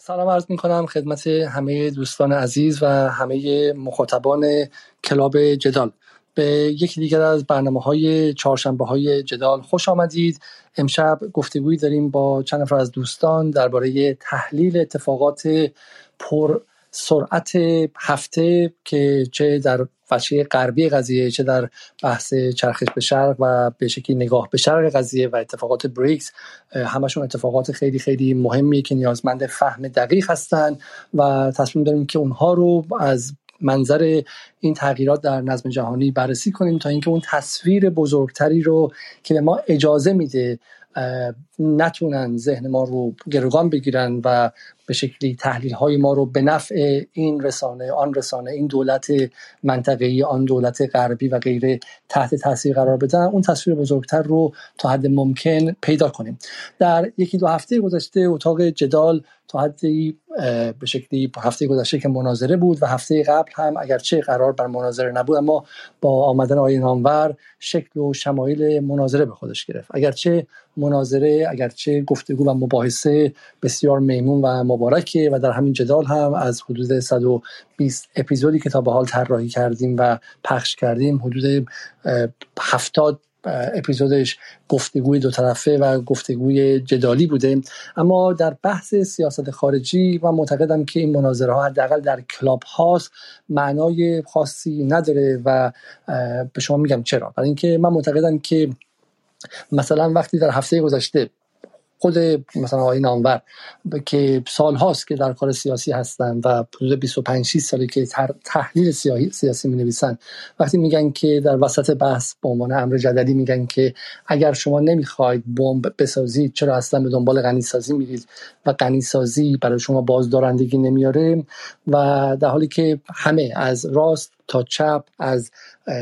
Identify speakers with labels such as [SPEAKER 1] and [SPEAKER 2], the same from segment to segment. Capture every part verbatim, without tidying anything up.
[SPEAKER 1] سلام عرض میکنم خدمت همه دوستان عزیز و همه مخاطبان کلاب جدال. به یکی دیگر از برنامه‌های چهارشنبه‌های جدال خوش آمدید. امشب گفتگویی داریم با چند نفر از دوستان درباره تحلیل اتفاقات پر سرعت هفته که چه در بخش غربی قضیه چه در بحث چرخش به شرق و به شکلی نگاه به شرق قضیه و اتفاقات بریکس، همشون اتفاقات خیلی خیلی مهمی که نیازمند فهم دقیق هستند و تصمیم داریم که اونها رو از منظر این تغییرات در نظم جهانی بررسی کنیم تا اینکه اون تصویر بزرگتری رو که به ما اجازه میده نتونن ذهن ما رو گروگان بگیرن و به شکلی تحلیل های ما رو به نفع این رسانه آن رسانه این دولت منطقه‌ای آن دولت غربی و غیره تحت تاثیر قرار بدن، اون تصویر بزرگتر رو تا حد ممکن پیدا کنیم. در یکی دو هفته گذشته اتاق جدال تا حدی به شکلی هفته گذشته که مناظره بود و هفته قبل هم اگرچه قرار بر مناظره نبود اما با آمدن آقای نامور شکل و شمایل مناظره به خودش گرفت. اگرچه مناظره اگرچه گفتگو و مباحثه بسیار میمون و مبارکه و در همین جدال هم از حدود صد و بیست اپیزودی که تا به حال طراحی کردیم و پخش کردیم حدود هفتاد اپیزودش گفتگوی دو طرفه و گفتگوی جدالی بوده، اما در بحث سیاست خارجی و معتقدم که این مناظره ها حداقل در کلاب هاست معنای خاصی نداره و به شما میگم چرا. برای اینکه من معتقدم که مثلا وقتی در هفته گذشته خود مثلا آقای نامور که سالهاست که در کار سیاسی هستن و حدود بیست و پنج شش ساله که تحلیل سیاسی می نویسن، وقتی میگن که در وسط بحث به عنوان امر جدلی میگن که اگر شما نمیخواید بمب بسازید چرا اصلا به دنبال غنی سازی میرید و غنی سازی برای شما بازدارندگی نمیاره، و در حالی که همه از راست تا چپ، از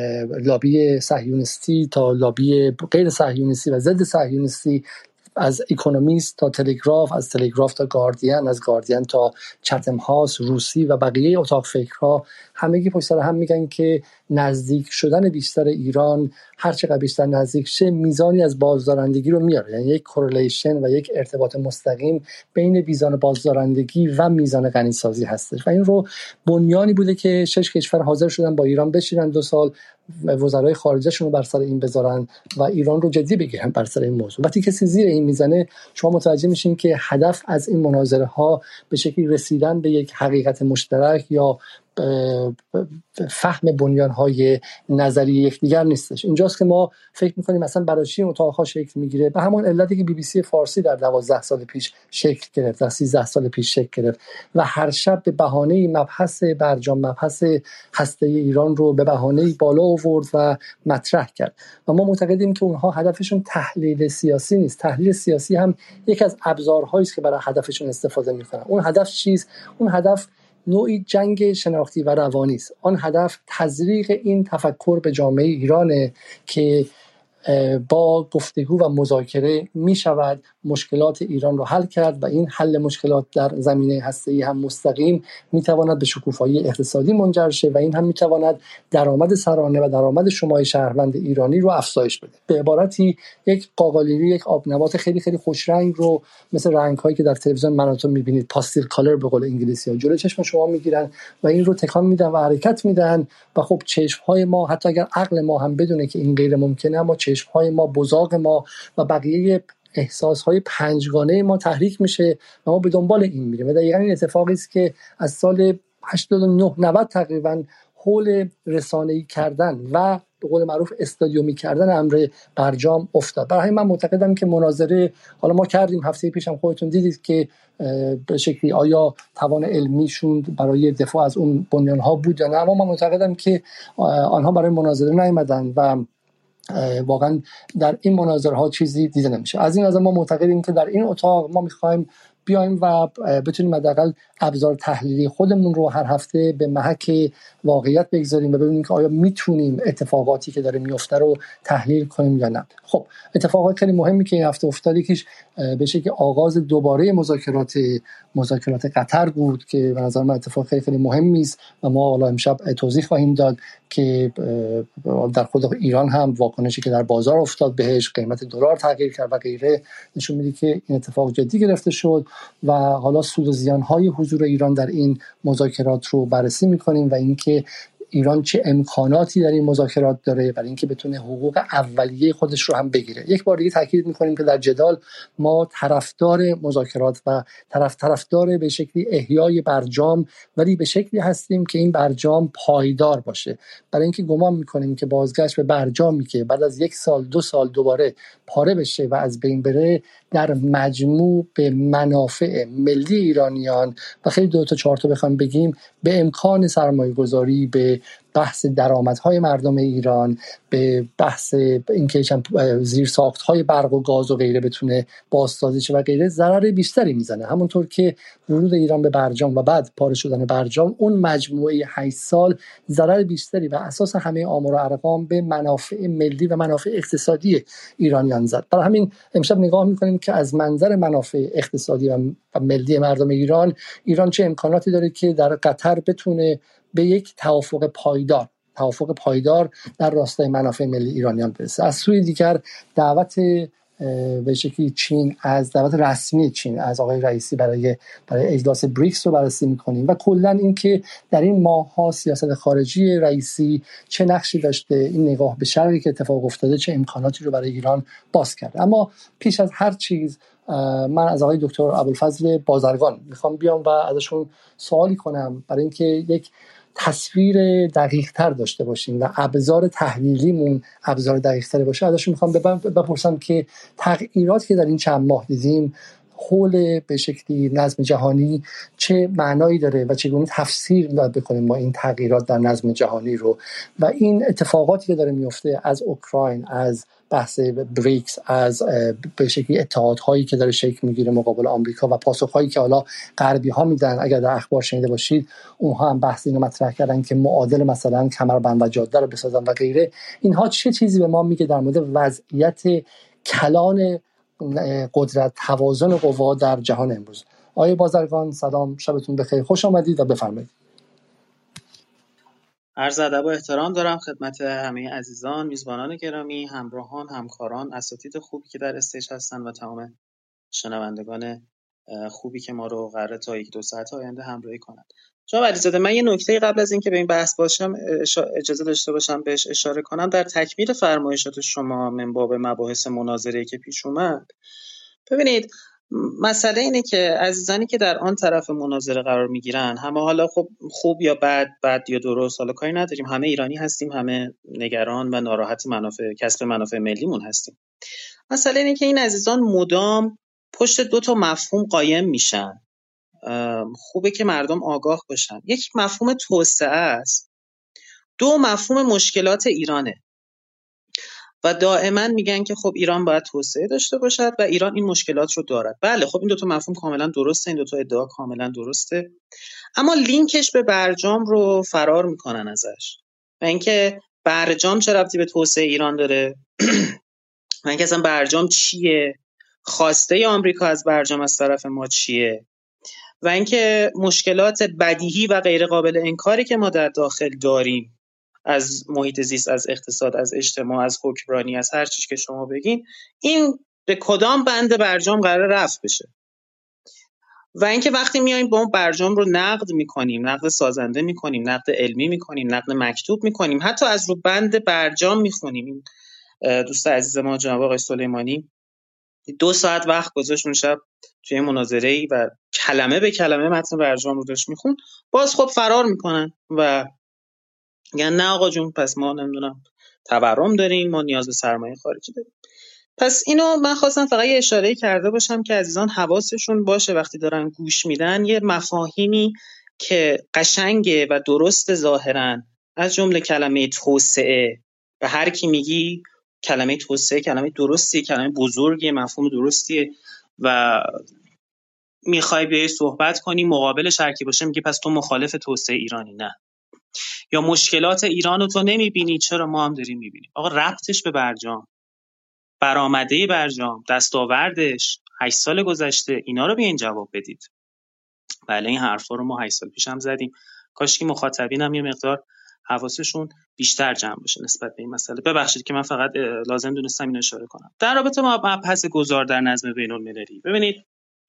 [SPEAKER 1] لابی صهیونیستی تا لابی غیر صهیونیستی و ضد صهیونیستی، از اکونومیست تا تلگراف، از تلگراف تا گاردین، از گاردین تا چتم هاوس، روسی و بقیه اتاق فکرها همگی پشت سر هم میگن که نزدیک شدن بیشتر ایران هر چقدر بیشتر نزدیک شه میزانی از بازدارندگی رو میاره، یعنی یک کورلیشن و یک ارتباط مستقیم بین میزان بازدارندگی و میزان غنیسازی هستش و این رو بنیانی بوده که شش کشور حاضر شدن با ایران بشینن دو سال وزرای خارجه‌شون رو بر سر این بذارن و ایران رو جدی بگیرن بر سر این موضوع. وقتی کسی زیر این میزنه شما متوجه میشین که هدف از این مناظره ها به شکلی رسیدن به یک حقیقت مشترک یا فهم بنیان‌های نظری یکدیگر نیستش. اینجاست که ما فکر می‌کنیم مثلا برای چی اتاق‌ها شکل می‌گیره، به همون علتی که بی بی سی فارسی در دوازده سال پیش شکل گرفت، در سیزده سال پیش شکل گرفت و هر شب به بهانه مبحث برجام مبحث هسته ایران رو به بهانه بالا آورد و مطرح کرد و ما معتقدیم که اونها هدفشون تحلیل سیاسی نیست. تحلیل سیاسی هم یک از ابزارهایی است که برای هدفشون استفاده می‌کنن. اون هدف چیست؟ اون هدف نوعی جنگ شناختی و روانی است. آن هدف تزریق این تفکر به جامعه ایرانه که با گفتگو و مذاکره می شود مشکلات ایران رو حل کرد و این حل مشکلات در زمینه هسته‌ای هم مستقیم می تواند به شکوفایی اقتصادی منجر شه و این هم می تواند درآمد سرانه و درآمد شمای شهروند ایرانی رو افزایش بده. به عبارتی یک قاقالیری، یک آبنبات خیلی خیلی خوش رنگ رو مثل رنگ‌هایی که در تلویزیون مناتون می‌بینید پاستیل کالر به قول انگلیسی‌ها جلوی چشم شما میگیرن و این رو تکان میدن و حرکت میدن و خب چشم‌های ما حتی اگر عقل ما هم بدونه که این غیر ممکنه اما چشم‌های ما، بزاق ما و بقیه احساس‌های پنجگانه ما تحریک میشه و ما به دنبال این میریم و دقیقاً این اتفاقی است که از سال هشتاد و نه نود تقریباً حول رسانه‌ای کردن و به قول معروف استادیومی کردن امر برجام افتاد. برای همین من معتقدم که مناظره حالا ما کردیم هفته پیش هم خودتون دیدید که به شکلی آیا توان علمیشون برای دفاع از اون بنیان‌ها بود یا نه، اما من معتقدم که آنها برای مناظره نیامدن و واقعا در این مناظره ها چیزی دیده نمیشه. از این نظر ما معتقدیم که در این اتاق ما میخوایم بیایم و بتونیم حداقل ابزار تحلیلی خودمون رو هر هفته به محک واقعیت بگذاریم و ببینیم که آیا میتونیم اتفاقاتی که داره میفته رو تحلیل کنیم یا نه. خب اتفاقات خیلی مهمی که این هفته افتاد، یکیش به شکلی آغاز دوباره مذاکرات مذاکرات قطر بود که به نظر من اتفاق خیلی خیلی مهمی است و ما حالا امشب توضیح خواهیم داد که در خود ایران هم واکنشی که در بازار افتاد بهش، قیمت دلار تغییر کرد و غیره، نشون میده که این اتفاق جدی گرفته شد و حالا سود و زیان‌های حضور ایران در این مذاکرات رو بررسی می‌کنیم و اینکه ایران چه امکاناتی در این مذاکرات داره برای اینکه بتونه حقوق اولیه خودش رو هم بگیره. یک بار دیگه تاکید می‌کنیم که در جدال ما طرفدار مذاکرات و طرف طرفدار به شکلی احیای برجام، ولی به شکلی هستیم که این برجام پایدار باشه، برای اینکه گمان می‌کنیم که بازگشت به برجامی که بعد از یک سال دو سال دوباره پاره بشه و از بین بره در مجموع به منافع ملی ایرانیان و خیلی دو تا چهار تا بخوام بگیم به امکان سرمایه گذاری، به بحث درآمدهای مردم ایران، به بحث اینکه زیرساخت‌های برق و گاز و غیره بتونه بازسازی شه و غیره ضرر بیشتری میزنه. همونطور که ورود ایران به برجام و بعد پاره شدن برجام اون مجموعه هشت سال ضرر بیشتری و اساس همه آمار و ارقام به منافع ملی و منافع اقتصادی ایرانیان زد. برای همین امشب نگاه می‌کنیم که از منظر منافع اقتصادی و ملی مردم ایران، ایران چه امکاناتی داره که در قطر بتونه به یک توافق پایدار توافق پایدار در راستای منافع ملی ایرانیان برسه. از سوی دیگر دعوت به شکلی چین، از دعوت رسمی چین از آقای رئیسی برای برای اجلاس بریکس رو بررسی می‌کنیم و کلا اینکه در این ماه‌ها سیاست خارجی رئیسی چه نقشی داشته، این نگاه به شرقی که اتفاق افتاده چه امکاناتی رو برای ایران باز کرده. اما پیش از هر چیز من از آقای دکتر ابوالفضل بازرگان میخوام بیام و ازشون سوالی کنم برای اینکه یک تصویر دقیق تر داشته باشیم و ابزار تحلیلیمون ابزار دقیق تری باشه. ازشون میخوام بپرسم که تغییراتی که در این چند ماه دیدیم حول به شکلی نظم جهانی چه معنایی داره و چگونه تفسیر باید بکنیم ما این تغییرات در نظم جهانی رو و این اتفاقاتی که داره میفته از اوکراین، از بحث بریکس، از به شکلی اتحادهایی که داره شکل میگیره مقابل آمریکا و پاسخهایی که حالا غربی ها میدن. اگر در اخبار شنیده باشید اونها هم بحث اینو مطرح کردن که معادل مثلا کمربند و جاده رو بسازن و غیره. اینها چه چیزی به ما میگه در مورد وضعیت کلان قدرت، توازن قوا در جهان امروز؟ آقای بازرگان سلام، شبتون بخیر، خوش آمدید و بفرمایید.
[SPEAKER 2] عرض ادب و احترام دارم خدمت همه عزیزان، میزبانان گرامی، همراهان، همکاران، اساتید خوبی که در استیج هستن و تمام شنوندگان خوبی که ما رو قراره تا یک دو ساعت آینده همراهی کنند. جناب علیزاده، من یه نکته قبل از اینکه به این بحث باشم اجازه داشته باشم بهش اشاره کنم. در تکمیل فرمایشات شما من باب مباحث مناظره‌ای که پیش اومد، ببینید مسئله اینه که عزیزانی که در آن طرف مناظره قرار میگیرن، همه حالا خب خوب یا بد، بد یا درست، حالا کاری نداریم، همه ایرانی هستیم، همه نگران و ناراحت منافع کسب منافع ملیمون هستیم. مسئله اینه که این عزیزان مدام پشت دو تا مفهوم قایم میشن. خوبه که مردم آگاه باشن. یک مفهوم توسعه است، دو مفهوم مشکلات ایرانه و دائما میگن که خب ایران باید توسعه داشته باشد و ایران این مشکلات رو دارد. بله خب این دو تا مفهوم کاملا درسته، این دو تا ادعا کاملا درسته، اما لینکش به برجام رو فرار میکنن ازش و اینکه برجام چه ربطی به توسعه ایران داره و اینکه اصلا برجام چیه، خواسته آمریکا از برجام از طرف ما چیه و اینکه مشکلات بدیهی و غیر قابل انکاری که ما در داخل داریم از محیط زیست، از اقتصاد، از اجتماع، از حکمرانی، از هر چیز که شما بگین، این به کدام بند برجام قرار رفع بشه و اینکه وقتی میایم با اون برجام رو نقد میکنیم، نقد سازنده میکنیم، نقد علمی میکنیم، نقد مکتوب میکنیم، حتی از رو بند برجام میخونیم. دوست عزیز ما جناب آقای سلیمانی دو ساعت وقت گذاشت اون شب توی مناظره‌ای و کلمه به کلمه متن برجام رو داشت میخون، باز خب فرار میکنن و میگن نه آقا جون، پس ما نمیدونم تورم داریم، ما نیاز به سرمایه خارجی داریم. پس اینو من خواستم فقط یه اشاره کرده باشم که عزیزان حواسشون باشه وقتی دارن گوش میدن یه مفاهیمی که قشنگه و درست ظاهرا، از جمله کلمه توسعه، به هر کی میگی کلمه توسعه کلمه درستیه، کلمه بزرگیه، مفهوم درستیه و میخوای بیای صحبت کنی مقابلش هر کی باشه میگه پس تو مخالف توسعه ایرانی. نه، یا مشکلات ایران رو تو نمیبینی چرا ما هم داریم میبینیم. آقا ربطش به برجام، برآمده برجام، دستاوردش، هشت سال گذشته اینا رو بیاین جواب بدید. بله این حرفا رو ما هشت سال پیش هم زدیم، کاش که مخاطبینم یه مقدار حواسشون بیشتر جمع بشه نسبت به این مسئله. ببخشید که من فقط لازم دونستم اینو اشاره کنم. در رابطه با مبحث گذار در نظم بین‌المللی، ببینید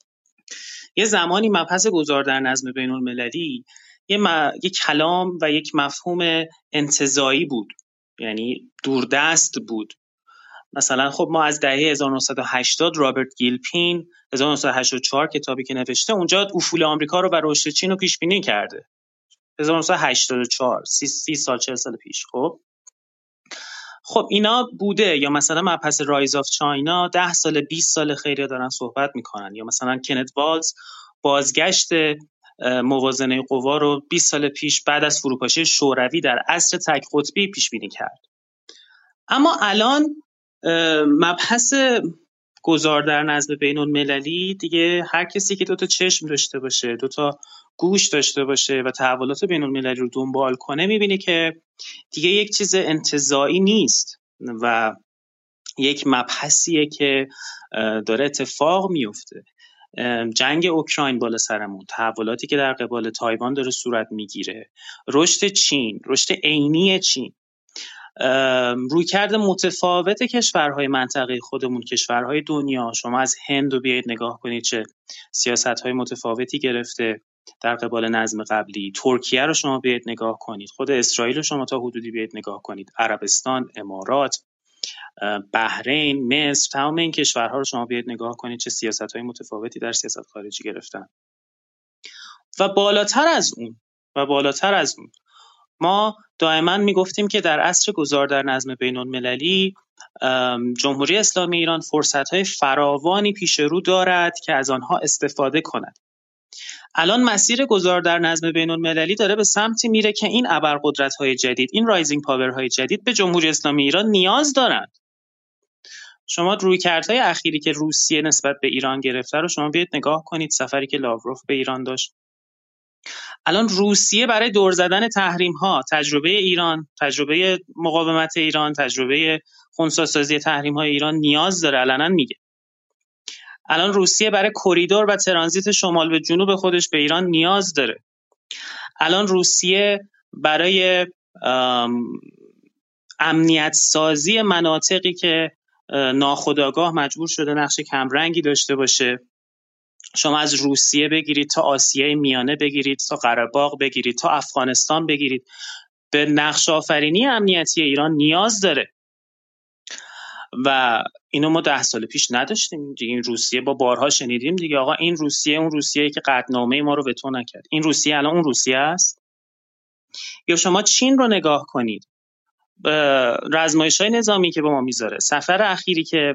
[SPEAKER 2] یه زمانی مبحث گذار در نظم بین‌المللی یه, م... یه کلام و یک مفهوم انتزاعی بود، یعنی دوردست بود. مثلا خب ما از دهه هزار و نهصد و هشتاد رابرت گیلپین هزار و نهصد و هشتاد و چهار کتابی که نوشته اونجا افول آمریکا رو و رشد چین رو پیش بینی کرده. هزار و نهصد و هشتاد و چهار سی, سی سال چهل سال پیش. خب خب اینا بوده. یا مثلا مبحث رایز آف چاینا ده سال بیست سال خیلی دارن صحبت میکنن. یا مثلا کنت والز بازگشت موازنه قوا رو بیست سال پیش بعد از فروپاشی شوروی در عصر تک قطبی پیش بینی کرد. اما الان مبحث گذار در نظم بین‌المللی دیگه هر کسی که دوتا چشم داشته باشه، دوتا گوش داشته باشه و تحولات بین‌المللی رو دنبال کنه میبینه که دیگه یک چیز انتزاعی نیست و یک مبحثیه که داره اتفاق میفته. جنگ اوکراین بالا سرمون، تحولاتی که در قبال تایوان داره صورت میگیره، رشد چین، رشد عینی چین، رویکرد متفاوت کشورهای منطقه خودمون، کشورهای دنیا. شما از هند رو بیایید نگاه کنید چه سیاست‌های متفاوتی گرفته در قبال نظم قبلی. ترکیه رو شما بیایید نگاه کنید، خود اسرائیل رو شما تا حدودی بیایید نگاه کنید، عربستان، امارات، بحرین، مصر، تمام این کشورها رو شما بیایید نگاه کنید چه سیاست‌های متفاوتی در سیاست خارجی گرفتن. و بالاتر از اون و بالاتر از اون ما دائما میگفتیم که در عصر گذار در نظم بین‌المللی جمهوری اسلامی ایران فرصت‌های فراوانی پیش رو دارد که از آنها استفاده کند. الان مسیر گذار در نظم بین‌المللی داره به سمتی میره که این ابرقدرت‌های جدید، این رایزینگ پاورهای جدید به جمهوری اسلامی ایران نیاز دارند. شما رویکردهای اخیری که روسیه نسبت به ایران گرفته رو شما بیاید نگاه کنید، سفری که لاوروف به ایران داشت. الان روسیه برای دور زدن تحریم‌ها، تجربه ایران، تجربه مقاومت ایران، تجربه خنثی‌سازی تحریم‌های ایران نیاز داره، علنا میگه. الان روسیه برای کریدور و ترانزیت شمال به جنوب خودش به ایران نیاز داره. الان روسیه برای امنیت سازی مناطقی که ناخودآگاه مجبور شده نقش کمرنگی داشته باشه، شما از روسیه بگیرید تا آسیای میانه بگیرید تا قره باغ بگیرید تا افغانستان بگیرید، به نقش آفرینی امنیتی ایران نیاز داره و اینو ما ده سال پیش نداشتیم دیگه. این روسیه با بارها شنیدیم دیگه، آقا این روسیه اون روسیه‌ای که قطعنامه ما رو وتو نکرد. این روسیه الان اون روسیه است. یا شما چین رو نگاه کنید، رزمایش‌های نظامی که به ما میذاره، سفر اخیری که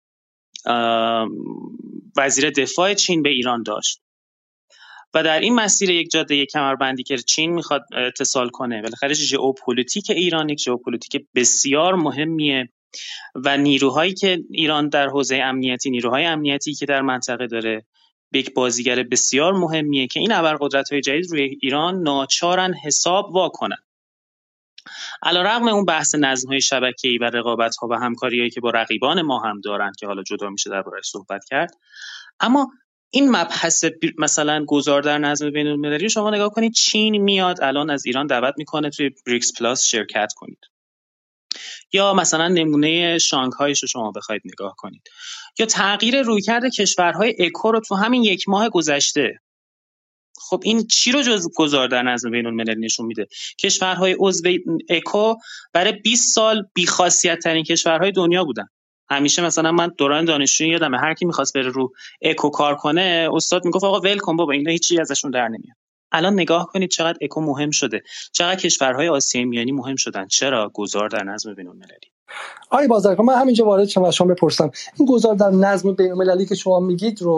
[SPEAKER 2] وزیر دفاع چین به ایران داشت و در این مسیر یک جاده یک کمربندی که چین میخواد اتصال کنه، بالاخره ژئوپلیتیک ایران یک ژئوپلیتیک بسیار مهمیه و نیروهایی که ایران در حوزه امنیتی، نیروهای امنیتی که در منطقه داره، یک بازیگر بسیار مهمیه که این ابرقدرت‌های جدید روی ایران ناچارن حساب واکنن. علیرغم اون بحث نظم‌های شبکه‌ای و رقابت‌ها و همکاری‌هایی که با رقیبان ما هم دارن که حالا جدا میشه درباره‌اش صحبت کرد، اما این مبحث مثلا گذار در نظم بین‌المللی شما نگاه کنید، چین میاد الان از ایران دعوت میکنه توی بریکس پلاس شرکت کنید، یا مثلا نمونه شانگهایش رو شما بخواید نگاه کنید، یا تغییر رویکرد کشورهای اکو رو تو همین یک ماه گذشته. خب این چی رو جز گذار در نظم بین‌المللی نشون میده؟ کشورهای عضو اکو برای بیست سال بی‌خاصیت ترین کشورهای دنیا بودن. همیشه مثلا من دوران دانشجویی یادمه هر کی می‌خواست بره رو اکو کار کنه، استاد میگفت آقا ول کن بابا اینا هیچ چیزی ازشون در نمیاد. الان نگاه کنید چقدر اکو مهم شده، چقدر کشورهای آسیای میانی مهم شدن. چرا؟ گذار در نظم بین‌المللی.
[SPEAKER 1] آقای بازرگان، من همینجا وارد شم و شما بپرسم این گذار در نظم بین‌المللی که شما میگید رو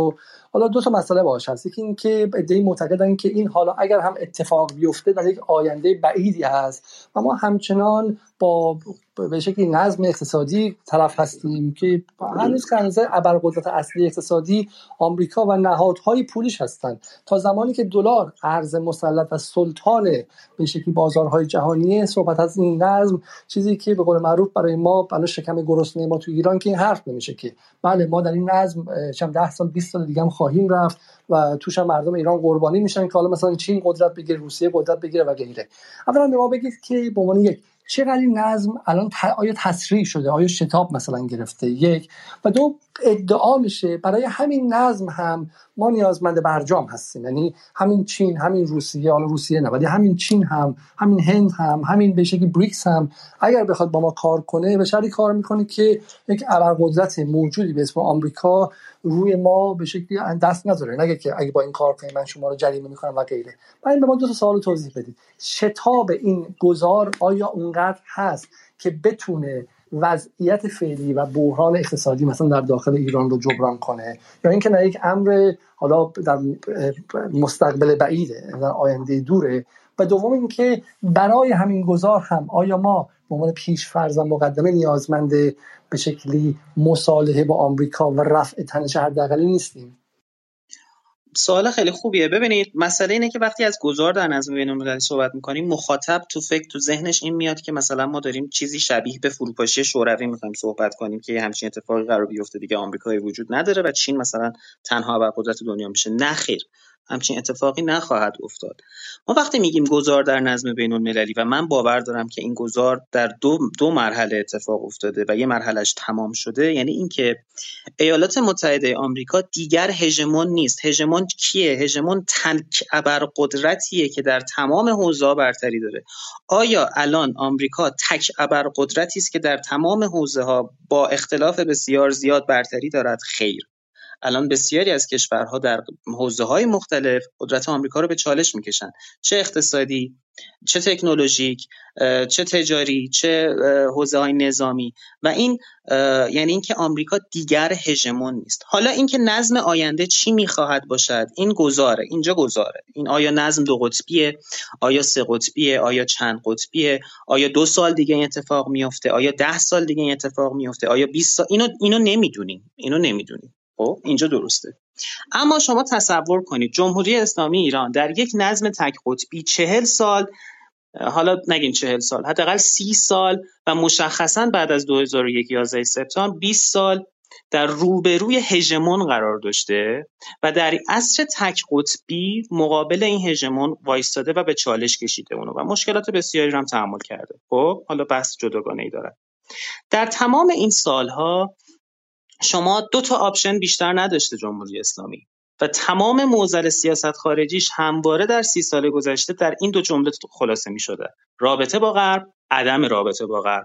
[SPEAKER 1] حالا دو تا مسئله باهاش هست. یکی این که ایده معتقدن که این حالا اگر هم اتفاق بیفته در یک آینده بعیدی هست و ما همچنان با به شکلی نظم اقتصادی طرف هستیم که هنوز کنزه ابرقدرت اصلی اقتصادی آمریکا و نهادهای پولیش هستند. تا زمانی که دلار ارز مسلط و سلطان به شکلی بازارهای جهانیه، صحبت از این نظم چیزی که به قول معروف برای ما برای شکم گرسنه ما تو ایران که این حرف نمیشه که بله ما در این نظم چند ده سال بیست سال دیگه هم خواهیم رفت و توش هم مردم ایران قربانی میشن که حالا مثلا چین قدرت بگیره، روسیه قدرت بگیره و غیره. اولا به ما بگید که به عنوان یک چقدر این نظم الان آیا تسریع شده، آیا شتاب مثلا گرفته، یک و دو ادعا میشه برای همین نظم هم ما نیازمند برجام هستیم، یعنی همین چین، همین روسیه، حالا روسیه نه ولی همین چین هم، همین هند هم، همین به شکلی بریکس هم اگر بخواد با ما کار کنه به شرطی کار میکنه که یک ابرقدرت موجودی به اسم آمریکا روی ما به شکلی دست نذاره، نگه که اگه با این کار کنید من شما رو جریمه میکنم و غیره. بعد به ما دو تا سوال توضیح بدید. شتاب این گذار آیا اونقدر هست که بتونه وضعیت فعلی و بحران اقتصادی مثلا در داخل ایران رو جبران کنه، یا اینکه نه یک امر حالا در مستقبل بعیده، در آینده دوره؟ و دوم اینکه برای همین گذار هم آیا ما به عنوان پیش‌فرض و مقدمه نیازمند به شکلی مصالحه با آمریکا و رفع تنش حداقلی نیستیم؟
[SPEAKER 2] سوال خیلی خوبیه. ببینید مسئله اینه که وقتی از گذار در نظم بین‌المللی صحبت می‌کنیم، مخاطب تو فکر تو ذهنش این میاد که مثلا ما داریم چیزی شبیه به فروپاشی شوروی می‌خوایم صحبت کنیم که همچین اتفاقی قرار بیفته، دیگه آمریکایی وجود نداره و چین مثلا تنها ابرقدرت دنیا میشه. نه خیر، همچین اتفاقی نخواهد افتاد. ما وقتی میگیم گذار در نظم بین‌المللی و من باور دارم که این گذار در دو دو مرحله اتفاق افتاده و یه مرحلهش تمام شده، یعنی اینکه ایالات متحده آمریکا دیگر هژمون نیست. هژمون کیه؟ هژمون تک ابرقدرتیه که در تمام حوزه‌ها برتری داره. آیا الان آمریکا تک ابرقدرتی است که در تمام حوزه‌ها با اختلاف بسیار زیاد برتری دارد؟ خیر. الان بسیاری از کشورها در حوزه‌های مختلف قدرت آمریکا رو به چالش میکشن، چه اقتصادی، چه تکنولوژیک، چه تجاری، چه حوزه‌های نظامی. و این یعنی اینکه آمریکا دیگر هژمون نیست. حالا اینکه نظم آینده چی میخواهد باشد، این گذاره، اینجا گذاره. این آیا نظم دو قطبیه، آیا سه قطبیه، آیا چند قطبیه، آیا دو سال دیگه این اتفاق میفته، آیا ده سال دیگه این اتفاق میفته، آیا بیست سال؟ اینو اینو نمیدونیم، اینو نمیدونیم. خب اینجا درسته. اما شما تصور کنید جمهوری اسلامی ایران در یک نظم تک قطبی چهل سال، حالا نگین چهل سال، حداقل سی سال و مشخصاً بعد از دو هزار و یک یازده سپتامبر بیست سال در روبروی هژمون قرار داشته و در عصر تک قطبی مقابل این هژمون وایستاده و به چالش کشیده اونو و مشکلات بسیاری رو هم تحمل کرده. خب حالا بحث جداگانه‌ای داره. در تمام این سالها شما دو تا آپشن بیشتر نداشته جمهوری اسلامی و تمام معضل سیاست خارجیش همواره در سی سال گذشته در این دو جمله خلاصه می شده: رابطه با غرب، عدم رابطه با غرب.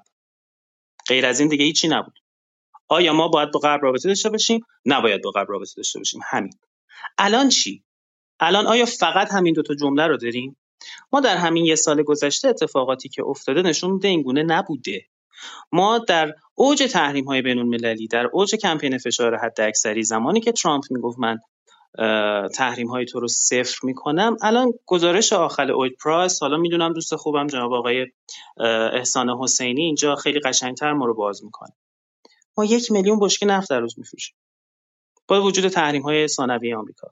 [SPEAKER 2] غیر از این دیگه هیچی نبود. آیا ما باید با غرب رابطه داشته باشیم؟ نباید با غرب رابطه داشته باشیم. همین. الان چی؟ الان آیا فقط همین دو تا جمله رو داریم؟ ما در همین یه سال گذشته اتفاقاتی که افتاده نشون میده این گونه نبوده. ما در اوج تحریم‌های بین‌المللی، در اوج کمپین فشار حداکثری، زمانی که ترامپ میگفت من تحریم‌های تو رو صفر میکنم، الان گزارش آخر اویل پرایس، حالا میدونم دوست خوبم جناب آقای احسان حسینی اینجا خیلی قشنگتر ما رو باز میکنه. ما یک میلیون بشکه نفت در روز میفروشیم با وجود تحریم‌های ثانویه آمریکا.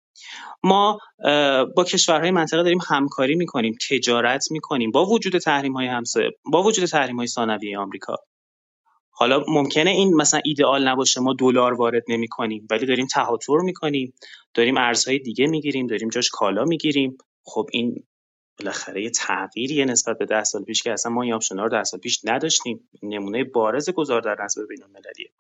[SPEAKER 2] ما با کشورهای منطقه داریم همکاری میکنیم، تجارت میکنیم با وجود تحریم‌های همسایه، با وجود تحریم‌های ثانویه آمریکا. حالا ممکنه این مثلا ایدئال نباشه، ما دلار وارد نمی‌کنیم ولی داریم تهاتر می‌کنیم، داریم ارزهای دیگه می‌گیریم، داریم جاش کالا می‌گیریم. خب این بالاخره یه تغییریه نسبت به ده سال پیش که اصلا ما این آپشن‌ها رو ده سال پیش نداشتیم. نمونه بارز گذار در نظم بین‌المللیه.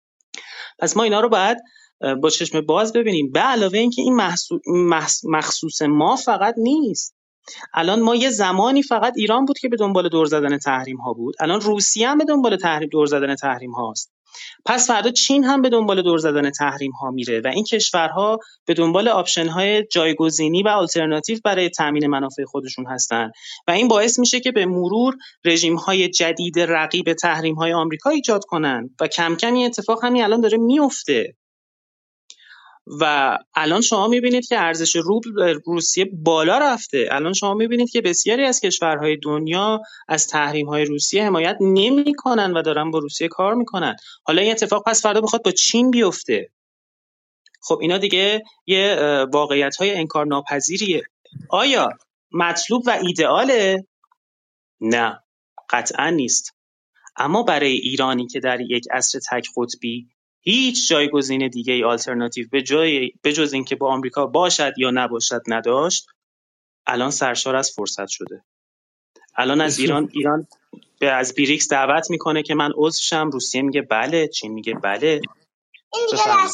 [SPEAKER 2] پس ما اینا رو باید با چشم باز ببینیم. به علاوه اینکه این محصول مخصوص ما فقط نیست. الان ما یه زمانی فقط ایران بود که به دنبال دور زدن تحریم ها بود، الان روسیه هم به دنبال تحریم دور زدن تحریم هاست. پس فردا چین هم به دنبال دور زدن تحریم ها میره و این کشورها به دنبال آپشن های جایگزینی و آلترناتیو برای تامین منافع خودشون هستن و این باعث میشه که به مرور رژیم های جدید رقیب تحریم های آمریکا ایجاد کنن و کم کم این اتفاق همین الان داره میفته. و الان شما میبینید که ارزش روبل روسیه بالا رفته. الان شما میبینید که بسیاری از کشورهای دنیا از تحریم‌های روسیه حمایت نمی‌کنن و دارن با روسیه کار میکنن. حالا این اتفاق پس فردا بخواد با چین بیفته، خب اینا دیگه یه واقعیت‌های انکارناپذیریه. آیا مطلوب و ایدئاله؟ نه، قطعا نیست. اما برای ایرانی که در یک عصر تک قطبی هیچ جایگزین دیگه ای آلترناتیو به جای به جز اینکه با آمریکا باشد یا نباشد نداشت، الان سرشار از فرصت شده. الان از
[SPEAKER 1] بسیار
[SPEAKER 2] ایران ایران به از بیریکس دعوت میکنه که من عضو شم، روسیه میگه بله، چین میگه بله. بفرمایید.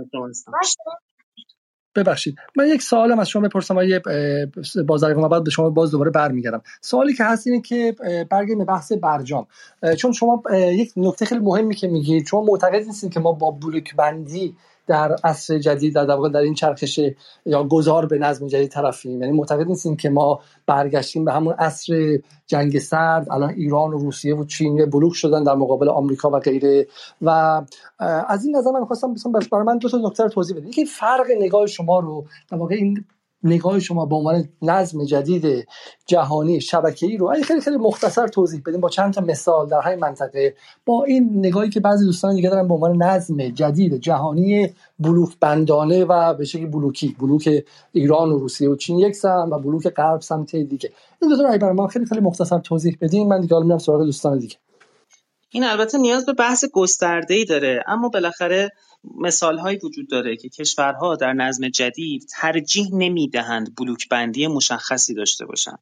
[SPEAKER 1] ببخشید من یک سوالم از شما بپرسم و یه بازرگان بعد به شما باز دوباره برمیگردم. سوالی که هست اینه که برگردیم به بحث برجام، چون شما یک نکته خیلی مهمی که میگید، شما معتقد نیستید که ما با بلوک بندی در عصر جدید در واقع در این چرخش یا گذار به نظم جدید طرفیم، یعنی معتقد نیستیم که ما برگشتیم به همون عصر جنگ سرد، الان ایران و روسیه و چین بلوک شدن در مقابل آمریکا و غیره. و از این نظر من می‌خواستم مثلا برای من دو تا نکته رو توضیح بدید. یکی فرق نگاه شما رو در واقع این نگاه شما به عنوان نظم جدید جهانی شبکه‌ای رو خیلی خیلی مختصر توضیح بدیم با چند تا مثال در همین منطقه، با این نگاهی که بعضی دوستان دیگه دارن به عنوان نظم جدید جهانی بلوک بندانه و به شکلی بلوکی، بلوک ایران و روسیه و چین یک سمت و بلوک غرب سمت دیگه. این دو تا رو برای من خیلی خیلی مختصر توضیح بدین، من دیگه حالا میرم سراغ دوستان دیگه.
[SPEAKER 2] این البته نیاز به بحث گسترده‌ای داره، اما بالاخره مثال‌هایی وجود داره که کشورها در نظم جدید ترجیح نمی‌دهند بلوک بندی مشخصی داشته باشند،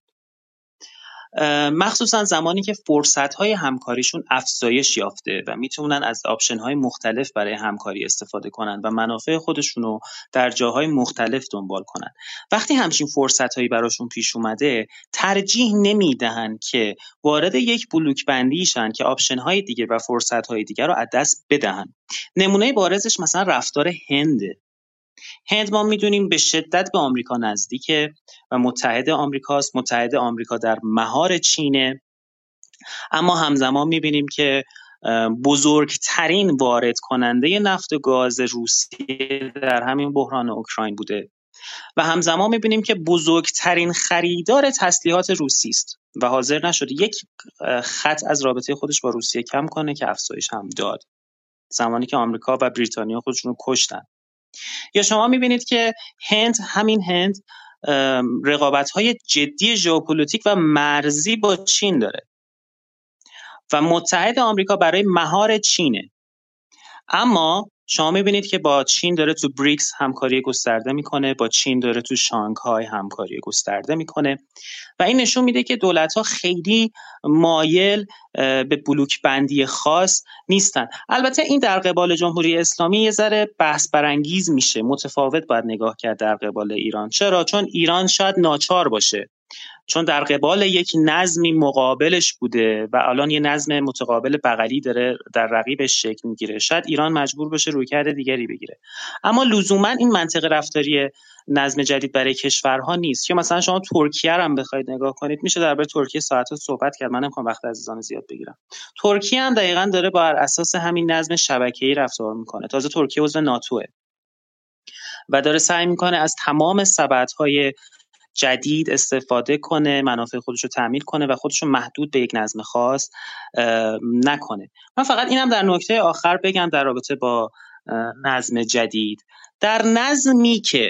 [SPEAKER 2] مخصوصا زمانی که فرصت‌های همکاریشون افزایش یافته و میتونن از آپشن‌های مختلف برای همکاری استفاده کنن و منافع خودشونو در جاهای مختلف دنبال کنن. وقتی همچین فرصت‌هایی براشون پیش اومده، ترجیح نمیدهن که وارد یک بلوک بندی شن که آپشن‌های دیگه و فرصت‌های دیگه رو از دست بدهن. نمونه بارزش مثلا رفتار هنده. هند ما میدونیم به شدت به آمریکا نزدیکه و متحد آمریکاست، متحد آمریکا در مهار چینه، اما همزمان میبینیم که بزرگترین وارد کننده نفت و گاز روسیه در همین بحران اوکراین بوده و همزمان میبینیم که بزرگترین خریدار تسلیحات روسی است و حاضر نشده یک خط از رابطه خودش با روسیه کم کنه که افزایش هم داد زمانی که آمریکا و بریتانیا خودشون رو کشتن. یا شما میبینید که هند، همین هند رقابت‌های جدی ژئوپلیتیک و مرزی با چین داره و متحد آمریکا برای مهار چینه، اما شما میبینید که با چین داره تو بریکس همکاری گسترده میکنه، با چین داره تو شانگهای همکاری گسترده میکنه و این نشون میده که دولت‌ها خیلی مایل به بلوک بندی خاص نیستن. البته این در قبال جمهوری اسلامی یه ذره بحث برانگیز میشه، متفاوت باید نگاه کرد در قبال ایران. چرا؟ چون ایران شاید ناچار باشه، چون در قبال یک نظمی مقابلش بوده و الان یه نظم متقابل بغلی داره در رقیبش شکل میگیره، شاید ایران مجبور بشه رویکرد دیگری بگیره. اما لزوما این منطق رفتاری نظم جدید برای کشورها نیست. که مثلا شما ترکیه رو هم بخواید نگاه کنید، میشه درباره ترکیه ساعت‌ها صحبت کرد، من نمیخوام وقت عزیزان زیاد بگیرم. ترکیه هم دقیقاً داره بر اساس همین نظم شبکه‌ای رفتار میکنه. تازه ترکیه عضو ناتوئه و داره سعی میکنه از تمام سبدهای جدید استفاده کنه، منافع خودش رو تأمین کنه و خودش رو محدود به یک نظم خاص نکنه. من فقط اینم در نکته آخر بگم در رابطه با نظم جدید، در نظمی که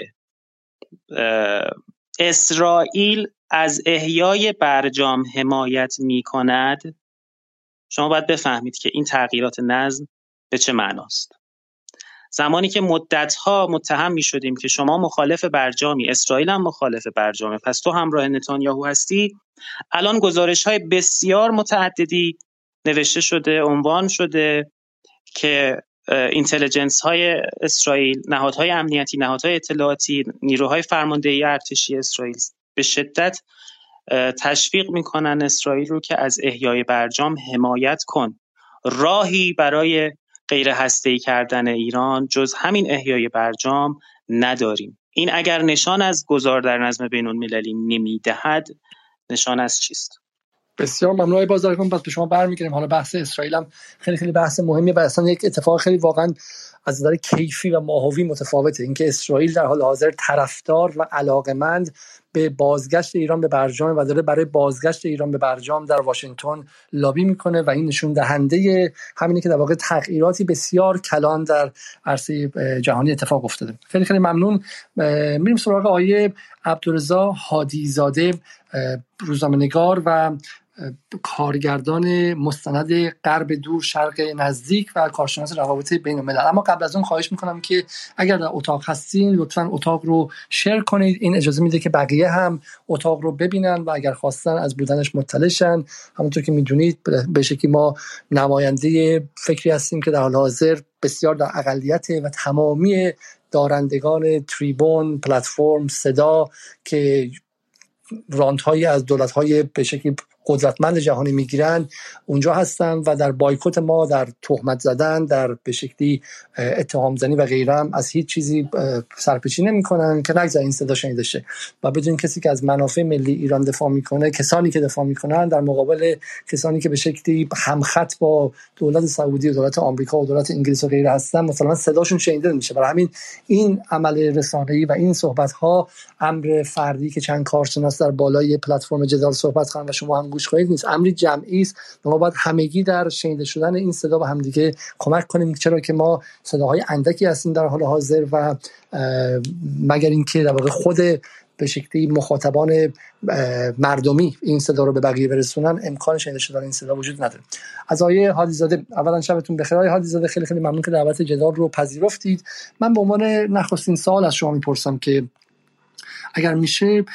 [SPEAKER 2] اسرائیل از احیای برجام حمایت می کند، شما باید بفهمید که این تغییرات نظم به چه معناست. زمانی که مدت‌ها متهم می‌شدیم که شما مخالف برجامی، اسرائیل هم مخالف برجامه، پس تو همراه نتانیاهو هستی، الان گزارش‌های بسیار متعددی نوشته شده، عنوان شده که اینتلیجنس‌های اسرائیل، نهادهای امنیتی، نهادهای اطلاعاتی، نیروهای فرماندهی ارتشی اسرائیل به شدت تشویق می‌کنن اسرائیل رو که از احیای برجام حمایت کن. راهی برای غیر هسته‌ای کردن ایران جز همین احیای برجام نداریم. این اگر نشان از گذار در نظم بین‌المللی نمی‌دهد، نشان از چیست؟
[SPEAKER 1] بسیار ممنون آقای بازرگان. پس به شما برمیگردیم. حالا بحث اسرائیل هم خیلی خیلی بحث مهمیه و اصلا یک اتفاق خیلی واقعا از نظر کیفی و ماهوی متفاوته، اینکه اسرائیل در حال حاضر طرفدار و علاقمند به بازگشت ایران به برجام و داره برای بازگشت ایران به برجام در واشنگتن لابی میکنه و این نشون دهنده همینه که در واقع تغییراتی بسیار کلان در عرصه جهانی اتفاق افتاده. خیلی خیلی ممنون. میریم سراغ آقای عبدالرضا هادی زاده، روزنامه‌نگار و کارگردان مستند غرب دور شرق نزدیک و کارشناس روابط بین الملل. اما قبل از اون خواهش میکنم که اگر در اتاق هستین لطفاً اتاق رو شیر کنید. این اجازه میده که بقیه هم اتاق رو ببینن و اگر خواستن از بودنش مطلع شن. همونطور که میدونید به شکلی ما نماینده فکری هستیم که در حال حاضر بسیار در اقلیت و تمامی دارندگان تریبون، پلتفرم، صدا که رانت‌هایی از دولت‌های به شکلی قدرتمند جهانی میگیرن اونجا هستن و در بایکوت ما، در تهمت زدن، در به شکلی اتهام زنی و غیره هم از هیچ چیزی سرپیچی نمی‌کنن که نگذار این صدا شنیده شه و بدون کسی که از منافع ملی ایران دفاع میکنه، کسانی که دفاع میکنن در مقابل کسانی که به شکلی همخط با دولت سعودی و دولت آمریکا و دولت انگلیس و غیره هستن مثلا صداشون شنیده نمیشه. برای همین این عمل رسانه‌ای و این صحبت‌ها امر فردی که چند کارشناس در بالای پلتفرم جدال صحبت کنن و شما هم گوش کنید نیست، امری جمعی است و ما باید همگی در شنیده شدن این صدا و همدیگه کمک کنیم، چرا که ما صداهای اندکی هستیم در حال حاضر و مگر اینکه در واقع خود به شکلی مخاطبان مردمی این صدا رو به بقیه برسونن امکان شنیده شدن این صدا وجود نداره. از آقای هادی زاده اولا شبتون بخیر. آقای هادی زاده خیلی خیلی ممنون که دعوت جدال رو پذیرفتید. من به عنوان نخستین سوال از شما میپرسم که اگر میشه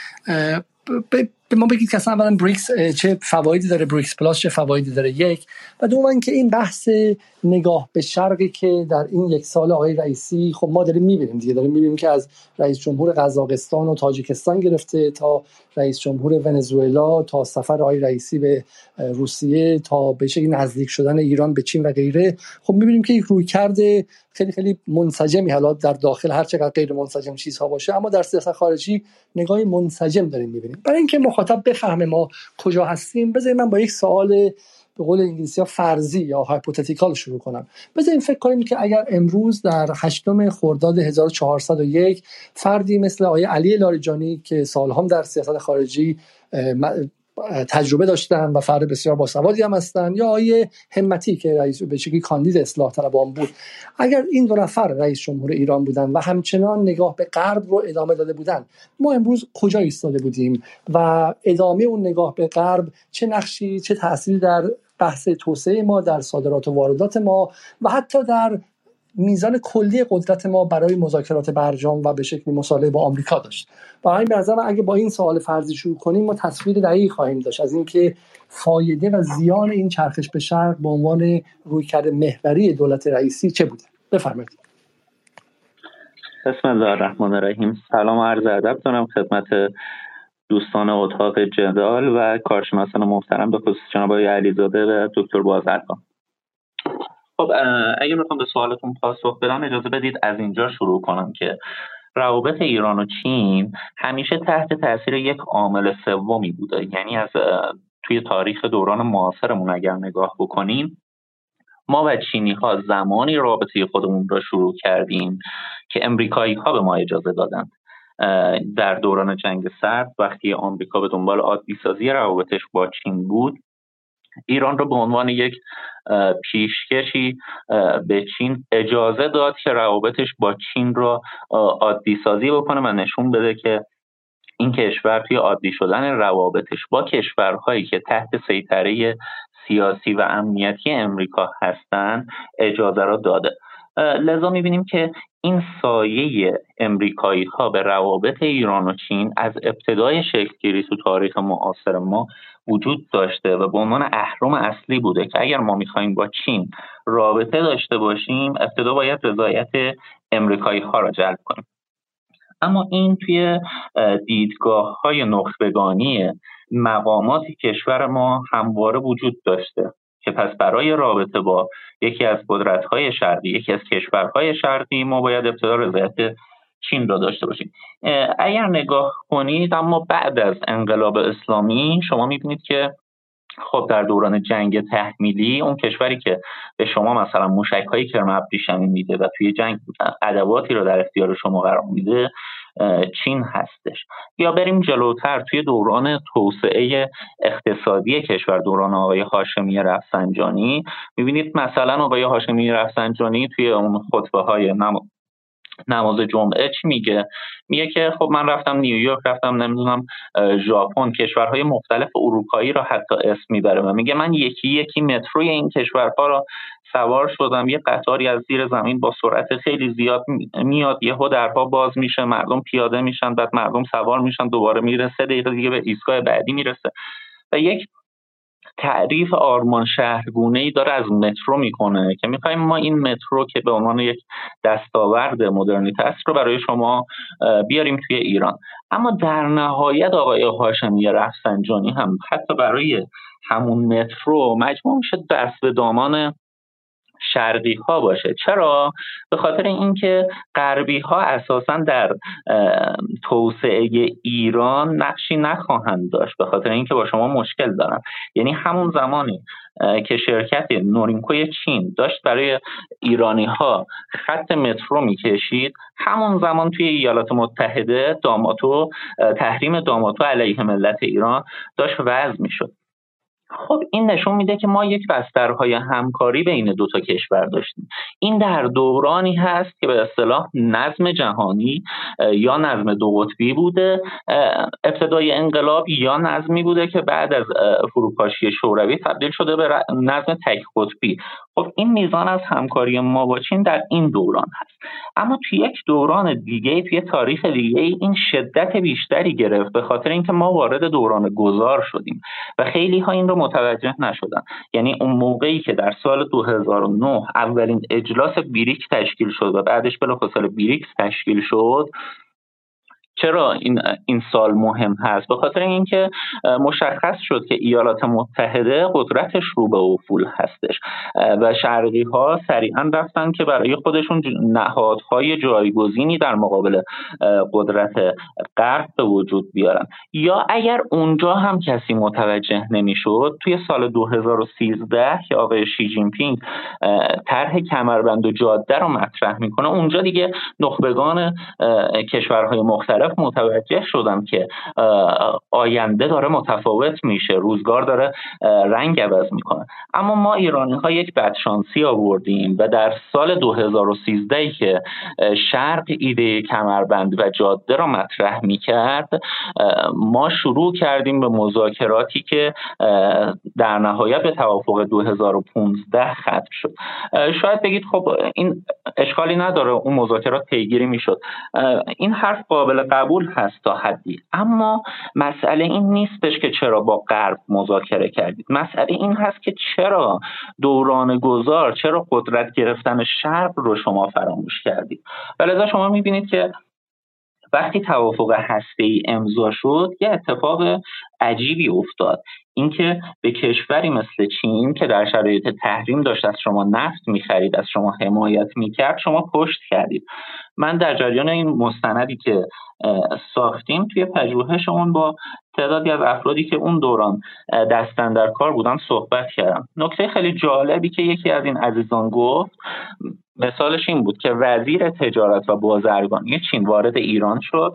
[SPEAKER 1] به ما بگید که اصلا اولا بریکس چه فوایدی داره، بریکس پلاس چه فوایدی داره، یک، و دوم که این بحث نگاه به شرقی که در این یک سال آقای رئیسی خب ما داریم میبینیم دیگه، داریم میبینیم که از رئیس جمهور قزاقستان و تاجیکستان گرفته تا رئیس جمهور ونزوئلا تا سفر آقای رئیسی به روسیه تا به شکلی نزدیک شدن ایران به چین و غیره، خب میبینیم که یک رویکرد خیلی خیلی منسجمی، حالا در داخل هر چقدر غیر منسجم چیزها باشه اما در سیاست خارجی نگاهی منسجم داریم میبینیم. برای اینکه مخاطب بفهمه ما کجا هستیم بذارید من با یک سوال به قول انگلیسی‌ها فرضی یا هایپوتتیکال شروع کنم. بذارید فکر کنیم که اگر امروز در هشتم خرداد هزار و چهارصد و یک فردی مثل آقای علی لاریجانی که سالها در سیاست خارجی تجربه داشتن و فرد بسیار باسوادی هم هستن، یا آقای همتی که رئیس به شکلی کاندید اصلاح طلبان بود، اگر این دو نفر رئیس جمهور ایران بودن و همچنان نگاه به غرب رو ادامه داده بودن، ما امروز کجا ایستاده بودیم و ادامه اون نگاه به غرب چه نقشی چه تأثیری در بحث توسعه ما، در صادرات و واردات ما و حتی در میزان کلی قدرت ما برای مذاکرات برجام و به شکلی مصالحه با آمریکا داشت. برای این نظرم اگه با این سوال فرضی شروع کنیم ما تصویر دقیقی خواهیم داشت از اینکه فایده و زیان این چرخش به شرق به عنوان رویکرد محوری دولت رئیسی چه بوده. بفرمایید.
[SPEAKER 3] بسم الله الرحمن الرحیم. سلام و عرض ادب دارم خدمت دوستان اتاق جدال و کارشناسان محترم، به خصوص جناب آقای علیزاده و دکتر بازرگان. خب اگه میخوام به سوالتون پاسخ بدم اجازه بدید از اینجا شروع کنم که روابط ایران و چین همیشه تحت تاثیر یک عامل سومی بوده. یعنی از توی تاریخ دوران معاصرمون اگر نگاه بکنیم، ما و چینی ها زمانی رابطه خودمون را شروع کردیم که امریکایی ها به ما اجازه دادند. در دوران جنگ سرد وقتی آمریکا به دنبال عادی سازی روابطش با چین بود، ایران رو به عنوان یک پیشکشی به چین اجازه داد که روابطش با چین رو عادی سازی بکنه و نشون بده که این کشور توی عادی شدن روابطش با کشورهایی که تحت سیطره سیاسی و امنیتی امریکا هستن اجازه را داده. لذا می‌بینیم که این سایه امریکایی ها به روابط ایران و چین از ابتدای شکل‌گیری تو تاریخ معاصر ما وجود داشته و به عنوان اهرم اصلی بوده که اگر ما می‌خوایم با چین رابطه داشته باشیم ابتدا باید رضایت امریکایی ها را جلب کنیم. اما این توی دیدگاه‌های نخبگانی مقامات کشور ما همواره وجود داشته که پس برای رابطه با یکی از قدرت‌های شرقی، یکی از کشورهای شرقی، ما باید ابتدا رضایت چین را داشته باشیم. اگر نگاه کنید اما بعد از انقلاب اسلامی شما می‌بینید که خب در دوران جنگ تحمیلی اون کشوری که به شما مثلا موشک‌های کرم ابریشمی میده و توی جنگ ادواتی رو در اختیار شما قرار میده چین هستش. یا بریم جلوتر توی دوران توسعه اقتصادی کشور، دوران آقای هاشمی رفسنجانی، میبینید مثلا آقای هاشمی رفسنجانی توی اون خطبه‌های نم... نماز جمعه چی میگه؟ میگه که خب من رفتم نیویورک، رفتم نمیدونم ژاپن، کشورهای مختلف اروپایی را حتی اسم میبره و میگه من یکی یکی متروی این کشورها را سوار شدم، یه قطاری از زیر زمین با سرعت خیلی زیاد میاد، یهو درها باز میشه، مردم پیاده میشن، بعد مردم سوار میشن، دوباره میره، سه دقیقه دیگه به ایستگاه بعدی میرسه و یک تعریف آرمان شهرگونه‌ای داره از مترو میکنه که میخوایم ما این مترو که به عنوان یک دستاورد مدرنیته است رو برای شما بیاریم توی ایران. اما در نهایت آقای هاشمی رفسنجانی هم حتی برای همون مترو مجبور میشه دست به دامان شرقی ها باشه. چرا؟ به خاطر اینکه غربی ها اساساً در توسعه ایران نقشی نخواهند داشت، به خاطر اینکه با شما مشکل دارن. یعنی همون زمانی که شرکت نورینکوی چین داشت برای ایرانی ها خط مترو میکشید، همون زمان توی ایالات متحده داماتو تحریم داماتو علیه ملت ایران داشت وضع میشد. خب این نشون میده که ما یک بسترهای همکاری بین دو تا کشور داشتیم. این در دورانی هست که به اصطلاح نظم جهانی یا نظم دو قطبی بوده، ابتدای انقلاب، یا نظمی بوده که بعد از فروپاشی شوروی تبدیل شده به نظم تک قطبی. خب این میزان از همکاری ما با چین در این دوران هست. اما توی یک دوران دیگه، توی تاریخ دیگه، این شدت بیشتری گرفت به خاطر اینکه ما وارد دوران گذار شدیم و خیلی ها این رو متوجه نشدن. یعنی اون موقعی که در سال دو هزار و نه اولین اجلاس بیریکس تشکیل شد و بعدش بلافاصله بریکس تشکیل شد، چرا این این سال مهم هست؟ به خاطر اینکه مشخص شد که ایالات متحده قدرتش رو به افول هستش و شرقی ها سریعا رفتن که برای خودشون نهادهای جایگزینی در مقابل قدرت غرب به وجود بیارن. یا اگر اونجا هم کسی متوجه نمیشد، توی سال دو هزار و سیزده که آقای شی جین پینگ طرح کمربند و جاده رو مطرح میکنه، اونجا دیگه نخبگان کشورهای مختلف متوجه شدم که آینده داره متفاوت میشه، روزگار داره رنگ عوض میکنه. اما ما ایرانی ها یک بدشانسی آوردیم و در سال دو هزار و سیزده که شرق ایده کمربند و جاده را مطرح میکرد، ما شروع کردیم به مذاکراتی که در نهایت به توافق دو هزار و پانزده ختم شد. شاید بگید خب این اشکالی نداره، اون مذاکرات پیگیری میشد. این حرف قابل قبول هست تا حدی، اما مسئله این نیستش که چرا با غرب مذاکره کردید. مسئله این هست که چرا دوران گذار، چرا قدرت گرفتن شرق رو شما فراموش کردید. ولذا شما میبینید که وقتی توافق هسته‌ای امضا شد، یه اتفاق عجیبی افتاد. اینکه به کشوری مثل چین که در شرایط تحریم داشت از شما نفت می‌خرید، از شما حمایت می‌کرد، شما پشت کردید. من در جریان این مستندی که ساختیم توی پژوهشمون با تعدادی از افرادی که اون دوران دستن در کار بودن صحبت کردم. نکته خیلی جالبی که یکی از این عزیزان گفت، مثالش این بود که وزیر تجارت و بازرگانی چین وارد ایران شد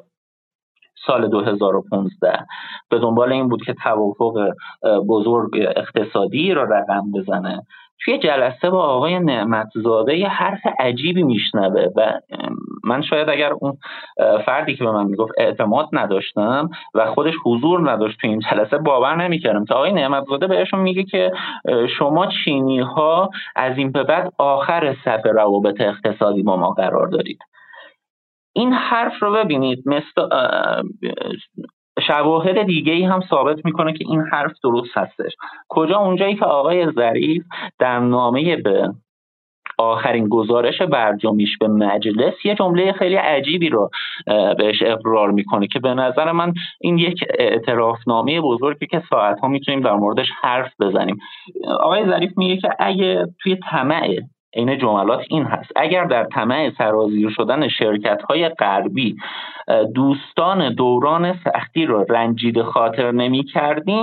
[SPEAKER 3] سال دو هزار و پانزده، به دنبال این بود که توافق بزرگ اقتصادی را رقم بزنه. توی جلسه با آقای نعمتزاده یه حرف عجیبی میشنوه و من شاید اگر اون فردی که به من میگفت اعتماد نداشتم و خودش حضور نداشت توی این جلسه، باور نمیکردم که آقای نعمتزاده بهشون میگه که شما چینی ها از این به بعد آخر صف روابط اقتصادی با ما قرار دارید. این حرف رو ببینید، مثل شواهد دیگه ای هم ثابت میکنه که این حرف درست هستش. کجا؟ اونجایی که آقای ظریف در نامه به آخرین گزارش برجامیش به مجلس یه جمله خیلی عجیبی رو بهش اقرار میکنه که به نظر من این یک اعترافنامه بزرگی که ساعت‌ها میتونیم در موردش حرف بزنیم. آقای ظریف میگه که اگه توی طمع، این جملات این هست، اگر در طمع سرازیر شدن شرکت‌های غربی دوستان دوران سختی رو رنجیده خاطر نمی کردیم،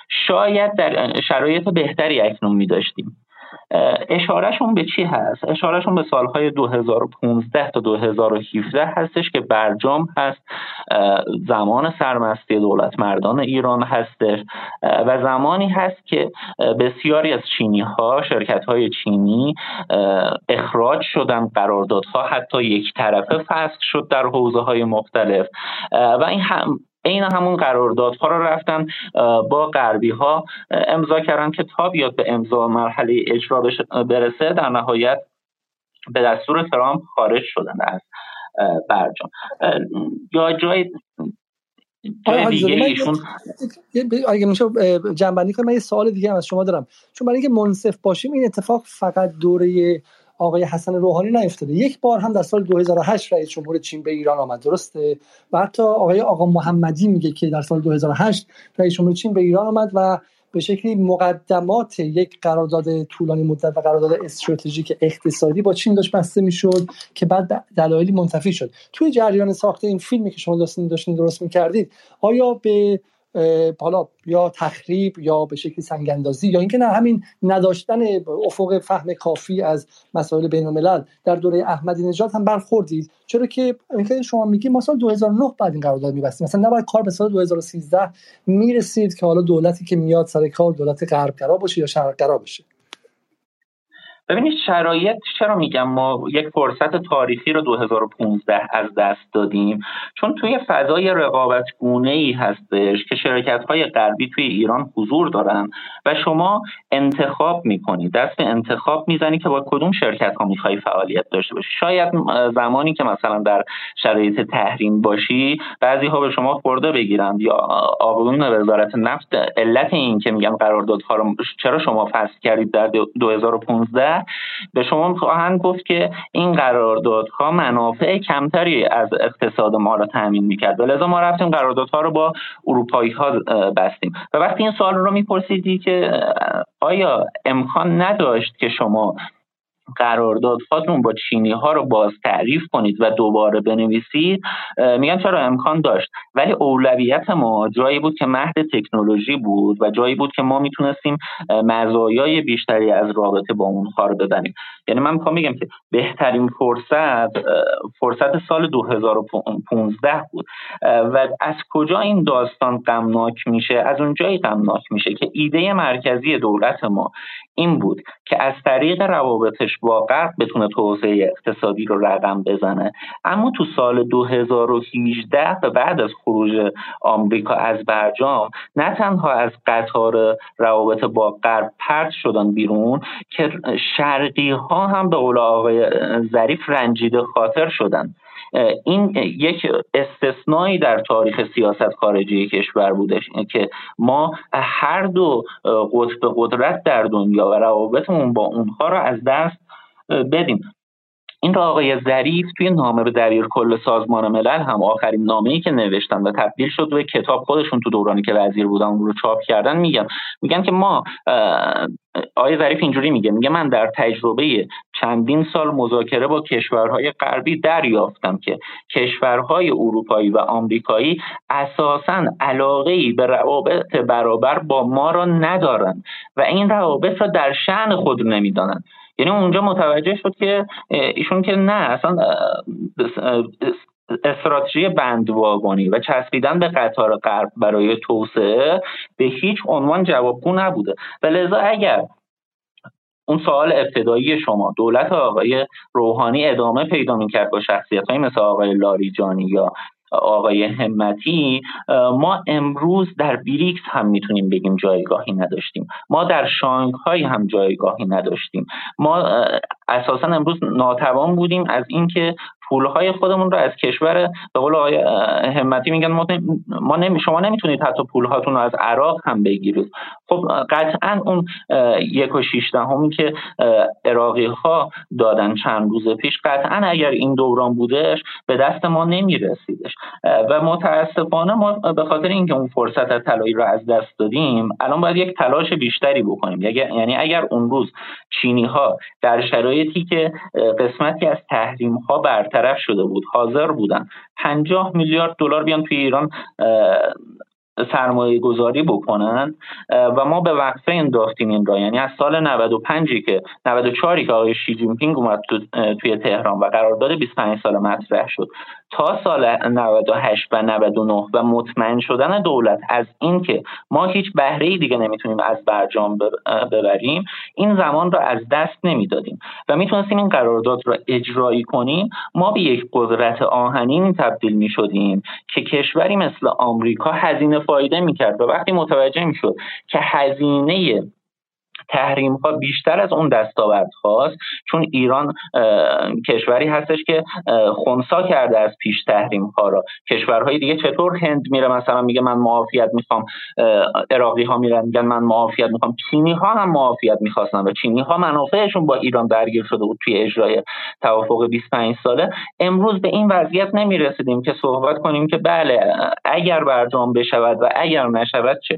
[SPEAKER 3] شاید در شرایط بهتری اکنون می داشتیم. اشارهشون به چی هست؟ اشارهشون به سالهای دو هزار و پانزده تا دو هزار و هفده هستش که برجام هست، زمان سرمستی دولت مردان ایران هستش و زمانی هست که بسیاری از چینی ها، شرکت های چینی اخراج شدن، قراردادها حتی یک طرفه فسخ شد در حوزه های مختلف و این هم این همون قراردادها رو رفتن با غربی ها امضا کردن که تا بیاد به امضا مرحله اجرا برسه در نهایت به دستور ترامپ خارج شدن از برجام. یا جای جای دیگه ایشون
[SPEAKER 1] اگه میشه جنبندی کنم، من یه سوال دیگه هم از شما دارم، چون برای اینکه منصف باشیم این اتفاق فقط دوره آقای حسن روحانی نیفتاده، یک بار هم در سال دو هزار و هشت رئیس جمهور چین به ایران آمد، درسته؟ و حتی آقای آقا محمدی میگه که در سال دو هزار و هشت رئیس جمهور چین به ایران آمد و به شکلی مقدمات یک قرارداد طولانی مدت و قرارداد استراتژیک اقتصادی با چین داشت بسته میشد که بعد دلایلی منتفی شد. توی جریان ساخت این فیلمی که شما داشتین داشتین درست می‌کردید، آیا به حالا یا تخریب یا به شکلی سنگ‌اندازی یا اینکه نه همین نداشتن افق فهم کافی از مسائل بین‌الملل در دوره احمدی نژاد هم برخوردید؟ چرا که اینکه شما میگید ما سال دو هزار و نه بعد این قرارداد می‌بستیم، مثلا نباید کار به سال دو هزار و سیزده میرسید که حالا دولتی که میاد سر کار دولت غربگرا باشه یا شرقگرا باشه؟
[SPEAKER 3] ببینید شرایط، چرا میگم ما یک فرصت تاریخی رو دو هزار و پانزده از دست دادیم؟ چون توی فضای رقابت‌گونه‌ای هستش که شرکت‌های غربی توی ایران حضور دارن و شما انتخاب می‌کنی، دست به انتخاب میزنی که با کدوم شرکت‌ها می‌خوای فعالیت داشته باشی. شاید زمانی که مثلا در شرایط تحریم باشی بعضی‌ها به شما خورده بگیرن یا آقایون وزارت نفت علت این که میگن قراردادها رو چرا شما فسخ کردید در دو هزار و پانزده به شما خواهند گفت که این قراردادها منافع کمتری از اقتصاد ما را تامین میکرد و لذا ما رفتیم قراردادها رو با اروپایی ها بستیم. و وقتی این سوال رو میپرسیدی که آیا امکان نداشت که شما قراردادهاتون با چینی ها رو باز تعریف کنید و دوباره بنویسید، میگن چرا امکان داشت، ولی اولویت ما جایی بود که مهد تکنولوژی بود و جایی بود که ما میتونستیم مزایای بیشتری از رابطه با اونها رو ببریم. یعنی من میخوام بگم که بهترین فرصت فرصت سال دو هزار و پانزده بود و از کجا این داستان غمناک میشه؟ از اونجایی غمناک میشه که ایده مرکزی دولت ما این بود که از طریق روابطش با غرب بتونه توسعه اقتصادی رو رقم بزنه، اما تو سال دو هزار و هجده و بعد از خروج آمریکا از برجام نه تنها از قطار روابط با غرب پرت شدن بیرون که شرقی ها هم به قول آقای ظریف رنجیده خاطر شدن. این یک استثنایی در تاریخ سیاست خارجی کشور بودش که ما هر دو قطب قدرت در دنیا و روابطمون با اونها را از دست بدیم. این را آقای ظریف توی نامه به دبیرکل سازمان ملل هم آخرین نامه‌ای که نوشتن و تبدیل شد به کتاب، خودشون تو دورانی که وزیر بودن اون رو چاپ کردن، میگن میگن که ما آقای ظریف اینجوری میگه میگه من در تجربه چندین سال مذاکره با کشورهای غربی دریافتم که کشورهای اروپایی و آمریکایی اساساً علاقه‌ای به روابط برابر با ما را ندارن و این روابط را در شأن خود نمیدانند. یعنی اونجا متوجه شد که ایشون که نه، اصلا استراتژی بندواگانی و چسبیدن به قطار غرب برای توسعه به هیچ عنوان جوابگو نبوده و لذا اگر اون سوال ابتدایی شما دولت آقای روحانی ادامه پیدا می‌کرد با شخصیت‌هایی مثل آقای لاریجانی یا آقای همتی، ما امروز در بریکس هم میتونیم بگیم جایگاهی نداشتیم، ما در شانگهای هم جایگاهی نداشتیم، ما اساسا امروز ناتوان بودیم از اینکه پولهای خودمون رو از کشور، به قول آقای همتی میگن ما نمی شما نمیتونید حتی پولهاتون رو از عراق هم بگیرید. خب قطعا اون یک و شیش دهمی که عراقی ها دادن چند روز پیش، قطعا اگر این دوران بودش به دست ما نمیرسیدش و متاسفانه ما به خاطر اینکه اون فرصت طلایی رو از دست دادیم الان باید یک تلاش بیشتری بکنیم. یعنی اگر اون روز چینی ها در شرایطی که قسمتی از تحریم ها برطرف شده بود حاضر بودن پنجاه میلیارد دلار بیان توی ایران سرمایه گذاری بکنن و ما به وقفه انداختیم این را. یعنی از سال نود و پنج که نود و چهار که آقای شی جین پینگ اومد تو، توی تهران و قرارداد بیست و پنج ساله مطرح شد تا سال نود و هشت و نود و نه و مطمئن شدن دولت از این که ما هیچ بهره‌ای دیگه نمیتونیم از برجام ببریم، این زمان را از دست نمیدادیم و میتونستیم این قرارداد را اجرایی کنیم. ما به یک قدرت آهنین تبدیل میشدیم که کشوری مثل آمریکا هزینه فایده میکرد و وقتی متوجه میشد که هزینه تحریم ها بیشتر از اون دستاورد هاست، چون ایران کشوری هستش که خنثی کرده از پیش تحریم ها را. کشورهای دیگه چطور هند میره مثلا میگه من معافیت میخوام، عراقی ها میرن میگن من معافیت میخوام، چینی ها هم معافیت میخواستن و چینی ها منافعشون با ایران درگیر شده بود توی اجرای توافق بیست و پنج ساله. امروز به این وضعیت نمیرسیدیم که صحبت کنیم که بله اگر برجام بشود و اگر نشود چه.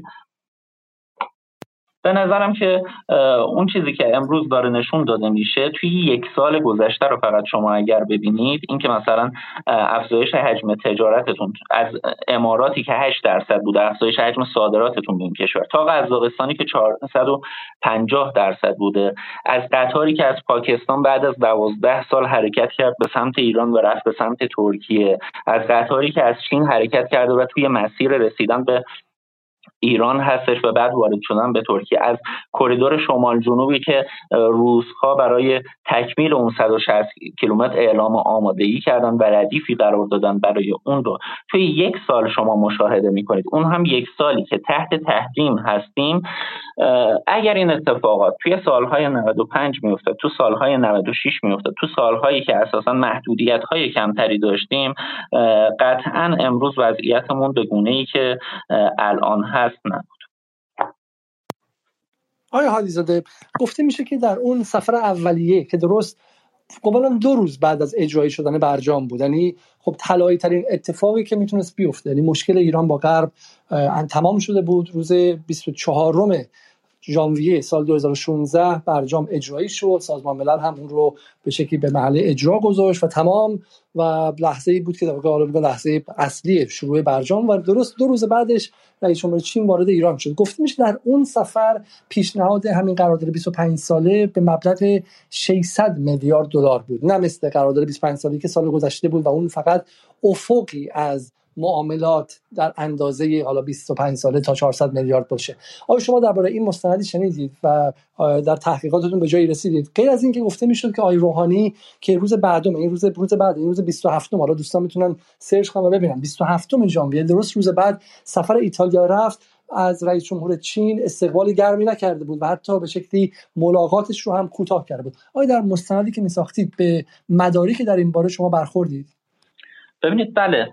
[SPEAKER 3] به نظرم که اون چیزی که امروز داره نشون داده میشه توی یک سال گذشته رو فقط شما اگر ببینید، این که مثلا افزایش حجم تجارتتون از اماراتی که هشت درصد بوده، افزایش حجم صادراتتون به این کشور، تا قزاقستانی که چهارصد و پنجاه درصد بوده، از قطاری که از پاکستان بعد از دوازده سال حرکت کرد به سمت ایران و رفت به سمت ترکیه، از قطاری که از چین حرکت کرده و توی مسیر رسیدن به ایران هستش و بعد وارد شدن به ترکیه، از کریدور شمال جنوبی که روس‌ها برای تکمیل اون صد و شصت کیلومتر اعلام آمادگی کردن و ردیفی قرار دادن برای اون رو توی یک سال شما مشاهده می‌کنید. اون هم یک سالی که تحت تحریم هستیم. اگر این اتفاقات توی سالهای نود و پنج میافتاد، تو سالهای نود و شش میافتاد، تو سالهایی که اساساً محدودیت‌های کمتری داشتیم، قطعاً امروز وضعیتمون به گونه‌ای که الان هست نبود.
[SPEAKER 1] آقای هادی‌زاده، گفته میشه که در اون سفر اولیه که درست قبلا دو روز بعد از اجرایی شدن برجام بود، یعنی خب طلایی ترین اتفاقی که میتونست بیفته، یعنی مشکل ایران با غرب تمام شده بود. روز بیست و چهارم ژانویه سال دو هزار و شانزده برجام اجرایی شد، سازمان ملل هم اون رو به شکلی به محل اجرا گذاشت و تمام و لحظه‌ای بود که در واقع لحظه اصلی شروع برجام و درست دو روز بعدش رئیس جمهور چین وارد ایران شد. گفته میشه در اون سفر پیشنهاد همین قرارداد بیست و پنج ساله به مبلغ ششصد میلیارد دلار بود، نه مثل قرارداد بیست و پنج سالی که سال گذشته بود و اون فقط افقی از معاملات در اندازه حالا بیست و پنج ساله تا چهارصد میلیارد باشه. آیا شما درباره این مستندی شنیدید و در تحقیقاتتون به جایی رسیدید؟ غیر از این که گفته میشد که آقای روحانی که روز بعدم، این روز روز بعد این روز بیست و هفتم، حالا دوستان میتونن سرچ کنن و ببینن، بیست و هفتم ژانویه درست روز بعد سفر ایتالیا رفت، از رئیس جمهور چین استقبال گرمی نکرده بود و حتی به شکلی ملاقاتش رو هم کوتاه کرده بود. آیا در مستندی که میساختید به مدارکی که در این باره شما برخوردید؟
[SPEAKER 3] ببینید بله،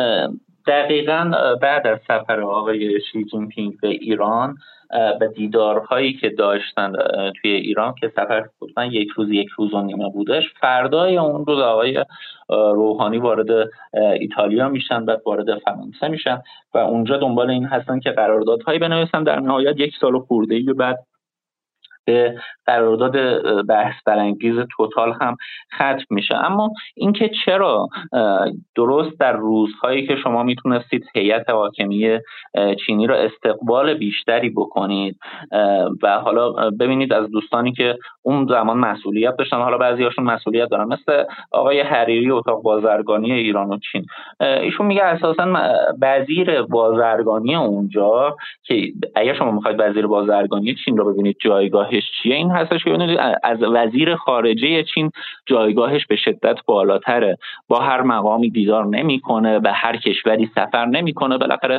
[SPEAKER 3] دقیقاً بعد از سفر آقای شی جین پینگ به ایران به دیدارهایی که داشتن توی ایران که سفر خودمن یک روز یک روز و نیمه بودش، فردای اون روز آقای روحانی وارد ایتالیا میشن، بعد وارد فرانسه میشن و اونجا دنبال این هستن که قراردادهایی بنویسن. در نهایت یک سال خورده‌ای بعد به قرارداد بحث برانگیز توتال هم ختم میشه. اما اینکه چرا درست در روزهایی که شما میتونستید هیئت حاکمیه چینی را استقبال بیشتری بکنید و حالا ببینید از دوستانی که اون زمان مسئولیت داشتن، حالا بعضی هاشون مسئولیت دارن، مثل آقای حریری اتاق بازرگانی ایران و چین، ایشون میگه اساسا وزیر بازرگانی اونجا که اگه شما میخواید وزیر بازرگانی چین رو ببینید جایگاه چیه، این هستش که ببینید از وزیر خارجه چین جایگاهش به شدت بالاتره، با هر مقامی دیدار نمیکنه، به هر کشوری سفر نمیکنه، بالاخره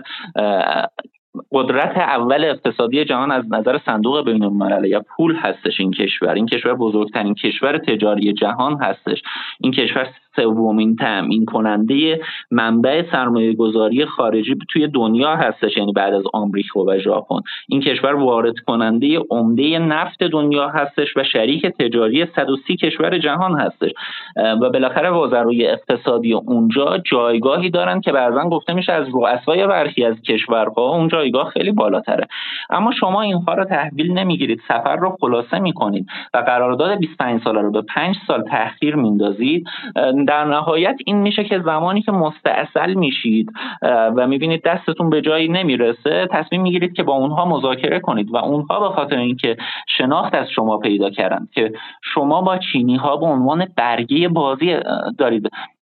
[SPEAKER 3] قدرت اول اقتصادی جهان از نظر صندوق بین‌المللی یا پول هستش. این کشور این کشور بزرگترین کشور تجاری جهان هستش. این کشور سومین تامین کننده منبع سرمایه گذاری خارجی توی دنیا هستش، یعنی بعد از آمریکا و ژاپن. این کشور وارد کننده عمده نفت دنیا هستش و شریک تجاری صد و سی کشور جهان هستش و بالاخره وزرای اقتصادی اونجا جایگاهی دارن که بعضا گفته میشه از رؤسای برخی از کشورها اون جایگاه خیلی بالاتره. اما شما اینها رو تحویل نمیگیرید، سفر رو خلاصه میکنید و قرارداد بیست و پنج ساله رو به پنج سال تأخیر میندازید. در نهایت این میشه که زمانی که مستعسل میشید و میبینید دستتون به جایی نمیرسه، تصمیم میگیرید که با اونها مذاکره کنید و اونها به خاطر اینکه شناخت از شما پیدا کردن که شما با چینی ها به عنوان برگه بازی دارید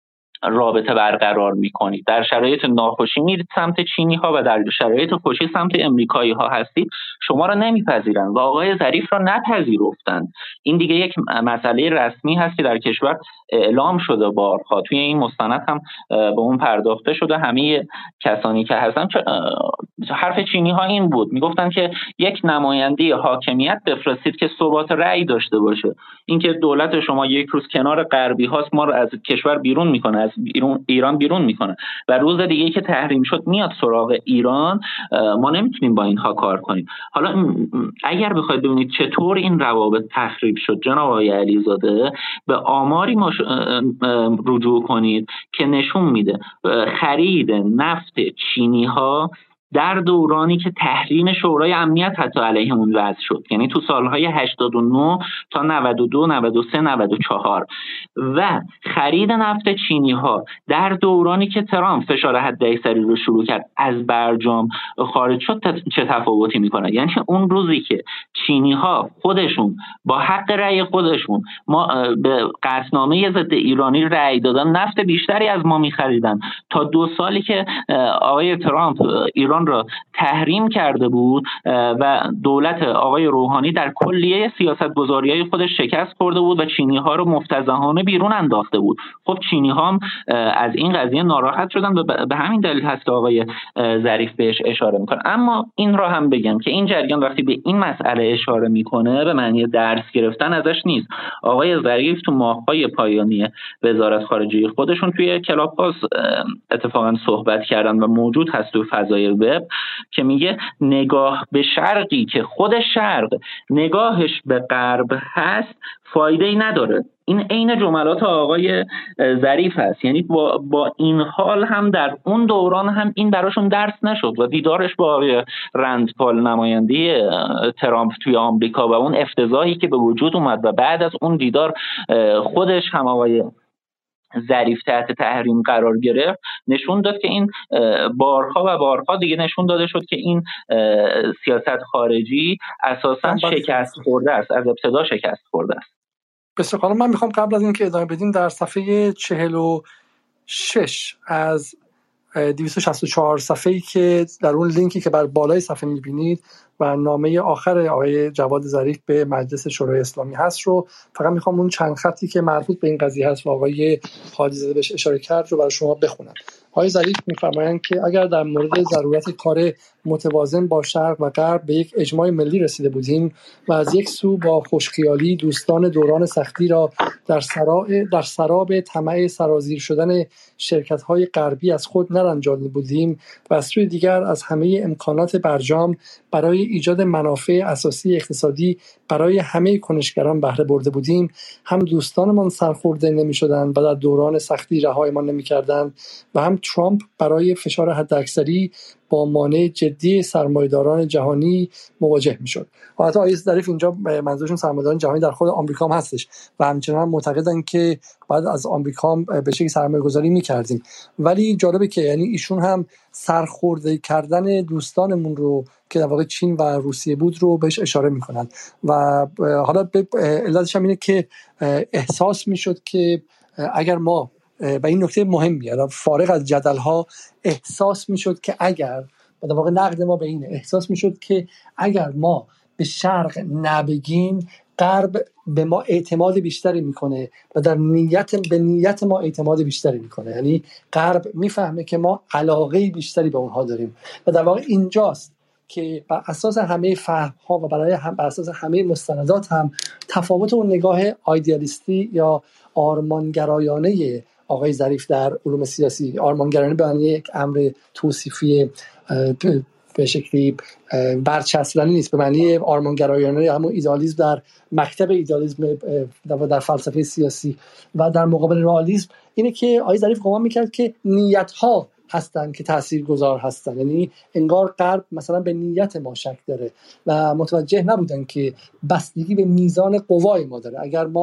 [SPEAKER 3] رابطه برقرار میکنید، در شرایط ناخوشی میرید سمت چینی ها و در شرایط خوشی سمت امریکایی ها هستید، شما را نمیپذیرند و آقای ظریف را نپذیرفتند. این دیگه یک مسئله رسمی هست که در کشور اعلام شده بارها، توی این مستند هم به اون پرداخته شده. همه کسانی که هستن حرف چینی ها این بود، میگفتن که یک نماینده حاکمیت بفرستید که ثبات رأی داشته باشه. اینکه دولت شما یک روز کنار غربی هاست ما رو از کشور بیرون میکنه، از بیرون ایران بیرون میکنه و روز دیگه که تحریم شد میاد سراغ ایران، ما نمیتونیم با اینها کار کنیم. حالا اگر بخواید ببینید چطور این روابط تخریب شد جناب آقای علیزاده، به آماری مش... رجوع کنید که نشون میده خرید نفت چینی ها در دورانی که تحریم شورای امنیت حتی علیهمون وضع شد، یعنی تو سالهای هشتاد و نه تا نود و دو، نود و سه، نود و چهار، و خرید نفت چینی ها در دورانی که ترامپ فشار حداکثری رو شروع کرد از برجام خارج شد، چه تفاوتی میکنه؟ یعنی اون روزی که چینی ها خودشون با حق رأی خودشون ما به قطعنامه ضد ایرانی رأی دادن، نفت بیشتری از ما میخریدن، تا دو سالی که آقای ترامپ ایران را تحریم کرده بود و دولت آقای روحانی در کلیه سیاست‌گذاری‌های خودش شکست خورده بود و چینی‌ها رو مفتضحانه بیرون انداخته بود. خب چینی‌ها هم از این قضیه ناراحت شدن و به همین دلیل هست که آقای ظریف بهش اشاره میکنه. اما این را هم بگم که این جریان وقتی به این مسئله اشاره میکنه به معنی درس گرفتن ازش نیست. آقای ظریف تو ماه‌های پایانی وزارت خارجه خودشون توی کلاب هاوس اتفاقا صحبت کردن و موجود هست تو فضای وب که میگه نگاه به شرقی که خود شرق نگاهش به غرب هست فایده ای نداره. این عین جملات آقای ظریف هست. یعنی با, با این حال هم در اون دوران هم این براشون درس نشد و دیدارش با آقای رند پال نماینده ترامپ توی آمریکا و اون افتضاحی که به وجود اومد و بعد از اون دیدار خودش هم آقای ظریف تحت تحریم قرار گرفت، نشون داد که این بارها و بارها دیگه نشون داده شد که این سیاست خارجی اساساً شکست خورده است، از ابتدا شکست خورده است.
[SPEAKER 1] بسیار حالا من میخوام قبل از اینکه ادامه بدیم در صفحه چهل و شش از دویست و شصت و چهار صفحه‌ای که در اون لینکی که بر بالای صفحه میبینید و نامه آخر آقای جواد ظریف به مجلس شورای اسلامی هست رو فقط میخوام اون چند خطی که مربوط به این قضیه هست و آقای حاجی‌زاده بهش اشاره کرد رو برای شما بخونم. آقای ظریف میفرمایند که اگر در مورد ضرورت کار متوازن با شرق و غرب به یک اجماع ملی رسیده بودیم و از یک سو با خوشخیالی دوستان دوران سختی را در سرا در سراب طمع سرازیر شدن شرکت‌های غربی از خود نرنجانیده بودیم و از سوی دیگر از همه امکانات برجام برای ایجاد منافع اساسی اقتصادی برای همه کنشگران بهره برده بودیم، هم دوستانمان سرخورده نمی‌شدند و در دوران سختی رهایمان نمی‌کردند و هم ترامپ برای فشار حداکثری با مانع جدی سرمایه‌داران جهانی مواجه می‌شد. حتی آقای ظریف اینجا منظورشون سرمایه‌داران جهانی در خود آمریکا هم هستش و همچنان معتقدن که بعد از آمریکا هم به شکلی سرمایه‌گذاری می‌کردیم. ولی جالبه که یعنی ایشون هم سرخورده کردن دوستانمون رو که در واقع چین و روسیه بود رو بهش اشاره می‌کنن و حالا به علتش هم اینه که احساس می‌شد که اگر ما و این نکته مهمیه فارغ از جدل‌ها احساس می‌شد که اگر در واقع نقد ما به اینه احساس می‌شد که اگر ما به شرق نبگیم غرب به ما اعتماد بیشتری میکنه و در نیت به نیت ما اعتماد بیشتری میکنه. یعنی غرب میفهمه که ما علاقه بیشتری به اونها داریم و در واقع اینجاست که بر اساس همه فهم‌ها و برای هم بر اساس همه مستندات هم تفاوت اون نگاه ایدئالیستی یا آرمانگرایانه آقای ظریف در علوم سیاسی، آرمانگرایانه به معنی یک امر توصیفی به شکلی برچسبانی نیست، به معنی آرمانگرایانه همون ایدئالیسم در مکتب ایدئالیسم در فلسفه سیاسی و در مقابل رئالیسم اینه که آقای ظریف گمان میکرد که نیت‌ها هستن که تاثیرگذار هستن. یعنی انگار غرب مثلا به نیت ما شک داره و متوجه نبودن که بستگی به میزان قوای ما داره. اگر ما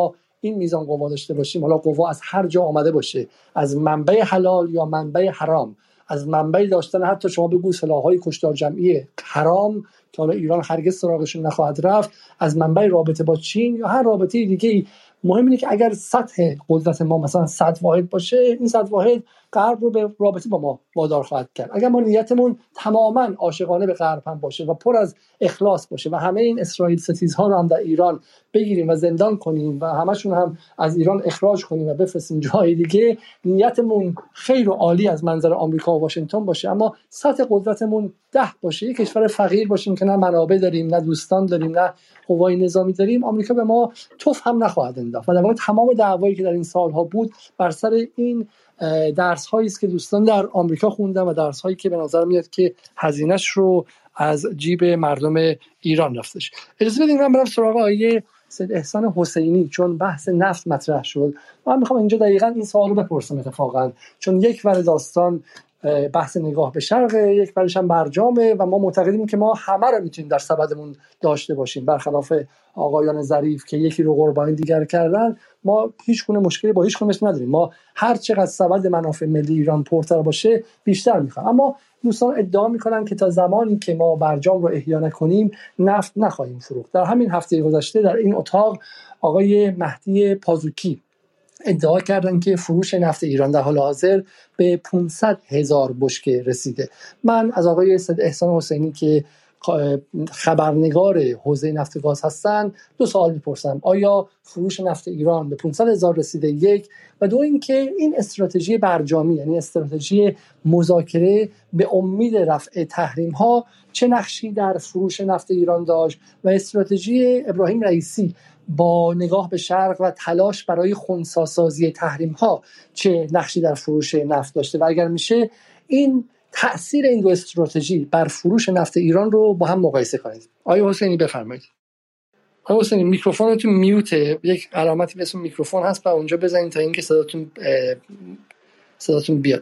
[SPEAKER 1] این میزان قوا داشته باشیم، حالا قوا از هر جا آمده باشه، از منبع حلال یا منبع حرام، از منبع داشتن حتی شما بگو سلاح‌های کشتار جمعی حرام که حالا ایران هرگز سراغشون نخواهد رفت، از منبع رابطه با چین یا هر رابطه دیگه‌ای، مهم اینه که اگر سطح قدرت ما مثلا صد واحد باشه، این صد واحد غرب رو به رابطه با ما وادار خواهد کرد. اگر ما نیتمون تماما عاشقانه به غرب هم باشه و پر از اخلاص باشه و همه این اسرائیل ستیزها رو هم در ایران بگیریم و زندان کنیم و همشون هم از ایران اخراج کنیم و بفرستیم جای دیگه، نیتمون خیر و عالی از منظر آمریکا و واشنگتن باشه، اما سطح قدرتمون ده باشه، یک کشور فقیر باشیم که نه منابع داریم، نه دوستان داریم، نه قوای نظامی داریم، آمریکا به ما توف هم نخواهد انداخت. و در واقع تمام دعوایی که در این سالها بود بر سر این درس هایی است که دوستان در آمریکا خوندن و درس هایی که به نظر میاد که هزینه‌اش رو از جیب مردم ایران رفتش. اجازه بدید من برم سراغ آقای سید احسان حسینی، چون بحث نفت مطرح شد. من میخوام اینجا دقیقاً این سوالو بپرسم اتفاقاً، چون یک ور داستان بحث نگاه به شرق، یک ورش هم برجامه و ما معتقدیم که ما همه رو میتونیم در سبدمون داشته باشیم، برخلاف آقایان ظریف که یکی رو قربانی دیگر کردن. ما هیچ گونه مشکلی با هیچ کدومش نداریم، ما هر چقدر سبد منافع ملی ایران پرتر باشه بیشتر میخوام. اما دوستان ادعا میکنن که تا زمانی که ما برجام رو احیا نکنیم نفت نخواهیم فروخت. در همین هفته گذشته در این اتاق آقای مهدی پازوکی ادعا کردن که فروش نفت ایران در حال حاضر به پانصد هزار بشکه رسیده. من از آقای سید احسان حسینی که خبرنگار حوزه نفت و گاز هستن دو سوال میپرسم: آیا فروش نفت ایران به پانصد هزار رسیده؟ یک. و دو اینکه این استراتژی برجامی، یعنی استراتژی مذاکره به امید رفع تحریم ها، چه نقشی در فروش نفت ایران داشت و استراتژی ابراهیم رئیسی با نگاه به شرق و تلاش برای خنثی‌سازی تحریم ها چه نقشی در فروش نفت داشته و اگر میشه این تأثیر این دو استراتژی بر فروش نفت ایران رو با هم مقایسه کنید. آقای حسینی بفرمایید. آقای حسینی میکروفونتون میوته، یک علامتی به اسم میکروفون هست و اونجا بزنید تا اینکه صداتون صداتون بیاد.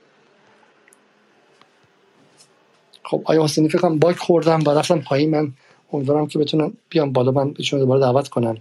[SPEAKER 1] خب آقای حسینی فکر کنم باگ خوردم و رفتم پایین. من امیدوارم که بتونم بیام بالا، من بهشون دوباره دعوت کنم.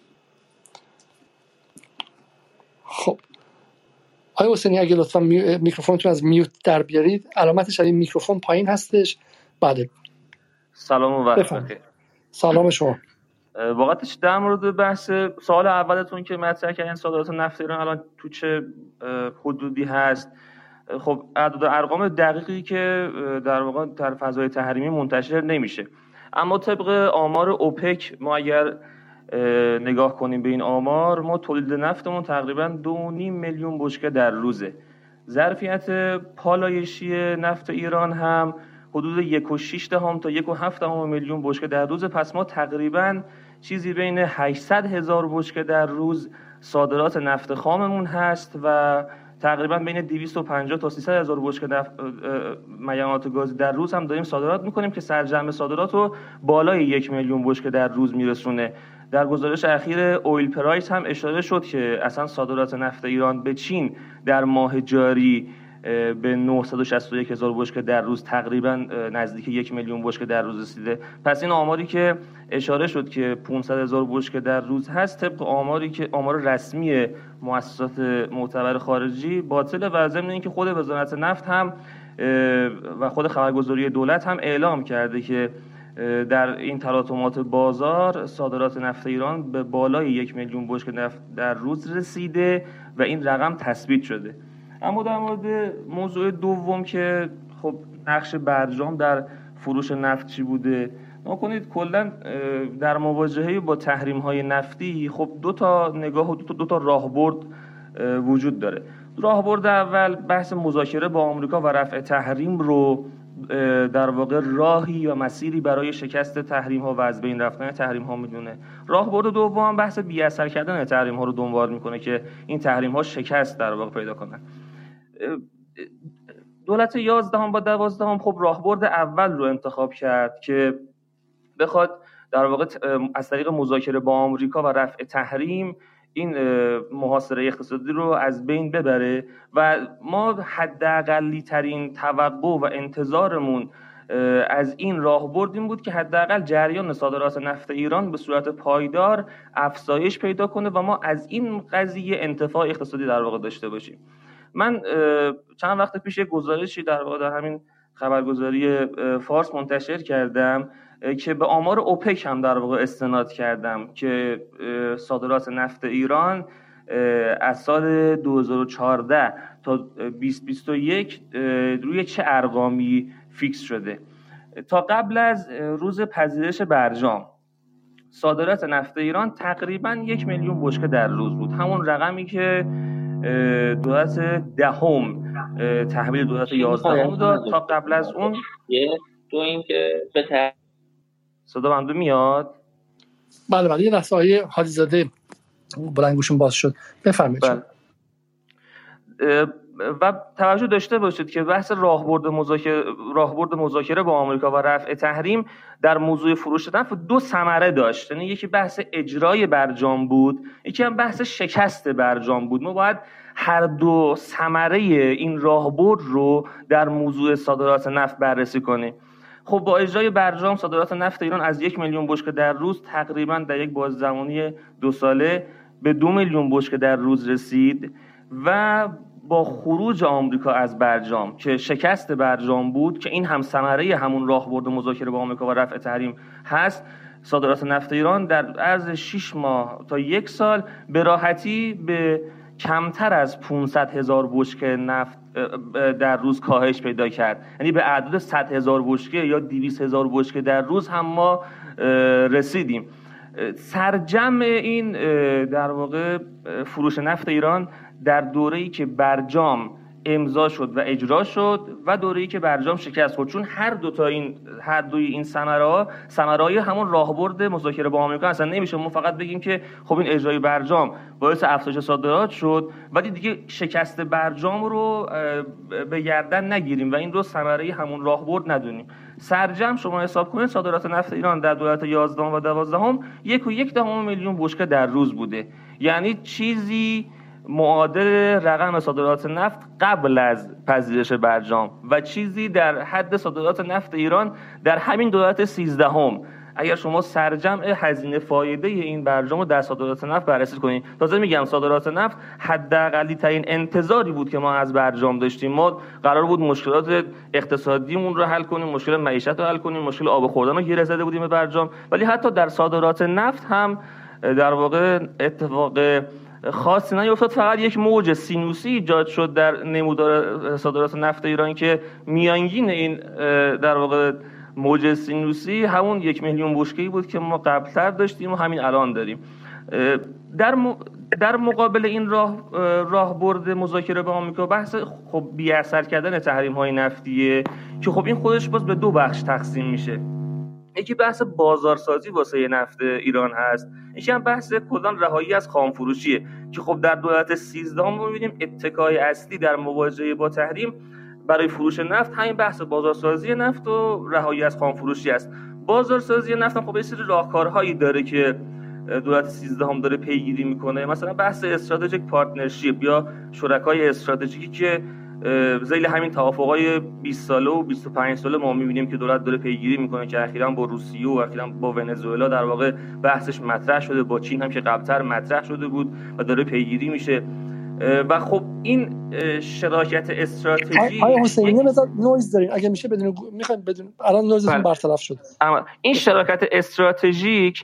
[SPEAKER 1] خب آقای حسینی اگه لطفا میکروفونتون از میوت در بیارید، علامتش این میکروفون پایین هستش. بله.
[SPEAKER 4] سلام و وقت بخیر.
[SPEAKER 1] سلام شما.
[SPEAKER 4] واقعاش در مورد بحث سوال اولتون که مطرح کردین، صادرات نفت ایران الان تو چه حدودی هست؟ خب اعداد و ارقام دقیقی که در واقع در فضای تحریمی منتشر نمیشه، اما طبق آمار اوپک ما اگر نگاه کنیم به این آمار، ما تولید نفتمون تقریبا دو و نیم میلیون بشکه در روزه. ظرفیت پالایشی نفت ایران هم حدود یک و شش دهم تا یک و هفت دهم میلیون بشکه در روز. پس ما تقریبا چیزی بین هشتصد هزار بشکه در روز صادرات نفت خاممون هست و تقریبا بین دویست و پنجاه تا سیصد هزار بشکه نفت میانات گازی در روز هم داریم صادرات میکنیم که سرجمع صادرات رو بالای یک میلیون بشکه در روز میرسونه. در گزارش اخیر اویل پرایس هم اشاره شد که اصلا صادرات نفت ایران به چین در ماه جاری به نهصد و شصت و یک هزار بشکه در روز، تقریبا نزدیک یک میلیون بشکه در روز رسیده. پس این آماری که اشاره شد که پانصد هزار بشکه در روز هست، طبق آماری که آمار رسمی مؤسسات معتبر خارجی باطله و ضمن اینکه خود وزارت نفت هم و خود خبرگزاری دولت هم اعلام کرده که در این تلاطمات بازار صادرات نفت ایران به بالای یک میلیون بشکه نفت در روز رسیده و این رقم تثبیت شده. اما در مورد موضوع دوم که خب نقش برجام در فروش نفت چی بوده، ما کنید کلا در مواجهه با تحریم‌های نفتی خب دو تا نگاه و دو تا, دو تا راهبرد وجود داره. راهبرد اول بحث مذاکره با آمریکا و رفع تحریم رو در واقع راهی و مسیری برای شکست تحریم ها و از بین رفتن تحریم ها میدونه. راهبرد دوم بحث بی اثر کردن تحریم ها رو دنبال میکنه که این تحریم ها شکست در واقع پیدا کنن. دولت یازدهم با دوازدهم خب راهبرد اول رو انتخاب کرد که بخواد در واقع از طریق مذاکره با آمریکا و رفع تحریم این محاصره اقتصادی رو از بین ببره و ما حداقلی ترین توقع و انتظارمون از این راهبرد این بود که حداقل جریان صادرات نفت ایران به صورت پایدار افزایش پیدا کنه و ما از این قضیه انتفاع اقتصادی در واقع داشته باشیم. من چند وقت پیش یک گزارشی در واقع در همین خبرگزاری فارس منتشر کردم که به آمار اوپک هم در واقع استناد کردم که صادرات نفت ایران از سال دو هزار و چهارده تا بیست بیست و یک روی چه ارقامی فیکس شده. تا قبل از روز پذیرش برجام صادرات نفت ایران تقریبا یک میلیون بشکه در روز بود، همون رقمی که دولت دهم تحویل دولت یازدهم داد. تا قبل از اون
[SPEAKER 3] یه تو این که به
[SPEAKER 4] صدا بنده میاد.
[SPEAKER 1] بله بله یه لحظه آقای حاجی زاده بلندگوشون باز شد، بفرمایید.
[SPEAKER 4] بله. و توجه داشته باشید که بحث راهبرد مذاکره راهبرد مذاکره با آمریکا و رفع تحریم در موضوع فروش نفت دو ثمره داشت. یعنی یکی بحث اجرای برجام بود، یکی هم بحث شکست برجام بود. ما باید هر دو ثمره این راهبرد رو در موضوع صادرات نفت بررسی کنیم. خب با اجرای برجام صادرات نفت ایران از یک میلیون بشکه در روز تقریبا در یک باززمانی دو ساله به دو میلیون بشکه در روز رسید و با خروج آمریکا از برجام که شکست برجام بود که این هم ثمره همون راهبرد مذاکره با آمریکا و رفع تحریم هست، صادرات نفت ایران در عرض شش ماه تا یک سال به راحتی به کمتر از پانصد هزار بشکه نفت در روز کاهش پیدا کرد. یعنی به اعداد صد هزار بشکه یا دویست هزار بشکه در روز هم ما رسیدیم. سرجم این در واقع فروش نفت ایران در دوره‌ای که برجام امضا شد و اجرا شد و دوره‌ای که برجام شکست خورد، چون هر دو تا این هر دوی این ثمره‌ها ثمره‌های همون راهبرد مذاکره با آمریکا هستن. نمیشه ما فقط بگیم که خب این اجرای برجام باعث افزایش صادرات شد ولی دیگه شکست برجام رو به گردن نگیریم و این رو ثمره همون راهبرد ندونیم. سرجم شما حساب کنید صادرات نفت ایران در دولت یازدهم و دوازدهم یک و یک دهم میلیون بشکه در روز بوده، یعنی چیزی معادل رقم صادرات نفت قبل از پذیرش برجام و چیزی در حد صادرات نفت ایران در همین دولت سیزدهم. اگر شما سرجمع هزینه فایده این برجام رو در صادرات نفت بررسی کنید، تازه میگم صادرات نفت حداقلی ترین انتظاری بود که ما از برجام داشتیم. ما قرار بود مشکلات اقتصادیمون رو حل کنیم، مشکل معیشت رو حل کنیم، مشکل آب خوردن رو گره زده بودیم به برجام، ولی حتی در صادرات نفت هم در واقع اتفاق خاصی نیفتاد. فقط یک موج سینوسی ایجاد شد در نمودار صادرات نفت ایران که میانگین این در واقع موج سینوسی همون یک میلیون بشکه‌ای بود که ما قبلتر داشتیم و همین الان داریم. در م... در مقابل این راه راهبرد مذاکره با آمریکا بحث خب بی اثر کردن تحریم‌های نفتیه که خب این خودش باز به دو بخش تقسیم میشه. یکی بحث بازارسازی واسه نفت ایران هست، یکی هم بحث کلان رهایی از خامفروشیه که خب در دولت سیزدهم ما می‌بینیم اتکای اصلی در مواجهه با تحریم برای فروش نفت همین بحث بازارسازی نفت و رهایی از خامفروشی است. بازارسازی نفت هم خب یه سری راهکارهایی داره که دولت سیزدهم داره پیگیری میکنه، مثلا بحث استراتژیک پارتنرشیپ یا شرکای استراتژیکی که ذیل همین توافقای بیست ساله و بیست و پنج ساله ما می‌بینیم که دولت داره پیگیری میکنه که اخیراً با روسیه و اخیراً با ونزوئلا در واقع بحثش مطرح شده، با چین هم که قبل‌تر مطرح شده بود و داره پیگیری میشه. و خب این شراکت استراتژی
[SPEAKER 1] آقای حسینی بذار نویز دارین اگه میشه بدون میخوایم بدون الان نویزتون برطرف شد.
[SPEAKER 4] اما این شراکت استراتژیک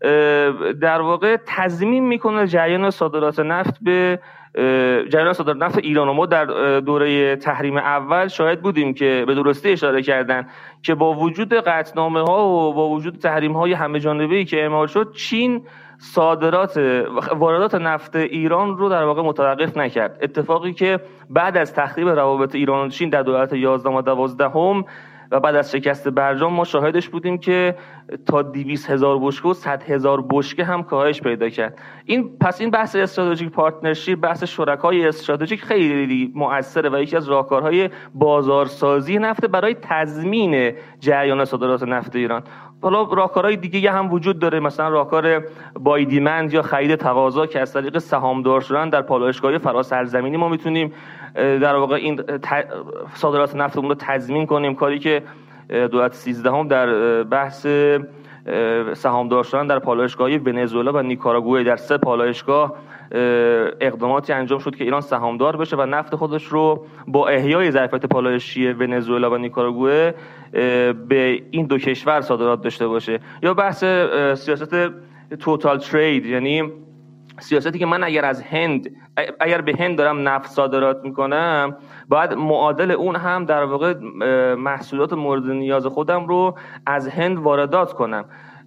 [SPEAKER 4] در واقع تضمین میکنه جریان صادرات نفت به جریان صادرات نفت ایران. و ما در دوره تحریم اول شاهد بودیم که به درستی اشاره کردن که با وجود قطعنامه ها و با وجود تحریم های همه جانبه‌ای که اعمال شد، چین صادرات واردات نفت ایران رو در واقع متوقف نکرد، اتفاقی که بعد از تخریب روابط ایران و چین در دولت یازدهم و دوازدهم و بعد از شکست برجام ما شاهدش بودیم که تا دویست هزار بشکه و صد هزار بشکه هم کاهش پیدا کرد. این پس این بحث استراتژیک پارتنرشیپ، بحث شرکای استراتژیک خیلی مؤثره و یکی از راهکارهای بازارسازی نفت برای تضمین جریان صادرات نفت ایران. حالا راهکارهای دیگه هم وجود داره، مثلا راهکار بای دیمند یا خرید تقاضا که از طریق سهامدار شدن در پالایشگاه فراسرزمینی ما میتونیم در واقع این صادرات نفتمون رو تضمین کنیم، کاری که دولت سیزدهم در بحث سهامدار شدن در پالایشگاه‌های ونزوئلا و نیکاراگوئه. در سه پالایشگاه اقداماتی انجام شد که ایران سهامدار بشه و نفت خودش رو با احیای ظرفیت پالایشی ونزوئلا و نیکاراگوئه به این دو کشور صادرات داشته باشه. یا بحث سیاست توتال ترید، یعنی سیاستی که من اگر از هند اگر به هند دارم نفت صادرات میکنم، باید معادل اون هم در واقع محصولات مورد نیاز خودم رو از هند واردات کنم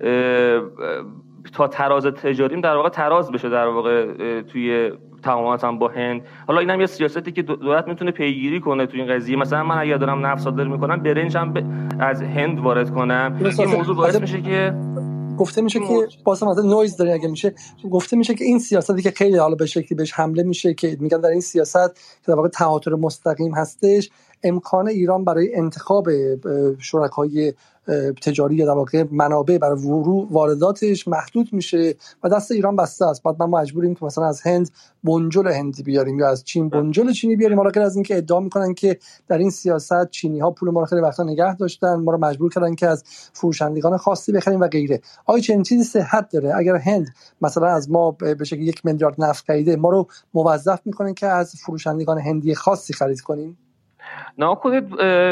[SPEAKER 4] تا تراز تجاریم در واقع تراز بشه در واقع توی تعاملاتم با هند. حالا اینم یه سیاستی که دولت میتونه پیگیری کنه توی این قضیه. مثلا من اگر دارم نفت صادر میکنم برنجم ب... از هند وارد کنم، این موضوع باعث میشه که
[SPEAKER 1] گفته میشه که واسه مثلا نویز داره اگه میشه گفته میشه که این سیاستی که خیلی حالا به شکلی بهش حمله میشه که میگن در این سیاست که در واقع تهاتر مستقیم هستش، امکان ایران برای انتخاب شرکای تجاری یا در واقع منابع برای ورود وارداتش محدود میشه و دست ایران بسته است. بعد ما مجبوریم که مثلا از هند بنجل هندی بیاریم یا از چین بنجل چینی بیاریم، حالا غیر از اینکه ادعا میکنن که در این سیاست چینی ها پول ما رو خیلی وقتا نگه داشتن، ما رو مجبور کردن که از فروشندگان خاصی بخریم و غیره. آیا چنین چیزی صحت داره؟ اگر هند مثلا از ما به شکل یک میلیارد نفت خریده، ما رو موظف میکنن که از فروشندگان هندی خاصی خرید کنیم؟
[SPEAKER 4] ناکنید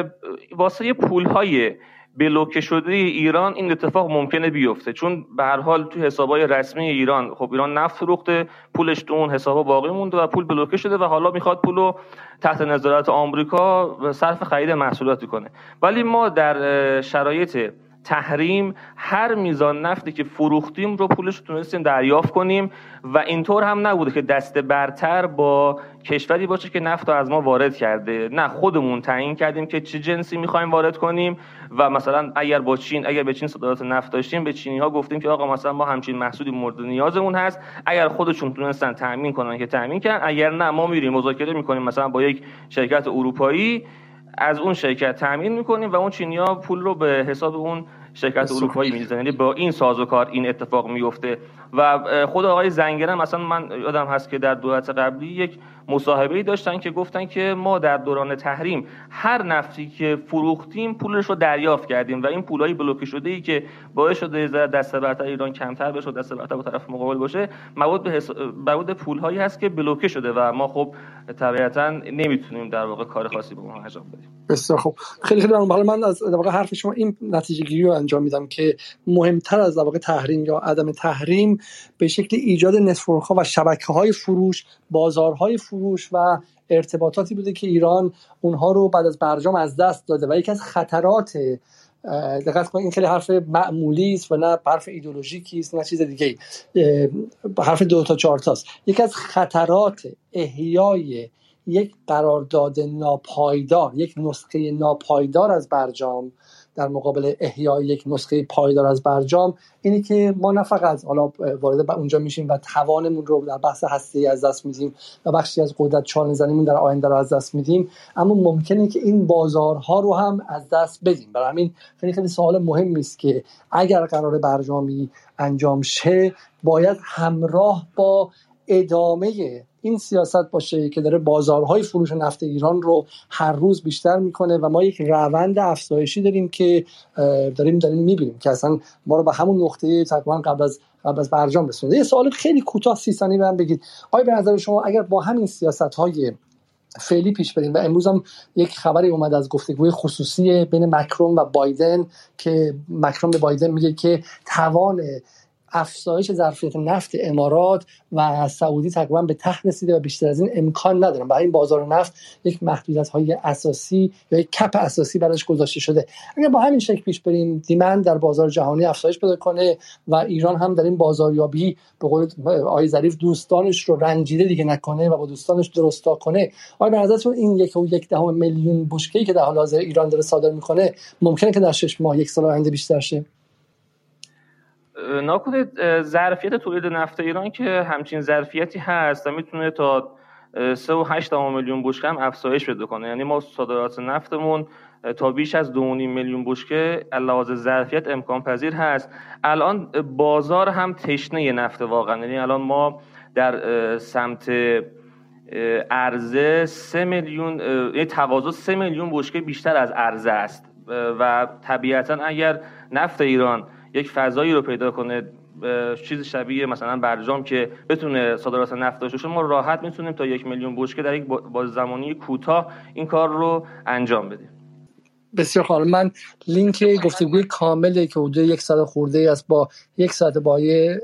[SPEAKER 4] واسه پول‌های بلوکه شده ایران این اتفاق ممکنه بیفته، چون به هر حال تو حسابای رسمی ایران خب ایران نفت فروخته، پولش تو اون حسابا باقی مونده و پول بلوکه شده و حالا میخواد پولو تحت نظارت آمریکا صرف خرید محصولاتی کنه. ولی ما در شرایط تحریم هر میزان نفتی که فروختیم رو پولش رو تونستیم دریافت کنیم و اینطور هم نبوده که دست برتر با کشوری باشه که نفت رو از ما وارد کرده. نه، خودمون تعیین کردیم که چه جنسی میخوایم وارد کنیم و مثلا اگر با چین اگر به چین صادرات نفت داشتیم به چینی ها گفتیم که آقا مثلا ما همچین محصولی مورد نیازمون هست، اگر خودشون تونستن تامین کنن که تامین کردن، اگر نه ما میریم مذاکره میکنیم مثلا با یک شرکت اروپایی، از اون شرکت تامین میکنیم و اون چینی‌ها پول رو به حساب اون شرکت اروپایی می‌ریزن. یعنی با این سازوکار این اتفاق میفته و خود آقای زنگره مثلا من یادم هست که در دولت قبلی یک مصاحبه‌ای داشتن که گفتن که ما در دوران تحریم هر نفتی که فروختیم پولش رو دریافت کردیم و این پولای بلوکه شده‌ای که باعث شده دست برتر ایران کمتر بشه و دست برتر با طرف مقابل باشه، مربوط به مربوط پول‌هایی هست که بلوکه شده و ما خب طبیعتاً نمیتونیم در واقع کار خاصی به اونها انجام بدیم.
[SPEAKER 1] بسیار خوب، خیلی خیلی ممنون. من از در واقع حرف شما این نتیجه گیری رو انجام میدم که مهمتر از در واقع تحریم یا عدم تحریم به شکل ایجاد نتورک‌ها و شبکه‌های فروش، بازارهای فروش و ارتباطاتی بوده که ایران اونها رو بعد از برجام از دست داده و یکی از خطرات، دقت کنید این خیلی حرف معمولی است و نه حرف ایدئولوژیکی است نه چیز دیگه ای، حرف دو تا چهار تاست. یکی از خطرات احیای یک قرارداد ناپایدار، یک نسخه ناپایدار از برجام در مقابل احیای یک نسخه پایدار از برجام اینی که ما نه فقط حالا وارد اونجا میشیم و توانمون رو در بحث هسته‌ای از دست میدیم و بخشی از قدرت چاله‌زنیمون در آینده رو از دست میدیم، اما ممکنه که این بازارها رو هم از دست بدیم. برای همین خیلی خیلی سوال مهمی است که اگر قرار برجامی انجام شه باید همراه با ادامه این سیاست باشه که داره بازارهای فروش نفت ایران رو هر روز بیشتر میکنه و ما یک روند افزایشی داریم که داریم داریم میبینیم که اصلا ما رو به همون نقطه تقریبا قبل از قبل از برجام رسونده. یه سوال خیلی کوتاه سی ثانیه بهم بگید، آیا به نظر شما اگر با همین سیاست‌های فعلی پیش بریم و امروز هم یک خبری اومد از گفتگوی خصوصی بین مکرون و بایدن که مکرون به بایدن میگه که توان افزایش ظرفیت نفت امارات و سعودی تقریبا به ته رسیده و بیشتر از این امکان ندارن. برای این بازار نفت یک محدودیت‌های اساسی یا یک کپ اساسی براش گذاشته شده. اگر با همین شکل پیش بریم دیمند در بازار جهانی افزایش پیدا کنه و ایران هم در این بازاریابی به قول آقای ظریف دوستانش رو رنجیده دیگه نکنه و با دوستانش درستا کنه، آیا به نظرتون این یک و یک دهم میلیون بشکه‌ای که در حال حاضر ایران داره صادر میکنه ممکنه که در شش ماه یک سال آینده بیشتر شه؟
[SPEAKER 4] ناکنید ظرفیت تولید نفت ایران که همچین ظرفیتی هست و میتونه تا سه و هشت میلیون بشکه هم افزایش پیدا کنه. یعنی ما صادرات نفتمون تا بیش از دو و نیم میلیون بشکه علاوه ظرفیت امکان پذیر هست. الان بازار هم تشنه نفت واقعا، یعنی الان ما در سمت عرضه سه میلیون، یعنی تقاضا سه میلیون بشکه بیشتر از عرضه است و طبیعتا اگر نفت ایران یک فضایی رو پیدا کنه چیز شبیه مثلا برجام که بتونه صادرات نفت داشته باشه، ما راحت میتونیم تا یک میلیون بشکه در یک باز زمانی کوتاه این کار رو انجام بدیم.
[SPEAKER 1] بسیار خوب. من لینک گفتگوی کاملی که حدود یک ساعت خورده است با یک ساعت با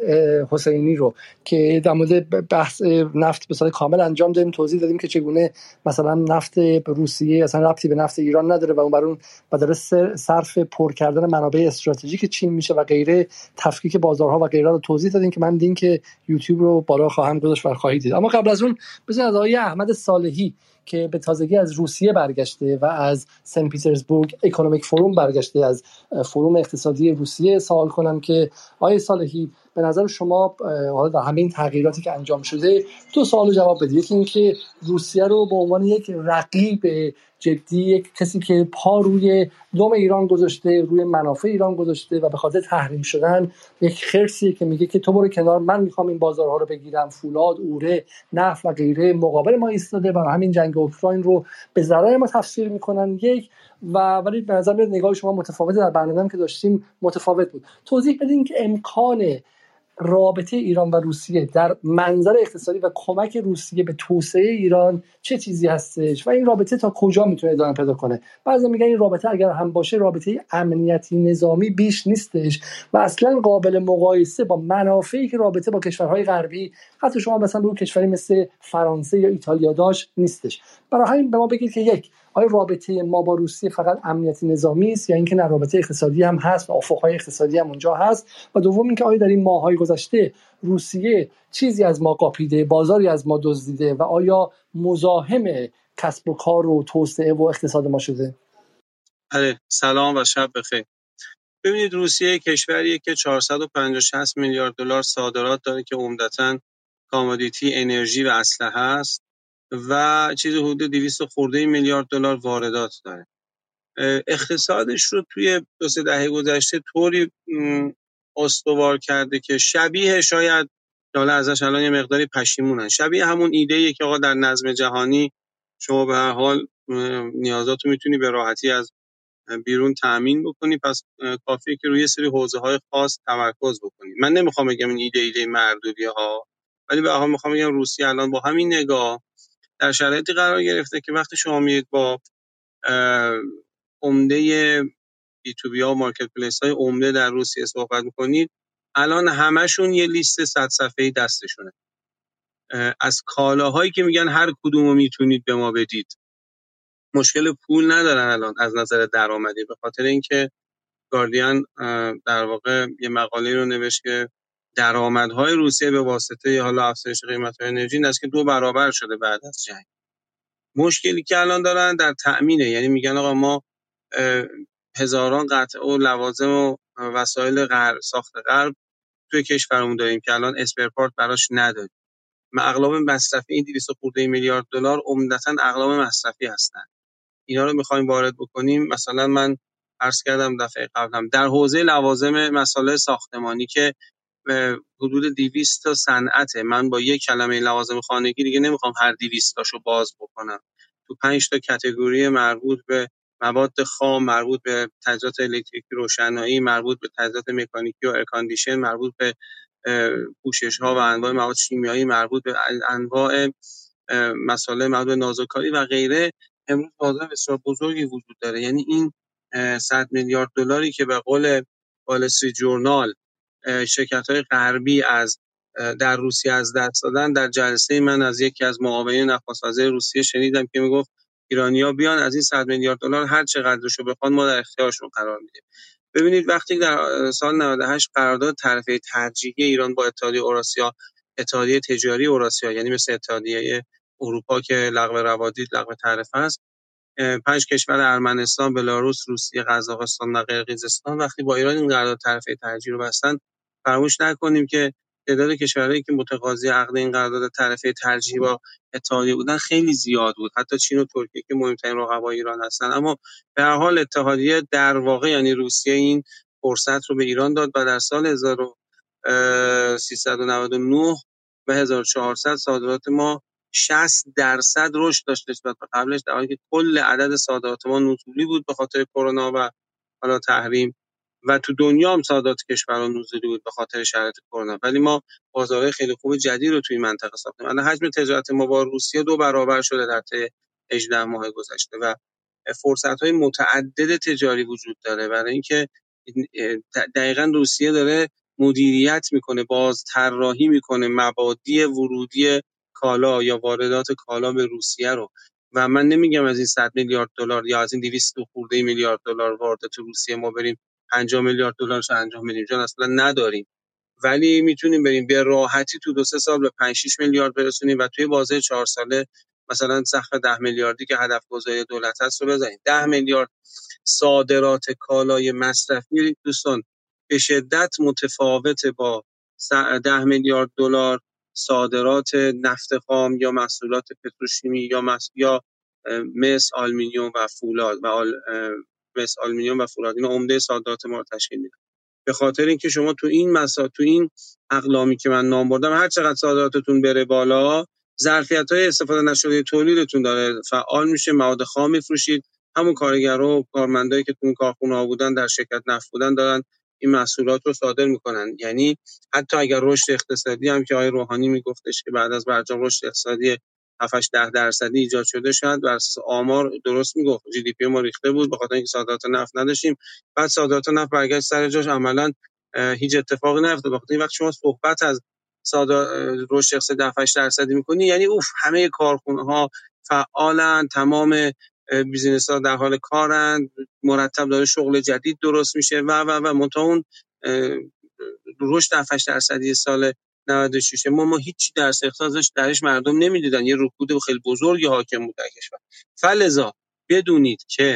[SPEAKER 1] حسینی رو که در مورد بحث نفت به صورت کامل انجام دادیم، توضیح دادیم که چگونه مثلا نفت روسیه اصلا ربطی به نفت ایران نداره و اون بر اون بدل صرف پر کردن منابع استراتژیک چین میشه و غیره، تفکیک بازارها و غیره رو توضیح دادیم که من لینک یوتیوب رو بالا خواهم گذاشت و خواهید دید. اما قبل از اون بذارید از آقای احمد صالحی که به تازگی از روسیه برگشته و از سن پیترزبورگ اکونومیک فوروم برگشته، از فوروم اقتصادی روسیه، سوال کنم که آقای صالحی به نظر شما حالا در همین تغییراتی که انجام شده دو سوالو جواب بدید. یکی این که روسیه رو به عنوان یک رقیب جدی، یک کسی که پا روی دم ایران گذاشته، روی منافع ایران گذاشته و به خاطر تحریم شدن یک خرسیه که میگه که تو برو کنار، من میخوام این بازارها رو بگیرم، فولاد، اوره، نفت و غیره مقابل ما ایستاده و همین جنگ اوکراین رو به ضرر ما تفسیر میکنن. یک و ولی به نظر میاد نگاه شما متفاوته، در برنامه‌ام که داشتیم متفاوت بود. توضیح بدین که امکان رابطه ایران و روسیه در منظر اقتصادی و کمک روسیه به توسعه ایران چه چیزی هستش و این رابطه تا کجا میتونه ادامه پیدا کنه. بعضی میگن این رابطه اگر هم باشه رابطه امنیتی نظامی بیش نیستش و اصلا قابل مقایسه با منافعی که رابطه با کشورهای غربی، حتی شما مثلا به کشوری مثل فرانسه یا ایتالیا داشت، نیستش. برای همین به ما بگید که یک، آیا رابطه ما با روسیه فقط امنیتی نظامی است یا اینکه نه رابطه اقتصادی هم هست و افقهای اقتصادی هم اونجا هست؟ و دوم اینکه آیا در این ماه‌های گذشته روسیه چیزی از ما قاپیده، بازاری از ما دزدیده و آیا مزاحم کسب و کار و توسعه و اقتصاد ما شده؟
[SPEAKER 5] بله، سلام و شب بخیر. ببینید روسیه کشوریه که چهارصد و پنجاه شصت میلیارد دلار صادرات داره که عمدتاً کامودیتی، انرژی و اسلحه است و چیز حدود دویست خورده میلیارد دلار واردات داره. اقتصادش رو توی دو سه دهه گذشته طوری استوار کرده که شبیه، شاید حالا ازش الان یه مقداری پشیمونن، شبیه همون ایده‌ایه که آقا در نظم جهانی شما به هر حال نیازاتو میتونی به راحتی از بیرون تامین بکنی، پس کافیه که روی سری حوزه‌های خاص تمرکز بکنی. من نمیخوام بگم این ایده ایده مردودیه ها، ولی به هر حال میخوام بگم روسیه الان با همین نگاه در شرایطی قرار گرفته که وقتی شما میید با عمده بی تو بی ها و مارکت پلیس های عمده در روسیه صحبت میکنید، الان همشون یه لیست صد صفحه‌ای دستشونه از کالاهایی که میگن هر کدومو میتونید به ما بدید. مشکل پول ندارن الان از نظر درآمدی، به خاطر اینکه گاردین در واقع یه مقاله رو نوشت که درآمدهای روسیه به واسطه حالا افزایش قیمت‌های انرژی نزدیک دو برابر شده بعد از جنگ. مشکلی که الان دارن در تأمینه، یعنی میگن آقا ما هزاران قطعه و لوازم و وسایل غرب ساخت غرب توی کشورمون داریم که الان اسپر پارت براش نداریم. اقلام مصرفی این دویست خورده میلیارد دلار عمدتاً اقلام مصرفی هستن. اینا رو می‌خوایم وارد بکنیم. مثلا من عرض کردم دفعه قبلم در حوزه لوازم مسائل ساختمانی که حدود دویست تا صنعته، من با یک کلمه لوازم خانگی دیگه نمیخوام هر دویست تاشو باز بکنم. تو پنج تا کاتگوری مربوط به مواد خام، مربوط به تجهیزات الکتریکی روشنایی، مربوط به تجهیزات مکانیکی و ایرکاندیشن، مربوط به پوشش‌ها و انواع مواد شیمیایی، مربوط به انواع مسائل مربوط به نازوکاری و غیره، امروز بازار بسیار بزرگی وجود داره. یعنی این صد میلیارد دلاری که به قول وال استریت جورنال شرکت‌های غربی از در روسیه از دست دادن، در جلسه من از یکی از معاونین نخست وزیر روسیه شنیدم که میگفت ایرانی‌ها بیان از این صد میلیارد دلار هر چقدرشو بخوان ما در اختیارشون قرار میدیم. ببینید وقتی در سال نود و هشت قرارداد طرفه ترجیحی ایران با اتحادیه اوراسیا، اتحادیه تجاری اوراسیا، یعنی مثل اتحادیه اروپا که لغو روادید، لغو تعرفه است، پنج کشور ارمنستان، بلاروس، روسیه، قزاقستان و قرقیزستان وقتی با ایران این قرارداد طرفه ترجیحی رو بستن، فراموش نکنیم که تعداد کشورهایی که متقاضی عقد این قرارداد طرفه ترجیحی با اتحادیه بودن خیلی زیاد بود، حتی چین و ترکیه که مهمترین رقبای ایران هستن. اما به هر حال اتحادیه در واقع یعنی روسیه این فرصت رو به ایران داد و در سال هزار و سیصد و نود و نه و هزار و چهارصد صادرات ما شصت درصد رشد داشت نسبت به قبلش، در حالی که کل عدد صادرات ما نزولی بود به خاطر کرونا و حالا تحریم، و تو دنیا هم صادرات کشورها نزولی بود به خاطر شرایط کرونا. ولی ما بازارهای خیلی خوب جدید رو توی منطقه ساختیم. الان حجم تجارت ما با روسیه دو برابر شده در طی هجده ماه گذشته و فرصت‌های متعدد تجاری وجود داره، برای اینکه دقیقاً روسیه داره مدیریت میکنه، باز طراحی میکنه مبادی ورودی کالا یا واردات کالا به روسیه رو. و من نمیگم از این صد میلیارد دلار یا از این دویست خورده میلیارد دلار واردات روسیه ما بریم پنجاه میلیارد دلارش انجام بدیم، چون اصلا نداریم، ولی میتونیم بریم به راحتی تو دو سه سال به پنج شش میلیارد برسونیم و توی بازه چهار ساله مثلا سقف ده میلیاردی که هدف گذاری دولت هست رو بزنیم. ده میلیارد صادرات کالای مصرفی دوستان به شدت متفاوت با ده میلیارد دلار صادرات نفت خام یا محصولات پتروشیمی یا مس یا مس آلومینیوم و فولاد و آل... مس آلومینیوم و فولاد. این عمده صادرات ما رو تشکیل میده. به خاطر اینکه شما تو این مسا تو این اقلامی که من نام بردم هر چقدر صادراتتون بره بالا، ظرفیت‌های استفاده نشده تولیدتون داره فعال میشه، مواد خام میفروشید، همون کارگرها و کارمندایی که تو اون کارخونه‌ها بودن در شرکت نفت بودن دارن این محصولات رو صادر میکنن. یعنی حتی اگر رشد اقتصادی هم که آقای روحانی میگفتش که بعد از برجام رشد اقتصادی هفت هشت ده درصدی ایجاد شده، شاید بر آمار درست میگفت، جی دی پی ما ریخته بود به خاطر اینکه صادرات نفت نداشتیم، بعد صادرات نفت برگشت سر جاش، عملاً هیچ اتفاقی نیفتاد. بخاطر این وقت شما صحبت از صادر رشد اقتصادی ده هشت درصدی میکنی، یعنی اوف همه کارخونه‌ها فعالن، تمام بیزینس‌ها در حال کارن، مرتب داره شغل جدید درست میشه و و و منتها اون رشد ده هشت درصدی سال نود و شش ما ما هیچ درس اقتصادش درش مردم نمیدیدن، یه رکود خیلی بزرگی حاکم بود در کشور. فلذا بدونید که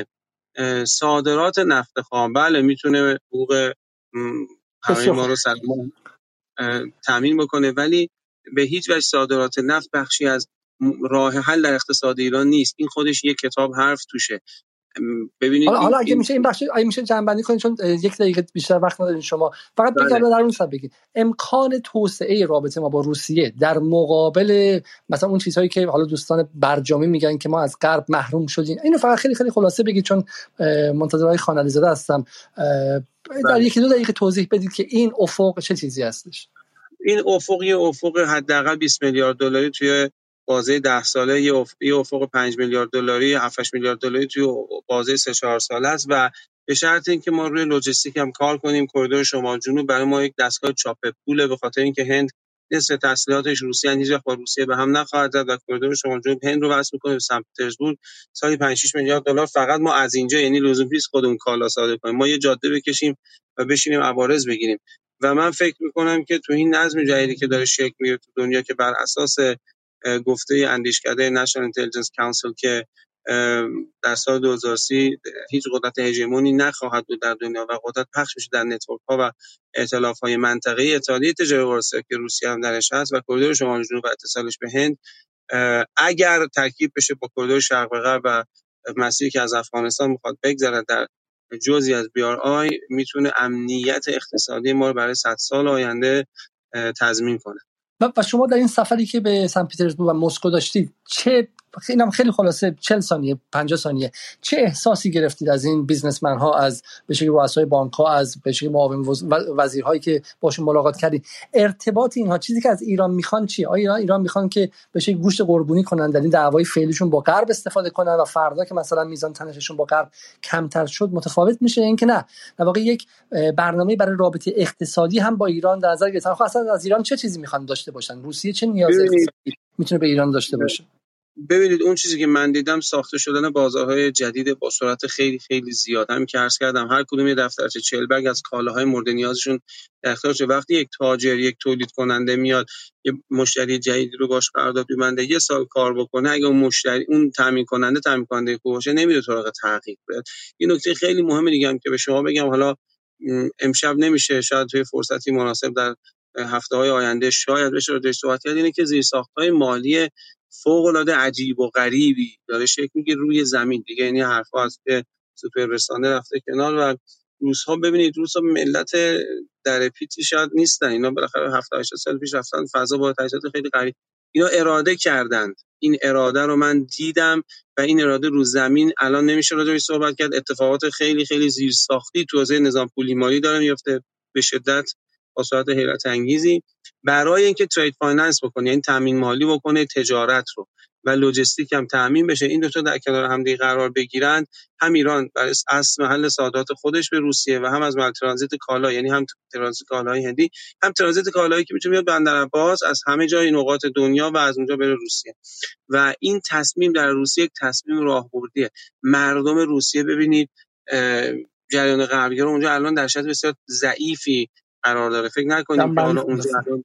[SPEAKER 5] صادرات نفت خام بله میتونه حقوق همه ما رو سلمان تامین بکنه، ولی به هیچ وجه صادرات نفت بخشی از راه حل در اقتصاد ایران نیست. این خودش یک کتاب حرف توشه. ببینید
[SPEAKER 1] حالا,
[SPEAKER 5] این
[SPEAKER 1] حالا اگه
[SPEAKER 5] این
[SPEAKER 1] میشه این بخش اگه میشه جنبندی کنید، چون یک دقیقه بیشتر وقت ندارین شما، فقط بگید در اون سر بگید امکان توسعه رابطه ما با روسیه در مقابل مثلا اون چیزهایی که حالا دوستان برجامی میگن که ما از غرب محروم شدیم، اینو فقط خیلی خیلی خلاصه بگید چون منتظرای خان علیزاده هستم. در یکی دو دقیقه توضیح بدید که این افق چه چیزی هستش.
[SPEAKER 5] این افق یه افق حداقل بیست میلیارد دلاری توی بازه ده ساله، یه افق یه افق پنج میلیارد دلاری، هفت هشت میلیارد دلاری توی بازه سه چهار ساله است و به شرط اینکه ما روی لوجستیک هم کار کنیم. کریدور شمال جنوب برای ما یک دستگاه چاپ پوله، به خاطر اینکه هند نصف تسلیحاتش روسیه هیچ وقت با روسیه به هم نخواهد زد و کریدور شمال جنوب هند رو وصل می‌کنه به سن پترزبورگ. سالی پنج شش میلیارد دلار فقط ما از اینجا، یعنی لزوم نیست خودمون کالا صادر کنیم، ما یه جاده بکشیم و بشینیم عوارض بگیریم. و من فکر می‌کنم که تو این نظم جدیدی که داره شکل می‌گیره تو دنیا که بر اساس گفته اندیشکده نشنال اینتلیجنس کانسل که در سال دو هزار و سی هیچ قدرت هژمونی نخواهد بود در دنیا و قدرت پخش میشه در نتورک‌ها و ائتلاف‌های منطقه‌ای، اتحادیه تجاری وارسا که روسیه هم درش هست و کریدور شمال جنوب و اتصالش به هند، اگر ترکیب بشه با کریدور شرق و غرب و مسیری که از افغانستان میخواد بگذره در جزئی از بی آر آی، میتونه امنیت اقتصادی ما رو برای صد سال آینده تضمین کنه.
[SPEAKER 1] و شما در این سفری که به سن پترزبورگ و مسکو داشتید، چه اینم خیلی خلاصه چهل ثانیه پنجاه ثانیه، چه احساسی گرفتید از این بیزنسمن ها، از به شکلی رؤسای بانک ها، از به شکلی معاون وزیرهایی که باشون ملاقات کردید؟ ارتباط اینها، چیزی که از ایران میخوان چیه؟ آیا ایران میخوان که به شکلی گوشت قربونی کنن در این دعوای فعلیشون با غرب استفاده کنن و فردا که مثلا میزان تنششون با غرب کمتر شد متفاوت میشه، این که نه در واقع یک برنامه برای رابطه اقتصادی هم با ایران در نظر گرفتن؟ خب اصلا از ایران چه چیزی میخوان داشته باشن؟ روسیه چه نیاز اقتصادی میتونه به ایران داشته باشه؟
[SPEAKER 5] ببینید اون چیزی که من دیدم ساخته شدن بازارهای جدید با سرعت خیلی خیلی زیاد. هم که عرض کردم هر کدوم یه دفترچه چهل برگ از کالاهای مورد نیازشون در اختیار شده. وقتی یک تاجر، یک تولید کننده میاد یه مشتری جدیدی رو باش قرارداد می‌بنده، یه سال کار بکنه، اگه اون مشتری اون تامین کننده تامین کننده خوب باشه نمیره سراغ تحقیق بیاد. این نکته خیلی مهمه دیگه هم که به شما بگم، حالا امشب نمیشه، شاید توی فرصتی مناسب در هفته‌های آینده شاید بشه راجعش صحبت کرد، اینه که زیرساخت‌های مالی فوق‌العاده عجیب و غریبی داره شکل میگیره روی زمین دیگه. یعنی حرفا از که سوپر رسانه رفته کنار و روس‌ها، ببینید روس‌ها ملت در پیتی شاید نیستن، اینا بالاخره هفتاد هشتاد سال پیش رفتن فضا با تجهیزات خیلی غریب. اینا اراده کردند. این اراده رو من دیدم و این اراده رو زمین الان نمیشه راجعش صحبت کرد. اتفاقات خیلی خیلی زیرساختی تو حوزه نظام پولی مالی داره میفته به شدت با سرعت حیرت انگیزی برای اینکه ترید فایننس بکنه، یعنی تامین مالی بکنه تجارت رو و لوجستیک هم تامین بشه، این دو تا در کنار هم دیگه قرار بگیرن، هم ایران برای اصل محل صادرات خودش به روسیه و هم از محل ترانزیت کالا، یعنی هم ترانزیت کالای هندی هم ترانزیت کالایی که میتونه بیاد بندرعباس از همه جای نقاط دنیا و از اونجا بره روسیه. و این تصمیم در روسیه یک تصمیم راهبردیه. مردم روسیه ببینید جریان غربی‌ها اونجا الان در شرایط بسیار ضعیفی قرار داره. فکر نکنیم که حالا اونجا الان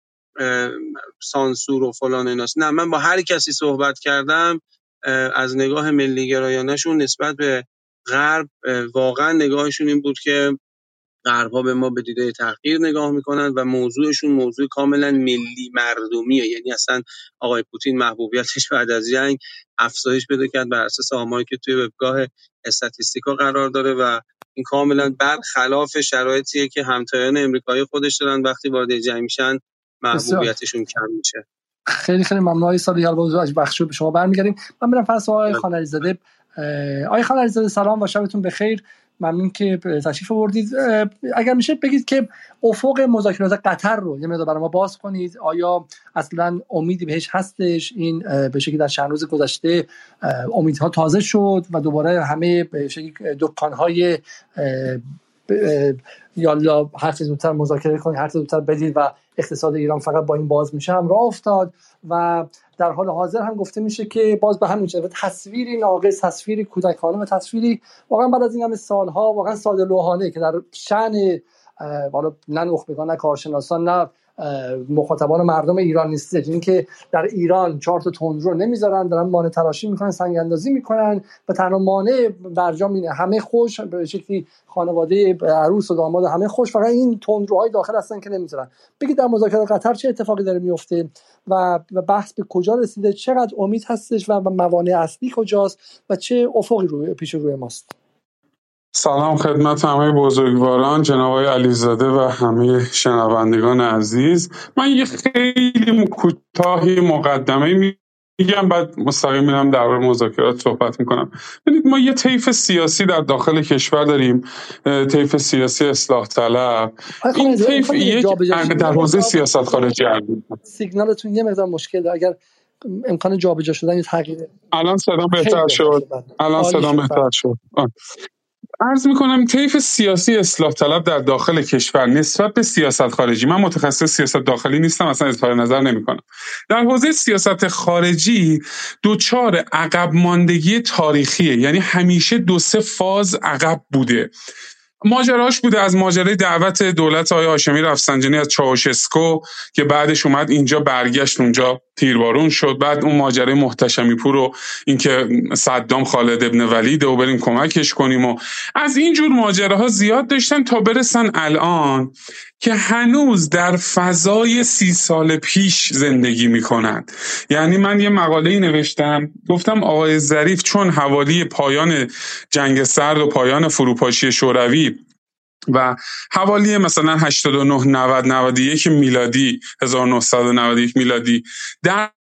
[SPEAKER 5] سانسور و فلان ایناست. نه، من با هر کسی صحبت کردم از نگاه ملی گرایانه‌شون نسبت به غرب واقعا نگاهشون این بود که غرب‌ها به ما به دیده تحقیر نگاه میکنن و موضوعشون موضوع کاملا ملی مردمیه. یعنی اصلا آقای پوتین محبوبیتش بعد از جنگ افزایش پیدا کرد بر اساس آماری که توی وبگاه استاتیستیکا قرار داره و این کاملا برخلاف شرایطیه که همتایان امریکایی خودش دارن وقتی وارد جنگ میشن محبوبیتشون کم میشه.
[SPEAKER 1] خیلی خیلی ممنون آقای سالی. از بخش به شما برمیگردیم. من میرم فصل آقای خانعلی‌زاده. آقای خانعلی‌زاده سلام و شبتون بخیر. ممنون که تشریف آوردید. اگر میشه بگید که افق مذاکرات قطر رو یه مقدار برای ما باز کنید. آیا اصلا امیدی بهش هستش؟ این به شکلی در چند روز گذشته امیدها تازه شد و دوباره همه به شکلی دکان‌های یالا هر چه زودتر مذاکره کنید، هر چه زودتر بدید و اقتصاد ایران فقط با این باز میشه هم راه افتاد و در حال حاضر هم گفته میشه که باز به همین چه تصویری ناقص، تصویری کودکانه و تصویری واقعا بعد از این همه سالها واقعا ساده لوحانه که در شأن والا نه نخبگان نه کارشناسان نه مخاطبان مردم ایران نیست. یعنی که در ایران چهار تا تندرو نمیذارن، دارن مانع تراشی میکنن، سنگ اندازی میکنن و تنها مانع برجام اینه همه خوش به شکلی خانواده عروس و داماد همه خوش، فقط این تندروهای داخل هستن که نمیذارن. بگید در مذاکرات قطر چه اتفاقی داره میفته و بحث به کجا رسیده، چقدر امید هستش و موانع اصلی کجاست و چه افقی روی پیش روی ماست؟
[SPEAKER 6] سلام خدمت همه بزرگواران، جناب آقای علیزاده و همه شنوندگان عزیز. من یه خیلی کوتاهی مقدمه میگم بعد مستقیم میرم در مورد مذاکرات صحبت میکنم. ببینید ما یه طیف سیاسی در داخل کشور داریم، طیف سیاسی اصلاح طلب. این طیف یک در حوزه سیاست خارجی
[SPEAKER 1] سیگنالتون یه مقدار مشکل داره، اگر امکان جابجا شدن یا تغییر.
[SPEAKER 6] الان صدا بهتر شد. الان صدا بهتر شد. عرض میکنم طیف سیاسی اصلاح طلب در داخل کشور نسبت به سیاست خارجی، من متخصص سیاست داخلی نیستم اصلا اظهار نظر نمیکنم، در حوزه سیاست خارجی دوچار عقب ماندگی تاریخیه. یعنی همیشه دو سه فاز عقب بوده. ماجراش بوده از ماجرای دعوت دولت آقای هاشمی رفسنجانی از چاوشسکو که بعدش اومد اینجا برگشت اونجا تیربارون شد، بعد اون ماجرای محتشمی پور و اینکه صدام خالد ابن ولید و بریم کمکش کنیم و از این جور ماجراها زیاد داشتن تا برسن الان که هنوز در فضای سی سال پیش زندگی میکنن. یعنی من یه مقاله‌ای نوشتم گفتم آقای ظریف چون حوالی پایان جنگ سرد و پایان فروپاشی شوروی و حوالی مثلا هشتاد و نه نود نود و یک میلادی هزار و نهصد و نود و یک میلادی در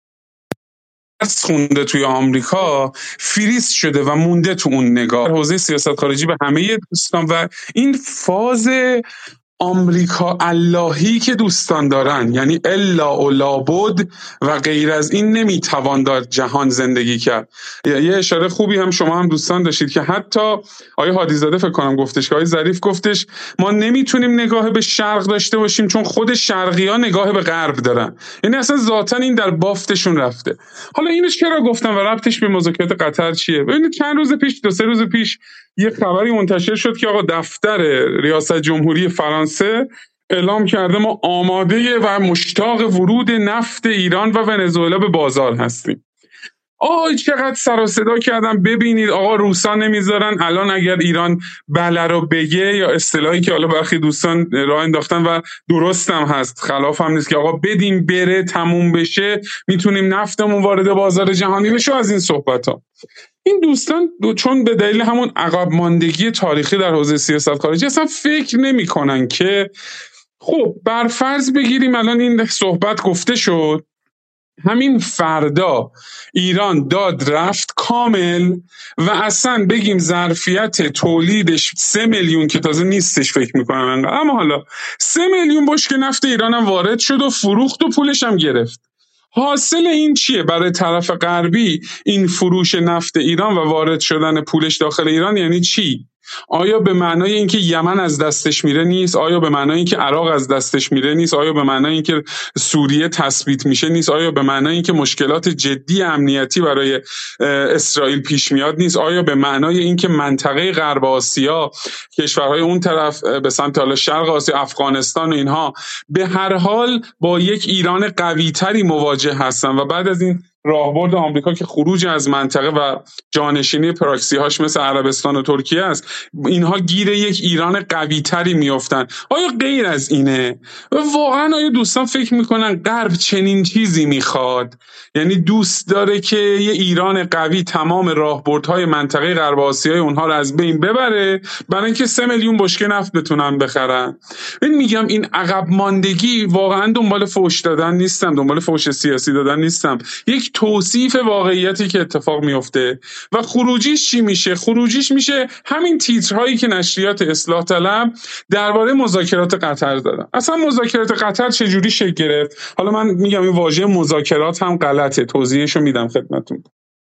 [SPEAKER 6] خونده توی آمریکا فریز شده و مونده تو اون نگاه حوزه سیاست خارجی به همه دوستان و این فاز آمریکا اللهی که دوستان دارن، یعنی الا و لابد و غیر از این نمیتوان در جهان زندگی کرد. یه اشاره خوبی هم شما هم دوستان داشتید که حتی آیه هادیزاده فکر کنم گفتش که آیه ظریف گفتش ما نمیتونیم نگاه به شرق داشته باشیم چون خود شرقی‌ها نگاه به غرب دارن. یعنی اصلا ذاتاً این در بافتشون رفته. حالا اینش چرا گفتم و ربطش به مذاکرات قطر چیه؟ ببینید چند روز پیش دو سه روز پیش یه خبری منتشر شد که آقا دفتر ریاست جمهوری فرانسه اعلام کرده ما آماده و مشتاق ورود نفت ایران و ونزوئلا به بازار هستیم. آه چقدر سر و صدا کردم ببینید آقا روسا نمیذارن، الان اگر ایران بله رو بگه یا اصطلاحی که حالا برخی دوستان راه انداختن و درست هم هست خلاف هم نیست که آقا بدیم بره تموم بشه میتونیم نفتمون وارد بازار جهانی بشه از این صحبت ها. این دوستان چون به دلیل همون عقب ماندگی تاریخی در حوزه سیاست خارجی اصلا فکر نمی کنن که خب بر فرض بگیریم الان این صحبت گفته شد همین فردا ایران داد رفت کامل و اصلا بگیم ظرفیت تولیدش سه میلیون که تازه نیستش فکر میکنم انقدر، اما حالا سه میلیون بشکه نفت ایران هم وارد شد و فروخت و پولش هم گرفت. حاصل این چیه برای طرف غربی؟ این فروش نفت ایران و وارد شدن پولش داخل ایران یعنی چی؟ آیا به معنای اینکه یمن از دستش میره نیست؟ آیا به معنای اینکه عراق از دستش میره نیست؟ آیا به معنای اینکه سوریه تثبیت میشه نیست؟ آیا به معنای اینکه مشکلات جدی امنیتی برای اسرائیل پیش میاد نیست؟ آیا به معنای اینکه منطقه غرب آسیا، کشورهای اون طرف به سمت حالا شرق آسیا، افغانستان و اینها به هر حال با یک ایران قوی‌تری مواجه هستن و بعد از این راهبرد آمریکا که خروج از منطقه و جانشینی پراکسی هاش مثل عربستان و ترکیه است، اینها گیر یک ایران قوی تری میافتن؟ آیا غیر از اینه؟ و واقعا آیا دوستان فکر میکنن غرب چنین چیزی میخواد؟ یعنی دوست داره که یه ایران قوی تمام راهبردهای منطقه غرب آسیای اونها رو از بین ببره برای اینکه سه میلیون بشکه نفت بتونن بخرن؟ من میگم این عقب ماندگی واقعا دنبال فوش دادن نیستم، دنبال فوش سیاسی دادن نیستم، یک توصیف واقعیتی که اتفاق میفته و خروجیش چی میشه؟ خروجیش میشه همین تیترهایی که نشریات اصلاح طلب درباره مذاکرات قطر دادن. اصلا مذاکرات قطر چجوری شکل گرفت؟ حالا من میگم این واژه مذاکرات هم غلطه، توضیحشو میدم خدمتتون.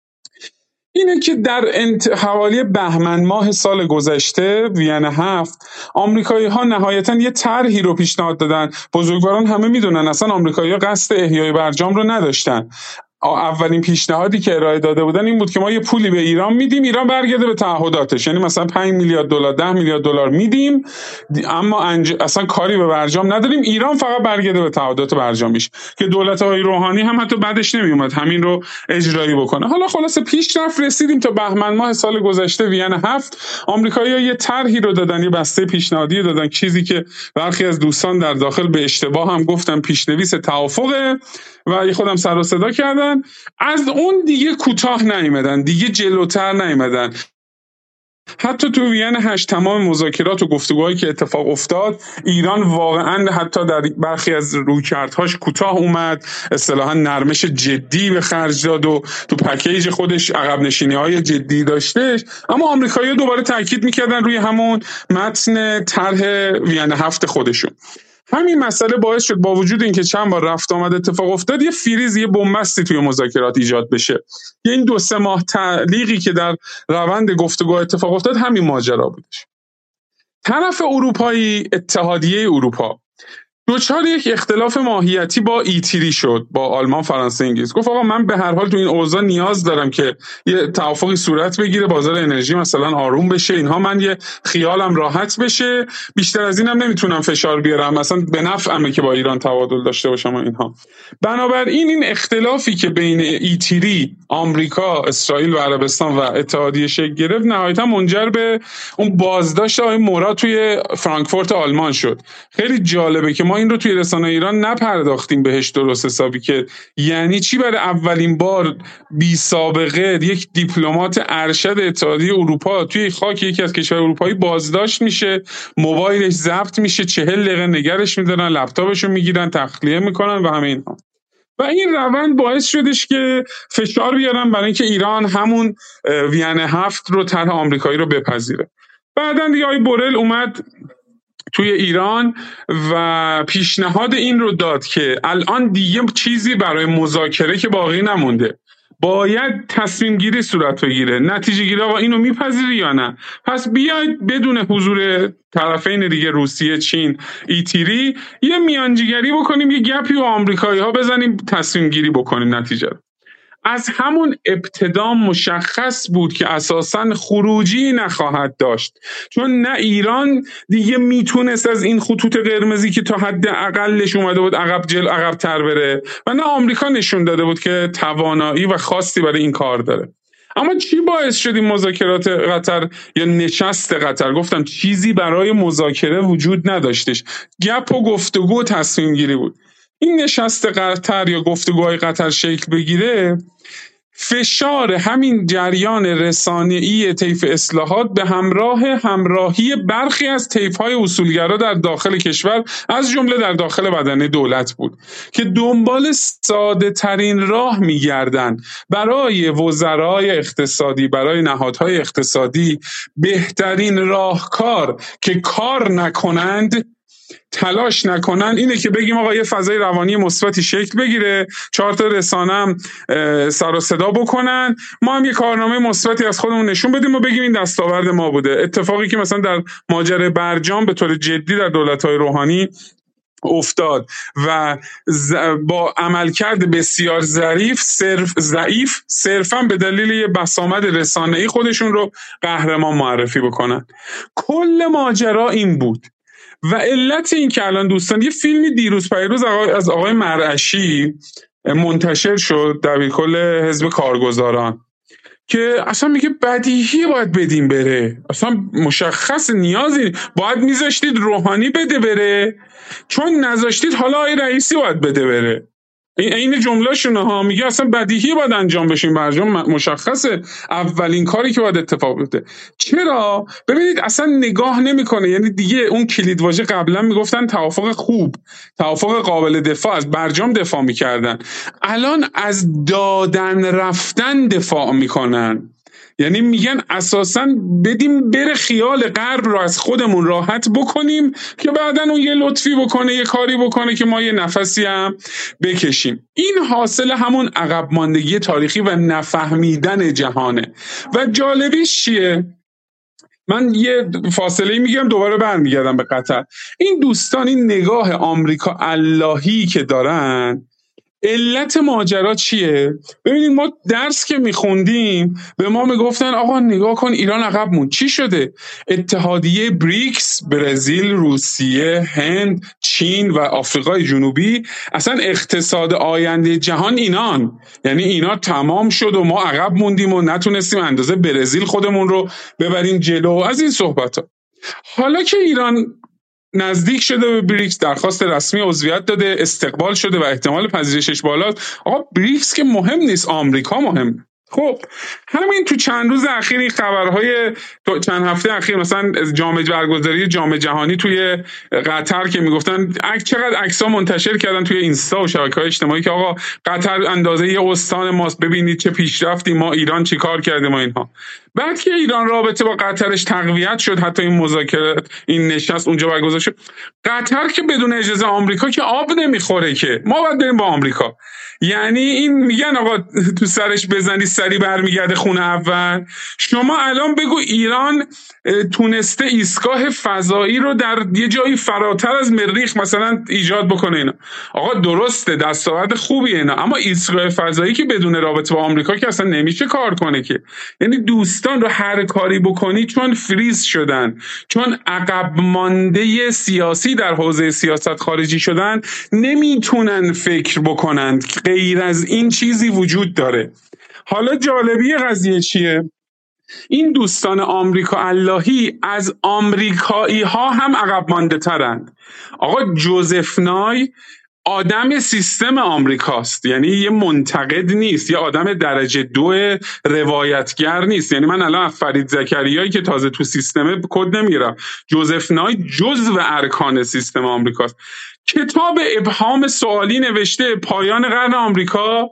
[SPEAKER 6] اینه که در انت... حوالی بهمن ماه سال گذشته وین هفت آمریکایی‌ها نهایتاً یه طرحی رو پیشنهاد دادن. بزرگواران همه میدونن اصلا آمریکایی‌ها قصد احیای برجام رو نداشتن. اولین پیشنهادی که ارائه داده بودن این بود که ما یه پولی به ایران میدیم، ایران برگرده به تعهداتش، یعنی مثلا پنج میلیارد دلار ده میلیارد دلار میدیم اما انج... اصلا کاری به برجام نداریم، ایران فقط برگرده به تعهدات برجامیش، که دولت‌های روحانی هم حتی بعدش نمیومد همین رو اجرایی بکنه. حالا خلاصه پیش رفت رسیدیم تا بهمن ماه سال گذشته وین هفت آمریکایی‌ها یه طرحی رو دادن، یه بسته پیشنهادی دادن، چیزی که برخی از دوستان در داخل به اشتباه هم گفتن پیشنویس توافقه و خودم سر و صدا کردن. از اون دیگه کوتاه نیامدن، دیگه جلوتر نیامدن. حتی تو وین هشت تمام مذاکرات و گفتگوهایی که اتفاق افتاد ایران واقعا حتی در برخی از رویکردهاش کوتاه اومد، اصطلاحاً نرمش جدی به خرج داد و تو پکیج خودش عقب نشینی‌های جدی داشتش، اما آمریکایی‌ها دوباره تاکید می‌کردن روی همون متن طرح وین هفت خودشون. همین مسئله باعث شد با وجود اینکه چند بار رفت آمد اتفاق افتاد یه فریز، یه بنبستی توی مذاکرات ایجاد بشه. یه این دو سه ماه تعلیقی که در روند گفتگو اتفاق افتاد همین ماجرا بودش. طرف اروپایی، اتحادیه اروپا، دوچار یک اختلاف ماهیتی با ایتری شد، با آلمان، فرانسه، انگلیس. گفت آقا من به هر حال تو این اوضاع نیاز دارم که یه توافقی صورت بگیره، بازار انرژی مثلا آروم بشه، اینها من یه خیالم راحت بشه، بیشتر از اینم نمیتونم فشار بیارم، مثلا به نفعمه که با ایران تعادل داشته باشم و اینها. بنابراین این اختلافی که بین ایتری، آمریکا، اسرائیل و عربستان و اتحادیه شکل گرفت نهایتا منجر به اون بازداشت آقای مورا توی فرانکفورت آلمان شد. خیلی جالبه که ما این رو توی رسانه ایران نپرداختیم بهش درست حسابی، که یعنی چی برای اولین بار بی سابقه یک دیپلمات ارشد اتحادیه اروپا توی خاک یکی از کشور اروپایی بازداشت میشه، موبایلش ضبط میشه، چهل دقیقه نگرش میدارن، لپتاپشو میگیرن، تخلیه میکنن و همه اینها. و این روند باعث شدش که فشار بیارن برای اینکه ایران همون وین هفت رو طرح آمریکایی رو بپذیره. بعدن دیگه آقای بورل اومد توی ایران و پیشنهاد این رو داد که الان دیگه چیزی برای مذاکره که باقی نمونده، باید تصمیم گیری صورت بگیره، نتیجه گیری آقا اینو میپذیری یا نه. پس بیاید بدون حضور طرفین دیگه، روسیه، چین، ایتری، یه میانجیگری بکنیم، یه گپی و آمریکایی ها بزنیم، تصمیم گیری بکنیم نتیجه. از همون ابتدا مشخص بود که اساساً خروجی نخواهد داشت، چون نه ایران دیگه میتونست از این خطوط قرمزی که تا حد اقلش اومده بود عقب جل عقب تر بره و نه آمریکا نشون داده بود که توانایی و خاصی برای این کار داره. اما چی باعث شد این مذاکرات قطر یا نشست قطر؟ گفتم چیزی برای مذاکره وجود نداشتش، گپ و گفتگو و تصمیم گیری بود. این نشست قطر یا گفتگوهای قطر شکل بگیره فشار همین جریان رسانه‌ای طیف اصلاحات به همراه همراهی برخی از طیف‌های اصولگرا در داخل کشور از جمله در داخل بدنه دولت بود که دنبال ساده ترین راه می‌گردن برای وزرای اقتصادی، برای نهادهای اقتصادی بهترین راهکار که کار نکنند، تلاش نکنن، اینه که بگیم آقا یه فضای روانی مثبتی شکل بگیره، چهار تا رسانه هم سر و صدا بکنن، ما هم یه کارنامه مثبتی از خودمون نشون بدیم و بگیم این دستاورد ما بوده. اتفاقی که مثلا در ماجرای برجام به طور جدی در دولت‌های روحانی افتاد و با عملکرد بسیار ظریف صرف ضعیف صرفاً به دلیل یه بسامد رسانه‌ای خودشون رو قهرمان معرفی بکنن. کل ماجرا این بود و علت این که الان دوستان یه فیلمی دیروز پیروز از آقای مرعشی منتشر شد، دبیرکل حزب کارگزاران، که اصلا میگه بدیهی باید بدیم بره، اصلا مشخص نیازی باید میذاشتید روحانی بده بره، چون نذاشتید حالا آقای رئیسی باید بده بره. این جمله شونه ها، میگه اصلا بدیهی باید انجام بشین، برجام مشخصه اولین کاری که باید اتفاق بیفته. چرا؟ ببینید اصلا نگاه نمیکنه، یعنی دیگه اون کلیدواژه قبلا میگفتن توافق خوب، توافق قابل دفاع، از برجام دفاع میکردن، الان از دادن رفتن دفاع میکنن. یعنی میگن اساساً بدیم بره، خیال غرب رو از خودمون راحت بکنیم که بعداً اون یه لطفی بکنه، یه کاری بکنه که ما یه نفسی هم بکشیم. این حاصل همون عقب ماندگی تاریخی و نفهمیدن جهانه. و جالبیش چیه؟ من یه فاصله میگم دوباره برمیگردم به قطر. این دوستان این نگاه آمریکا اللهی که دارن، علت ماجرا چیه؟ ببینید ما درس که میخوندیم به ما میگفتن آقا نگاه کن ایران عقب موند. چی شده؟ اتحادیه بریکس، برزیل، روسیه، هند، چین و آفریقای جنوبی، اصلا اقتصاد آینده جهان اینان، یعنی اینا تمام شد و ما عقب موندیم و نتونستیم اندازه برزیل خودمون رو ببریم جلو. از این صحبت ها. حالا که ایران نزدیک شده به بریکس، درخواست رسمی عضویت داده، استقبال شده و احتمال پذیرشش بالاست، آقا بریکس که مهم نیست، آمریکا مهمه. خب همین تو چند روز اخیر این خبرهای چند هفته اخیر، مثلا جام برگزاری جام جهانی توی قطر که میگفتن چقدر عکس‌ها منتشر کردن توی اینستا و شبکه‌های اجتماعی که آقا قطر اندازه یه استان ماست، ببینید چه پیشرفتی ما ایران چیکار کرده ما اینها. بعد که ایران رابطه با قطرش تقویت شد، حتی این مذاکرات این نشست اونجا برگزار شد، قطر که بدون اجازه آمریکا که آب نمیخوره که، ما باید بریم با آمریکا. یعنی این میگن آقا تو سرش بزنی سری برمیگرده خونه اول. شما الان بگو ایران تونسته ایستگاه فضایی رو در یه جایی فراتر از مریخ مثلا ایجاد بکنه، اینا آقا درسته دستاورد خوبیه اینا، اما ایستگاه فضایی که بدون رابطه با آمریکا که اصلا نمیشه کار کنه که. یعنی دوستان رو هر کاری بکنی چون فریز شدن، چون عقب مانده سیاسی در حوزه سیاست خارجی شدن، نمیتونن فکر بکنن. غیر از این چیزی وجود داره. حالا جالبی قضیه چیه؟ این دوستان آمریکا اللهی از آمریکایی ها هم عقب مانده ترند. آقا جوزف نای آدم سیستم آمریکاست، یعنی یه منتقد نیست، یه آدم درجه دو روایتگر نیست. یعنی من الان از فرید زکریایی که تازه تو سیستمه کد نمیگیرم، جوزف نای جزو ارکان سیستم آمریکاست. کتاب ابهام سوالی نوشته، پایان قرن آمریکا،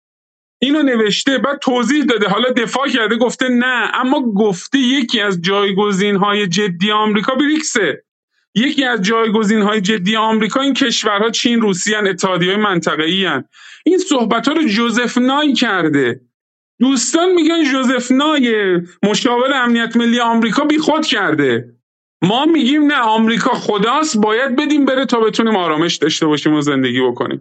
[SPEAKER 6] اینو نوشته، بعد توضیح داده، حالا دفاع کرده گفته نه، اما گفته یکی از جایگزین‌های جدی آمریکا بریکسه. یکی از جایگزین‌های جدی آمریکا این کشورها چین، روسیه، اتحادیه‌های منطقه‌ای هستند. این صحبت‌ها رو جوزف نای کرده. دوستان میگن جوزف نای مشاور امنیت ملی آمریکا بیخود کرده. ما میگیم نه، آمریکا خداست، باید بدیم بره تا بتونیم آرامش داشته باشیم و زندگی بکنیم.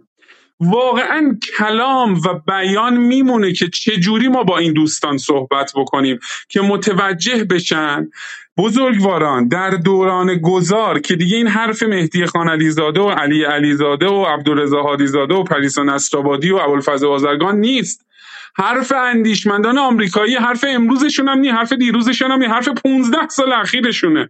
[SPEAKER 6] واقعا کلام و بیان میمونه که چجوری ما با این دوستان صحبت بکنیم که متوجه بشن بزرگواران در دوران گذار که دیگه این حرف مهدی خان علیزاده و علی علیزاده و عبدالرضا هادیزاده و پریسا نصرآبادی و ابوالفضل بازرگان نیست. حرف اندیشمندان آمریکایی، حرف امروزشون هم نی، حرف دیروزشون هم نی، حرف پونزده سال اخیرشونه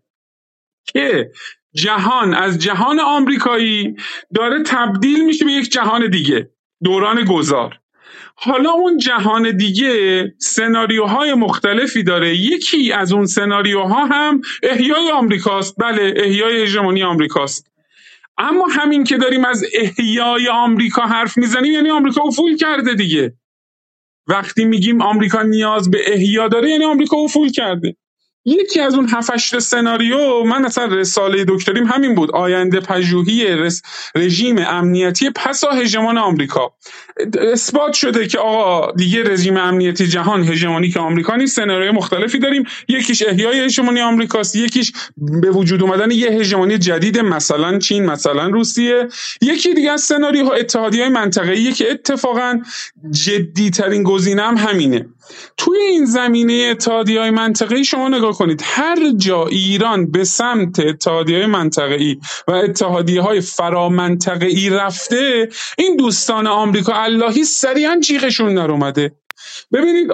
[SPEAKER 6] که جهان از جهان آمریکایی داره تبدیل میشه به یک جهان دیگه، دوران گذار. حالا اون جهان دیگه سناریوهای مختلفی داره. یکی از اون سناریوها هم احیای آمریکاست. بله، احیای هژمونی آمریکاست. اما همین که داریم از احیای آمریکا حرف میزنیم یعنی آمریکا افول کرده دیگه. وقتی میگیم آمریکا نیاز به احیا داره یعنی آمریکا افول کرده. یکی از اون هفت هشت سناریو، من اصلا رساله دکتریم همین بود، آینده پژوهی رس... رژیم امنیتی پسا هژمون آمریکا. اثبات شده که آقا دیگه رژیم امنیتی جهان هژمونیک آمریکا نیست. سناریوی مختلفی داریم، یکیش احیای هژمونی آمریکاست، یکیش به وجود اومدن یه هژمونی جدید، مثلا چین، مثلا روسیه. یکی دیگه از سناریوها اتحادیه‌های منطقه‌ایه که اتفاقا جدی‌ترین گزینه هم همینه. توی این زمینه اتحادیه‌های منطقه‌ای شما نگاه کنید، هر جا ایران به سمت اتحادیه‌های منطقه‌ای و اتحادیه‌های فرامنطقه‌ای رفته، این دوستان آمریکا اللهی سریعا جیغشون در اومده. ببینید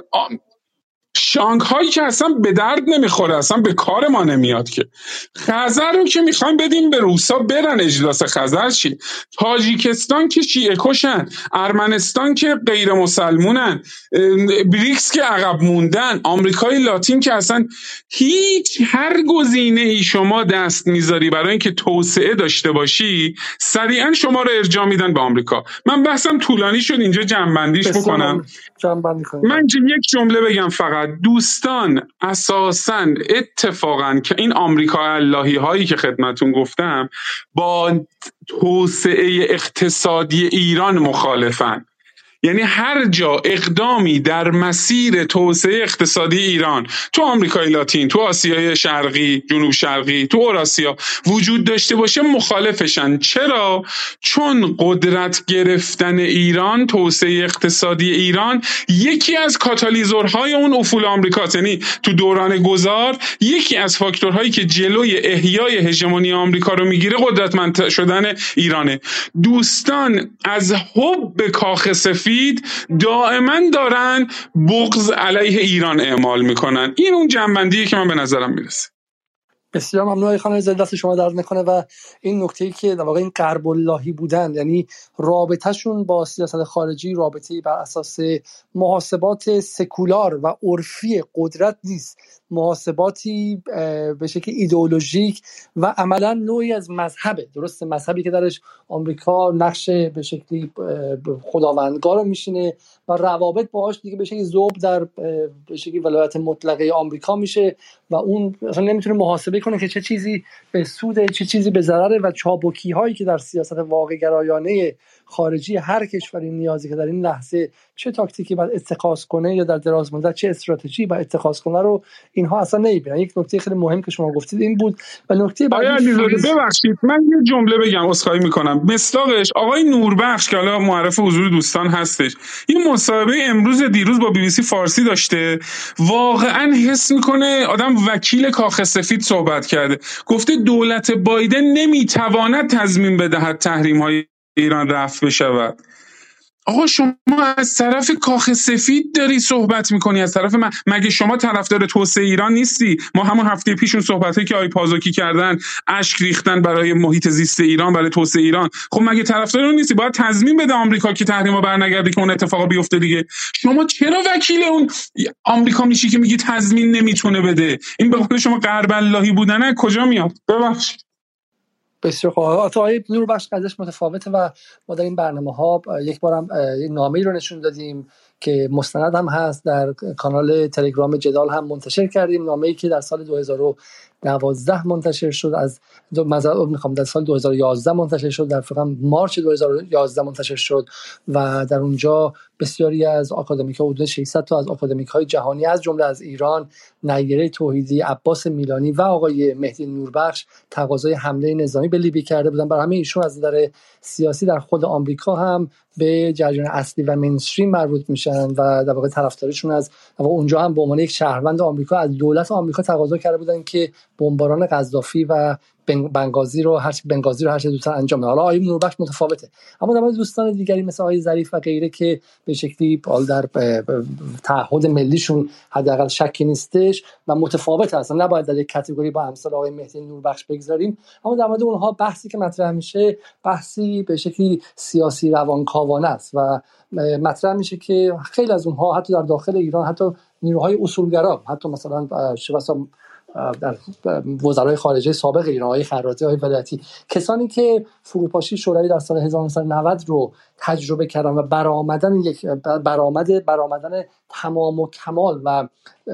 [SPEAKER 6] شانگهای که اصلا به درد نمیخوره، اصلا به کار ما نمیاد که. خزر رو که میخوان بدیم به روسا برن اجلاس خزر چی؟ تاجیکستان که شیعه کشن، ارمنستان که غیر مسلمونن، بریکس که عقب موندن، آمریکای لاتین که اصلا هیچ، هر گزینه ای شما دست میذاری برای اینکه توسعه داشته باشی سریعا شما رو ارجاع میدن به آمریکا. من بحثم طولانی شد، اینجا جمع‌بندیش بکنم.
[SPEAKER 1] جمع‌بندی کنم.
[SPEAKER 6] من یک جمله بگم فقط. دوستان اساساً اتفاقاً که این آمریکا اللهی هایی که خدمتون گفتم با توسعه اقتصادی ایران مخالفن. یعنی هر جا اقدامی در مسیر توسعه اقتصادی ایران تو آمریکای لاتین، تو آسیای شرقی، جنوب شرقی، تو اوراسیا وجود داشته باشه مخالفشن. چرا؟ چون قدرت گرفتن ایران، توسعه اقتصادی ایران یکی از کاتالیزورهای اون افول آمریکاست. یعنی تو دوران گذار یکی از فاکتورهایی که جلوی احیای هژمونی آمریکا رو میگیره قدرتمند شدن ایرانه. دوستان از حب کاخ سفید دائما دارن بغض علیه ایران اعمال میکنن. این اون جنبندیه که من به نظرم میرسه.
[SPEAKER 1] بسیار ممنون خانم زاده، دست شما درد نکنه. و این نکته‌ای که در واقع این غرب اللهی بودن، یعنی رابطهشون با سیاست خارجی رابطه‌ای بر اساس محاسبات سکولار و عرفی قدرت نیست، محاسباتی به شکل ایدئولوژیک و عملا نوعی از مذهبه. درسته، مذهبی که درش آمریکا نقش به شکلی خداوندگار رو میشینه و روابط باهاش دیگه به شکلی ذوب در به شکلی ولایت مطلقه آمریکا میشه و اون اصلا نمیتونه محاسبه کنه که چه چیزی به سود، چه چیزی به ضرره. و چابکی هایی که در سیاست واقع گرایانه خارجی هر کشوری نیازی که در این لحظه چه تاکتیکی باید اتخاذ کنه یا در دراز مدت چه استراتژی باید اتخاذ کنه رو اینها اصلا نمیبینن. یک نکته خیلی مهم که شما گفتید این بود. و نکته بعدی،
[SPEAKER 6] ببخشید من یه جمله بگم، عذرخواهی میکنم. مصداقش آقای نوربخش که حالا معرف حضور دوستان هستش، این مصاحبه امروز دیروز با بی بی سی فارسی داشته، واقعا حس میکنه آدم وکیل کاخ سفید صحبت کرده. گفته دولت بایدن نمیتواند تضمین بدهد تحریم های ایران رفع بشود. آقا شما از طرف کاخ سفید داری صحبت میکنی، از طرف من. مگه شما طرفدار توسعه ایران نیستی؟ ما همون هفته پیشون صحبتی که آی پازوکی کردن، اشک ریختن برای محیط زیست ایران، برای توسعه ایران. خب مگه طرفدار اون نیستی؟ باید تضمین بده آمریکا که تحریما برنگرده، که اون اتفاقا بیفته دیگه. شما چرا وکیل اون آمریکا میشی که میگی تضمین نمیتونه بده؟ این به خاطر شما غرب اللهی بودنه کجا میاد؟ ببخشید.
[SPEAKER 1] بسیار خوب. آقای نوربخش قضیهش متفاوته و ما در این برنامه‌ها یک بارم نامه‌ای رو نشون دادیم که مستند هم هست، در کانال تلگرام جدال هم منتشر کردیم. نامه‌ای که در سال دو هزار و دوازده منتشر شد، از دو مزار میخوام در سال دو هزار و یازده منتشر شد، در فقط مارچ دو هزار و یازده منتشر شد و در اونجا بسیاری از آکادمیک‌ها، حدود ششصد تا از آکادمیک‌های جهانی از جمله از ایران، نیره توحیدی، عباس میلانی و آقای مهدی نوربخش تقاضای حمله نظامی به لیبی کرده بودن. برای همه ایشون از نظر سیاسی در خود آمریکا هم به جریان اصلی و مینستریم مربوط میشن و در واقع طرفداریشون از اونجا هم به عنوان یک شهروند آمریکا از دولت آمریکا تقاضا کرده بودن که بمباران قذافی و بنگازی رو هر بنگازی رو هر چه زودتر انجام بده. حالا آقای نوربخش متفاوته، اما در مورد دوستان دیگری مثل آقای ظریف و غیره که به شکلی در تعهد ملیشون حداقل شکی نیستش و متفاوت هستن، نباید در یک کاتگوری با امثال آقای مهدی نوربخش بگذاریم. اما در مورد اونها بحثی که مطرح میشه بحثی به شکلی سیاسی روانکاوانه است و مطرح میشه که خیلی از اونها حتی در داخل ایران، حتی نیروهای اصولگرا، حتی مثلا شباسا در وزرای خارجه سابق ایران، های خراطی، های ولایتی، کسانی که فروپاشی شوروی در سال هزار و نهصد و نود رو تجربه کردن و برآمدن یک برآمد برآمدن تمام و کمال و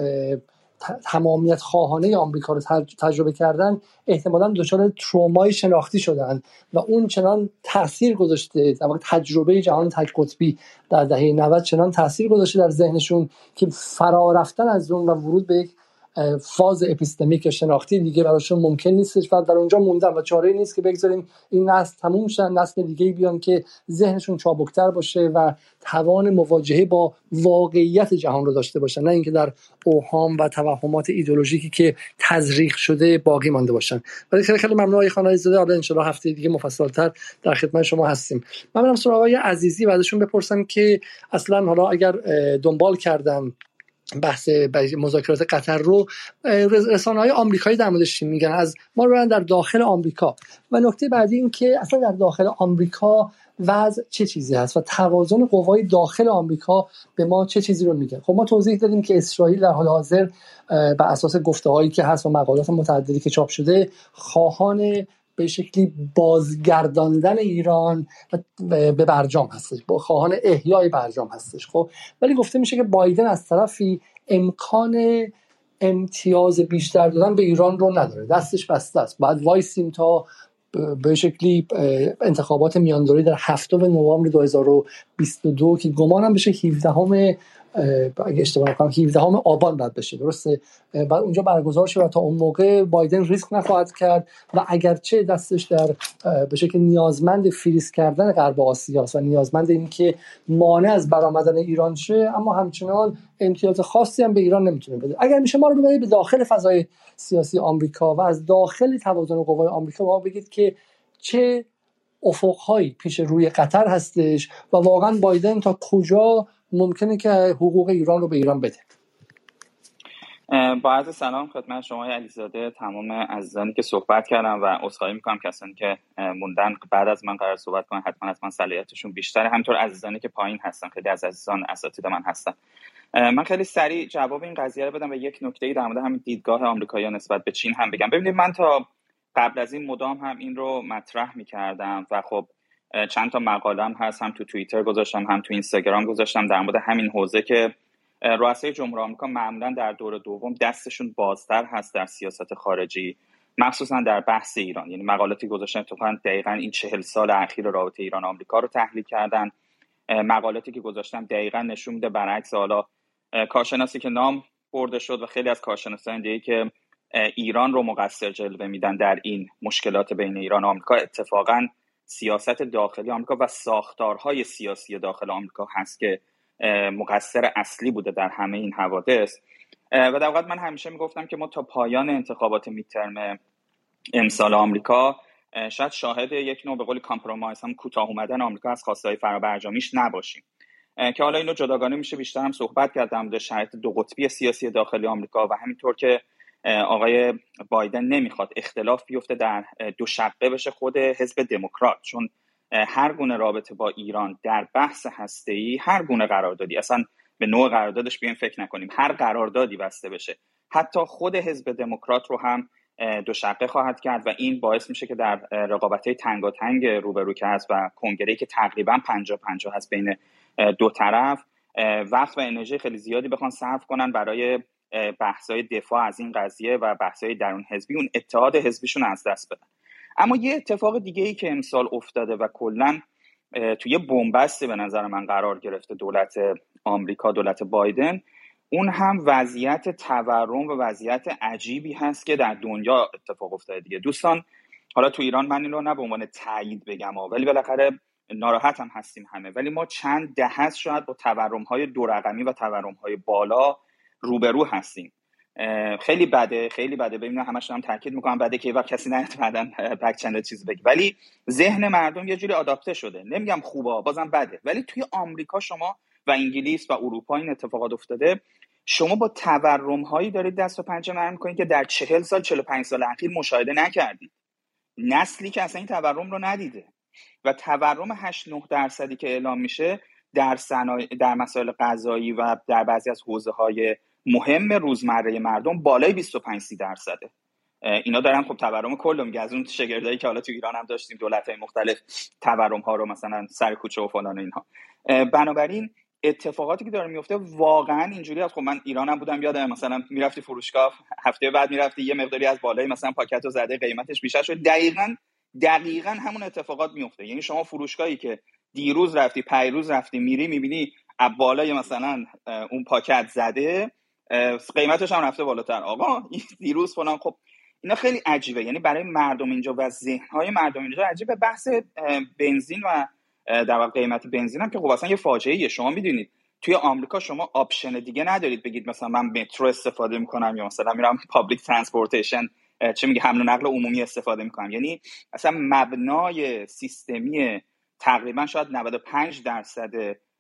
[SPEAKER 1] تمامیت خواهانه آمریکا رو تجربه کردن، احتمالاً دچار ترومای شناختی شدن و اون چنان تاثیر گذاشته در واقع تجربه جهان تک قطبی در دهه نود چنان تاثیر گذاشته در ذهنشون که فرا رفتن از اون و ورود به یک فاز اپیستمیک شناختی دیگه براشون ممکن نیستش و در اونجا موندن و چاره‌ای نیست که بگذاریم این نسل تموم شن، نسل دیگه بیان که ذهنشون چابکتر باشه و توان مواجهه با واقعیت جهان رو داشته باشن، نه اینکه در اوهام و توهمات ایدئولوژیکی که تزریق شده باقی مانده باشن. ولی خیلی خیلی ممنون آقای خانعزاده. حالا ان شاء الله هفته دیگه مفصل‌تر در خدمت شما هستیم. من میرم سراغ آقای عزیزی و ازشون بپرسم که اصلا حالا اگر دنبال کردن بحث مذاکرات قطر رو، رسانه‌های آمریکایی در موردش میگن، از ما رو در داخل آمریکا، و نکته بعدی این که اصلا در داخل آمریکا وضع چه چیزی هست و توازن قوای داخل آمریکا به ما چه چیزی رو میگه. خب ما توضیح دادیم که اسرائیل در حال حاضر بر اساس گفته‌هایی که هست و مقالات متعددی که چاپ شده خواهان به شکلی بازگرداندن ایران به برجام هستش، با خواهان احیای برجام هستش. خب ولی گفته میشه که بایدن از طرفی امکان امتیاز بیشتر دادن به ایران رو نداره، دستش بسته است. بعد وایسیم تا به شکلی انتخابات میاندوری در هفتم نوامبر دو هزار و بیست و دو که گمانم بشه هفدهم اگه اشتباه نکنم هفدهم آبان بعد بشه، درسته، بعد اونجا برگزار شه و تا اون موقع بایدن ریسک نخواهد کرد و اگرچه دستش در به شکل نیازمند فریز کردن غرب آسیا و نیازمند این که مانع از برآمدن ایران شه، اما همچنان امتیاز خاصی هم به ایران نمیتونه بده. اگر میشه ما رو ببرید به داخل فضای سیاسی آمریکا و از داخل توازن قوای آمریکا ما بگید که چه افق‌هایی پیش روی قطر هستش و واقعا بایدن تا کجا ممکنه که حقوق ایران رو به ایران بده.
[SPEAKER 7] با عرض سلام خدمت شما علیزاده، تمام عزیزانی که صحبت کردن و عذرخواهی میکنم کسانی که موندن بعد از من قرار صحبت کنن، حتما از من صلاحیتشون بیشتره، همینطور عزیزانی که پایین هستن، خیلی از عزیزان اساتید من هستن. من خیلی سریع جواب این قضیه رو بدم و یک نکته‌ای در مورد همین دیدگاه آمریکایی‌ها نسبت به چین هم بگم. ببینید من تا قبل از این مدام هم این رو مطرح می‌کردم و خب چند تا مقاله‌ام هست، هم تو توییتر گذاشتم هم تو اینستاگرام گذاشتم در مورد همین حوزه که رؤسای جمهوری آمریکا معمولا در دور دوم دستشون بازتر هست در سیاست خارجی، مخصوصا در بحث ایران. یعنی مقالاتی گذاشتن تو دقیقاً این چهل سال اخیر رابطه ایران آمریکا رو تحلیل کردن. مقالاتی که گذاشتم دقیقاً نشون میده برعکس حالا کارشناسی که نام برده شد و خیلی از کارشناسان دیگه که ایران رو مقصر جلوه میدن در این مشکلات بین ایران و آمریکا، اتفاقاً سیاست داخلی آمریکا و ساختارهای سیاسی داخل آمریکا هست که مقصر اصلی بوده در همه این حوادث. و در واقع من همیشه میگفتم که ما تا پایان انتخابات میدترم امسال آمریکا شاید شاهد یک نوع به قول کامپرومایز، هم کوتاه اومدن آمریکا از خواستهای فرابرجامیش نباشیم، که حالا اینو جداگانه میشه بیشتر هم صحبت کردم در شرایط دو قطبی سیاسی داخلی آمریکا و همینطور که آقای بایدن نمیخواد اختلاف بیفته در دو شقه بشه خود حزب دموکرات، چون هر گونه رابطه با ایران در بحث هسته‌ای، هر گونه قراردادی، اصلا به نوع قراردادش بیایم فکر نکنیم، هر قراردادی بسته بشه حتی خود حزب دموکرات رو هم دو شقه خواهد کرد و این باعث میشه که در رقابت‌های تنگاتنگ روبرو که هست و کنگره‌ای که تقریبا پنجاه پنجاه هست بین دو طرف، وقت و انرژی خیلی زیادی بخوان صرف کنن برای بحث‌های دفاع از این قضیه و بحث‌های درون حزبی، اون اتحاد حزبیشون از دست بدن. اما یه اتفاق دیگه‌ای که امسال افتاده و کلاً توی بن‌بستی به نظر من قرار گرفته دولت آمریکا، دولت بایدن، اون هم وضعیت تورم و وضعیت عجیبی هست که در دنیا اتفاق افتاده دیگه. دوستان حالا تو ایران من این رو نه به عنوان تایید بگم، ولی بالاخره ناراحت هم هستیم همه، ولی ما چند دهه شاید با تورم‌های دو رقمی و تورم‌های بالا روبرو هستیم. خیلی بده، خیلی بده. ببینم همش هم تاکید میکنم بده که وقت کسی نیاد بعدن بک چنل چیز بگه، ولی ذهن مردم یه جوری آداپته شده. نمیگم خوبه، بازم بده. ولی توی آمریکا شما و انگلیس و اروپا این اتفاقات افتاده، شما با تورم هایی دارید دست و پنجه نرم میکنید که در چهل سال چهل و پنج سال اخیر مشاهده نکردید. نسلی که اصلا این تورم رو ندیده و تورم هشت نه درصدی که اعلام میشه در صنایع، در مسائل غذایی و در بعضی از حوزه‌های مهم روزمره مردم بالای بیست و پنج درصده. اینا دارن خب تورم کل میگه، از اون شگردایی که حالا تو ایران هم داشتیم دولت‌های مختلف تورم ها رو مثلا سر کوچه و فلان و اینها. بنابراین اتفاقاتی که داره میفته واقعا اینجوری است. خب من ایرانم بودم، یادم مثلا میرفتی فروشگاه، هفته بعد میرفتی یه مقداری از بالای مثلا پاکتو زده قیمتش بیشتر شد. دقیقاً دقیقاً همون اتفاقات میفته. یعنی شما فروشگاهی که دیروز رفتی پیروز رفتی میری میبینی از بالای مثلا اون پاکت زده، قیمتش هم رفته بالاتر. آقا دیروز فلان. خب اینا خیلی عجیبه. یعنی برای مردم اینجا و ذهن‌های مردم اینجا عجیبه. بحث بنزین و در واقع قیمت بنزین هم که خب اصلا یه فاجعه‌ایه. شما میدونید توی آمریکا شما آپشن دیگه ندارید بگید مثلا من مترو استفاده میکنم یا مثلا میرم پابلیک ترانسپورتیشن چه میگه حمل و نقل عمومی استفاده میکنم. یعنی اصلا مبنای سیستمی تقریبا شاید نود و پنج درصد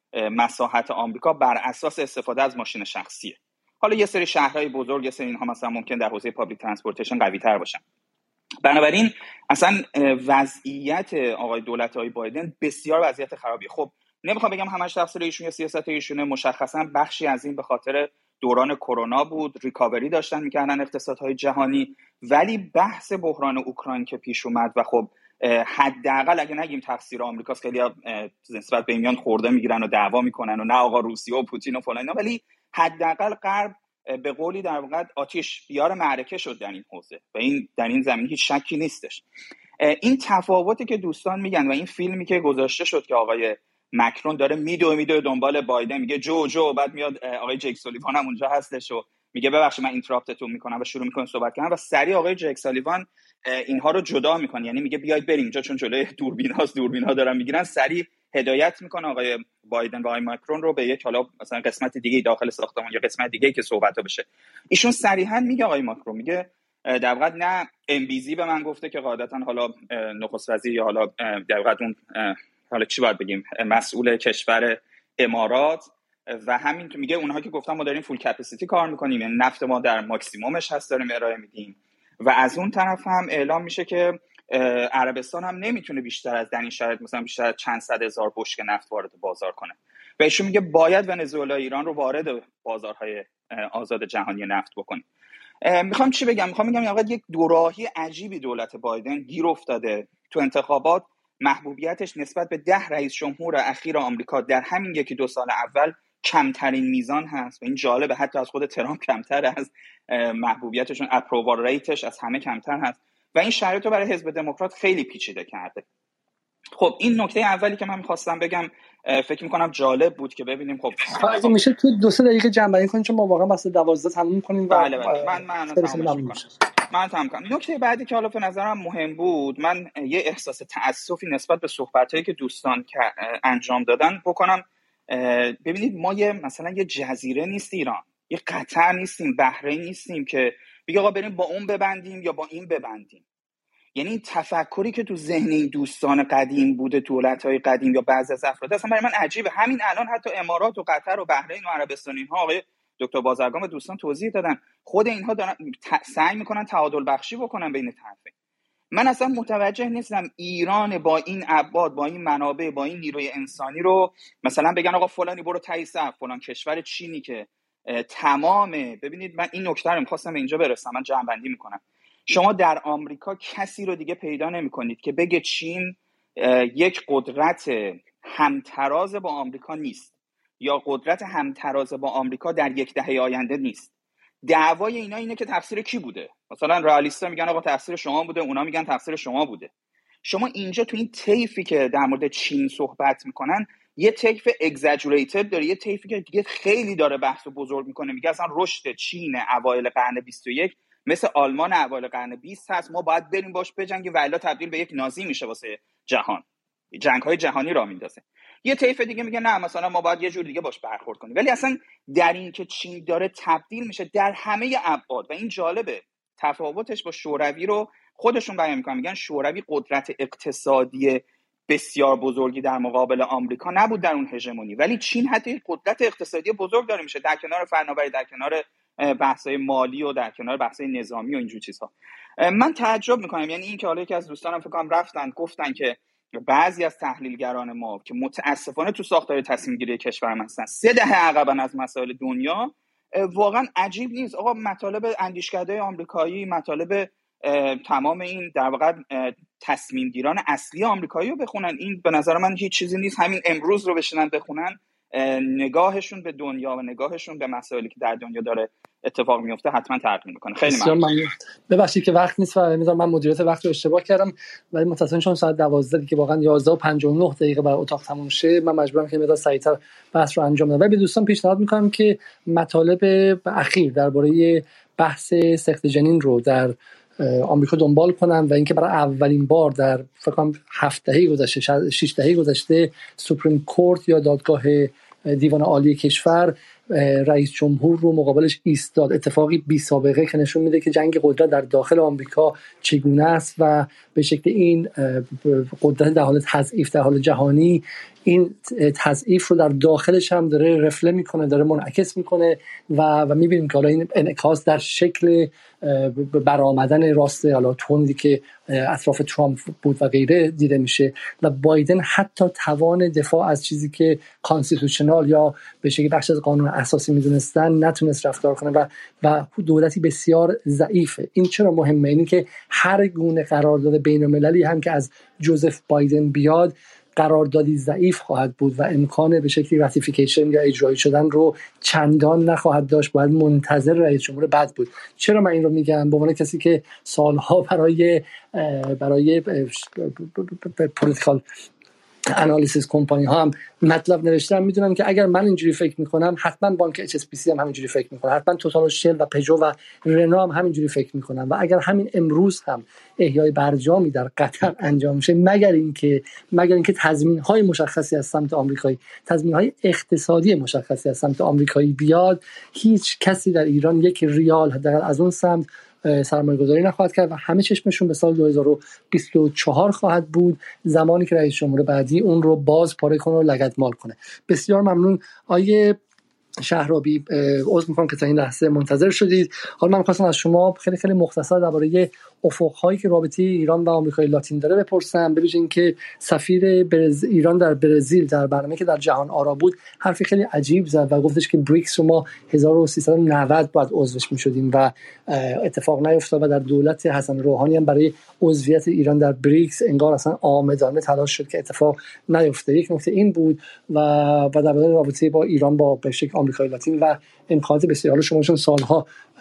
[SPEAKER 7] مساحت آمریکا بر اساس استفاده از ماشین شخصیه. حالا یه سری شهرهای بزرگ، یه سری اینها مثلا ممکن در حوزه پابلیک ترانسپورتیشن قوی تر باشن. بنابراین اصلا وضعیت آقای دولت‌های بایدن بسیار وضعیت خرابیه. خب نمیخوام بگم همش تقصیر ایشون یا سیاست ایشونه، مشخصا بخشی از این به خاطر دوران کرونا بود، ریکاوری داشتن میکردن اقتصادهای جهانی، ولی بحث بحران اوکراین که پیش اومد و خب حداقل اگه نگیم تقصیر آمریکاست، خیلی نسبت به ایمیان خورده میگیرن و دعوا میکنن و نه آقا روسیه و پوتین و فلان اینا، ولی حداقل غرب به قولی در واقع آتش بیار معرکه شد در این حوزه و این در این زمینه هیچ شکی نیستش. این تفاوتی که دوستان میگن و این فیلمی که گذاشته شد که آقای مکرون داره میدوه میدوه دنبال بایدن میگه جو جو، بعد میاد آقای جک سالیوان هم اونجا هستش و میگه ببخشید من اینتراپتتون میکنم و شروع میکنه صحبت کردن و سریع آقای جک سالیوان اینها رو جدا میکنه. یعنی میگه بیاید بریم اینجا چون جلوی دوربیناست، دوربینا دارن میگیرن. سریع هدایت میکنه آقای بایدن و آقای ماکرون رو به یک حالا مثلا قسمت دیگه داخل ساختمان یا قسمت دیگه که صحبت‌ها بشه. ایشون صریحا میگه آقای ماکرون میگه در واقع نه ام بی زی به من گفته که قاعدتا حالا نخست وزیر یا حالا در واقع اون حالا چی باید بگیم مسئول کشور امارات و همین تو میگه اونها که گفتن ما داریم فول کپاسیتی کار میکنیم، یعنی نفت ما در ماکسیمومش هست داریم ارائه میدیم و از اون طرف هم اعلام میشه که عربستان هم نمیتونه بیشتر از در این شرایط مثلا بیشتر از چند صد هزار بشکه نفت وارد بازار کنه و ایشون میگه باید ونزوئلا ایران رو وارد بازارهای آزاد جهانی نفت بکنه. میخوام چی بگم؟ میخوام بگم واقعا یک دوراهی عجیبی دولت بایدن گیر افتاده. تو انتخابات محبوبیتش نسبت به ده رئیس جمهور اخیر آمریکا در همین یکی دو سال اول کمترین میزان هست و این جالبه، حتی از خود ترامپ کمتر از محبوبیتشون، اپرووال ریتش از همه کمتر هست و این شرایط رو برای حزب دموکرات خیلی پیچیده کرده. خب این نکته اولی که من می‌خواستم بگم، فکر می‌کنم جالب بود که ببینیم. خب
[SPEAKER 1] اگه میشه تو دو سه دقیقه جمع‌بندی کنیم چون ما واقعا واسه دوازده تموم می‌کنیم.
[SPEAKER 7] بله بله من من تمام می‌کنم. من تمام کنم. نکته بعدی که حالا به نظرم مهم بود، من یه احساس تأسفی نسبت به صحبتایی که دوستان که انجام دادن بکنم. ببینید ما یه مثلا یه جزیره نیست ایران، یه قطر نیستیم، بحرین نیستیم که بگه آقا بریم با اون ببندیم یا با این ببندیم. یعنی این تفکری که تو ذهن این دوستان قدیم بوده، دولت‌های قدیم یا بعضی از افراد، اصلا برای من عجیبه. همین الان حتی امارات و قطر و بحرین و عربستان اینها آقای دکتر بازرگان و دوستان توضیح دادن، خود اینها دارن سعی میکنن تعادل بخشی بکنن بین طرفین. من اصلا متوجه نیستم ایران با این ابعاد، با این منابع، با این نیروی انسانی رو مثلا بگن آقا فلانی برو تایید، فلان کشور چینی که تمامه. ببینید من این نکته رو می‌خواستم اینجا برسم، من جمع‌بندی میکنم. شما در آمریکا کسی رو دیگه پیدا نمی‌کنید که بگه چین یک قدرت همتراز با آمریکا نیست یا قدرت همتراز با آمریکا در یک دهه آینده نیست. دعوای اینا اینه که تفسیر کی بوده. مثلا رئالیست‌ها میگن آقا تفسیر شما بوده، اونا میگن تفسیر شما بوده. شما اینجا تو این طیفی که در مورد چین صحبت میکنن یه طیف اگزاجریتد داره، یه طیفی که دیگه خیلی داره بحثو بزرگ میکنه، میگه اصلا رشد چین اوایل قرن بیست و یک مثل آلمان اوایل قرن بیست هست، ما باید بریم باش بجنگیم و الا تبدیل به یک نازی میشه واسه جهان. جنگ‌های جهانی راه میندازه. یه طیف دیگه میگه نه مثلا ما باید یه جور دیگه باش برخورد کنیم. ولی اصلا در این که چین داره تبدیل میشه در همه ابعاد و این جالبه، تفاوتش با شوروی رو خودشون بیان میکنن، میگن شوروی قدرت اقتصادی بسیار بزرگی در مقابل آمریکا نبود در اون هژمونی، ولی چین حتی قدرت اقتصادی بزرگ داره میشه در کنار فناوری، در کنار بحث‌های مالی و در کنار بحث‌های نظامی و اینجور چیزها. من تعجب میکنم، یعنی این که حالا یکی از دوستانم فکر کنم رفتن گفتن که بعضی از تحلیلگران ما که متاسفانه تو ساختار تصمیم گیری کشور هستن سه دهه عقبن از مسائل دنیا، واقعا عجیب نیست آقا مطالب اندیشکده آمریکایی، مطالب تمام این در واقع تصمیم گیران اصلی آمریکایی رو بخونن. این به نظر من هیچ چیزی نیست، همین امروز رو بشینن بخونن، نگاهشون به دنیا و نگاهشون به مسائلی که در دنیا داره اتفاق میفته حتما تغییر میکنه. خیلی
[SPEAKER 1] ممنون. ببخشید که وقت نیست و میذارم من مدیریت وقت رو اشتباه کردم، ولی متأسفانه چون ساعت دوازده که واقعا یازده و پنجاه و نه دقیقه برای اتاق تموم شه، من مجبورم که مقدار سریعتر بحث رو انجام بدم. و به دوستان پیشنهاد میکنم که مطالب اخیر درباره بحث سقط جنین رو در آمریکا دنبال کنن و اینکه برای اولین بار در فکر کنم هفت دهه گذشته شش دهه گذشته سوپریم کورت یا دادگاه دیوان عالی کشور رئیس جمهور رو مقابلش ایستاد. اتفاقی بی سابقه که نشون میده که جنگ قدرت در داخل آمریکا چگونه است و به شکل این قدرت در حال تضعیف در حال جهانی این تضعیف رو در داخلش هم داره رفله میکنه، داره منعکس میکنه و و میبینیم که حالا این انعکاس در شکل برآمدن راست حالا توندی که اطراف ترامپ بود و غیره دیده میشه و بایدن حتی توان دفاع از چیزی که کانستیتوشنال یا به شکلی بخش از قانون اساسی میدونستن نتونست رفتار کنه و و دولتی بسیار ضعیفه. این چرا مهمه؟ اینی که هر گونه قرارداد بین‌المللی هم که از جوزف بایدن بیاد قراردادی ضعیف خواهد بود و امکان به شکلی راتیفیکیشن یا اجرایی شدن رو چندان نخواهد داشت، باید منتظر رئیس جمهور بعد بود. چرا من این رو میگم؟ به عنوان کسی که سالها برای برای پولیتیکال انالیسیس کمپانی ها هم مطلب نوشتم، میدونم که اگر من اینجوری فکر میکنم حتما بانک اچ اس بی سی هم همینجوری فکر میکنه، حتما توتال و شل و پژو و رنو هم همینجوری فکر میکنن و اگر همین امروز هم احیای برجامی در قطر انجام میشه مگر اینکه مگر اینکه تضمین های مشخصی از سمت آمریکایی، تضمین های اقتصادی مشخصی از سمت آمریکایی بیاد، هیچ کسی در ایران یک ریال حداقل از اون سمت سرمایه گذاری نخواهد کرد و همه چشمشون به سال دو هزار و بیست و چهار خواهد بود، زمانی که رئیس جمهور بعدی اون رو باز پاره کنه و لگدمال کنه. بسیار ممنون آیه شهرابی، عذر می‌خوام که تا این لحظه منتظر شدید. حالا من می‌خواستم از شما خیلی خیلی مختصر درباره افق‌هایی که رابطه ایران و آمریکای لاتین داره بپرسم، ببینید اینکه سفیر برز... ایران در برزیل در برنامه که در جهان آرا بود حرفی خیلی عجیب زد و گفتش که بریکس رو ما هزار و سیصد و نود باید عضوش می‌شدیم و اتفاق نیفتاد و در دولت حسن روحانی هم برای عضویت ایران در بریکس انگار اصلا آمدانه تلاش شد که اتفاق نیفته. یک نکته این بود و و درباره رابطه با ایران با به شکل آمریکای لاتین و امکانات بسیار. حالا شما چون سالها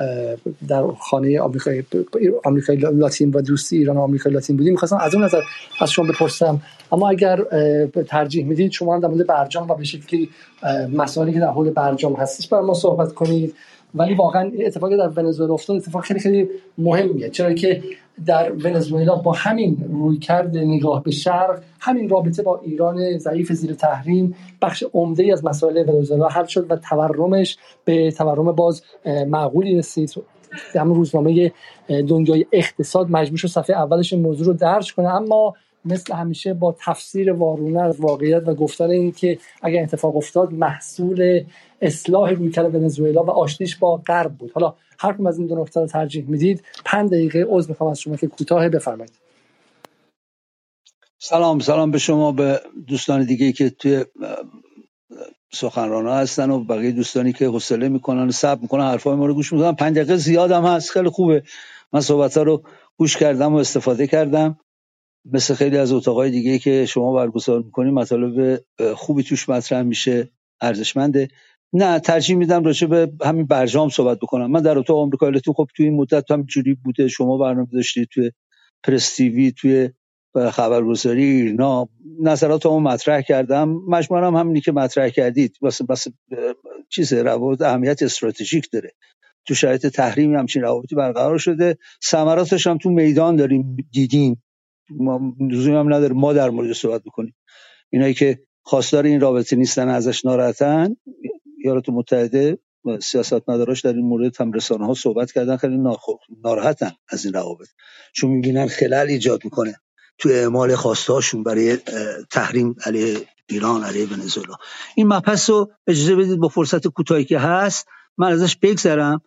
[SPEAKER 1] در خانه آمریکای آمریکای لاتین و دوستی ایران و آمریکای لاتین بودیم، می‌خواستم از اون نظر از شما بپرسم، اما اگر ترجیح میدید شما هم در مورد برجام و به شکلی مسائلی که در حول برجام هستش بر ما صحبت کنید. ولی واقعا اتفاقی در ونزوئلا افتاد اتفاق خیلی خیلی مهمیه، چرا که در ونزوئلا با همین رویکرد نگاه به شرق، همین رابطه با ایران ضعیف زیر تحریم، بخش عمده‌ای از مسائل ونزوئلا حل شد و تورمش به تورم باز معقولی رسید. همون روزنامه دنیای اقتصاد مجبور شد صفحه اولش موضوع رو درج کنه، اما مثل همیشه با تفسیر وارونه از واقعیت و گفتن این که اگر اتفاق افتاد محصول اصلاح رویکرد ونزوئلا و آشتیش با غرب بود. حالا هر کدوم از این دو نکته رو ترجیح میدید. پنج دقیقه عذر میخوام از شما که کوتاه، بفرمایید.
[SPEAKER 8] سلام سلام به شما، به دوستان دیگه که توی سخنران‌ها هستن و بقیه دوستانی که حوصله میکنن و صبر میکنن حرفای ما رو گوش میکنن. پنج دقیقه زیادم هست، خیلی خوبه. من صحبت‌ها رو گوش کردم و استفاده کردم. مثل خیلی از اتاقای دیگه که شما برگزار میکنید مطالب خوبی توش مطرح میشه، ارزشمنده. نه ترجیح میدم راجع به همین برجام صحبت بکنم. من در اتاق آمریکای لاتین خب توی این مدت هم جوری بوده، شما برنامه داشتید توی پرس تیوی، توی خبرگزاری ایرنا، نظراتمو مطرح کردم. مجموعاً هم همینی که مطرح کردید واسه واسه چیز روابط اهمیت استراتژیک داره. تو شرایط تحریم همچین روابطی برقرار شده، ثمراتش هم تو میدان داریم دیدیم. ما لزومی هم نداره ما در مورد صحبت بکنیم. اینایی که خواستار این رابطه نیستن ازش ناراحتن. ایالات متحده سیاستمداراش در این مورد هم رسانه‌ها صحبت کردن، خیلی ناراحتن از این روابط، چون می‌بینن خلل ایجاد میکنه تو اعمال خواستهاشون برای تحریم علیه ایران، علیه ونزوئلا. این مبحث رو اجازه بدید با فرصت کوتاهی که هست من ازش بگذرم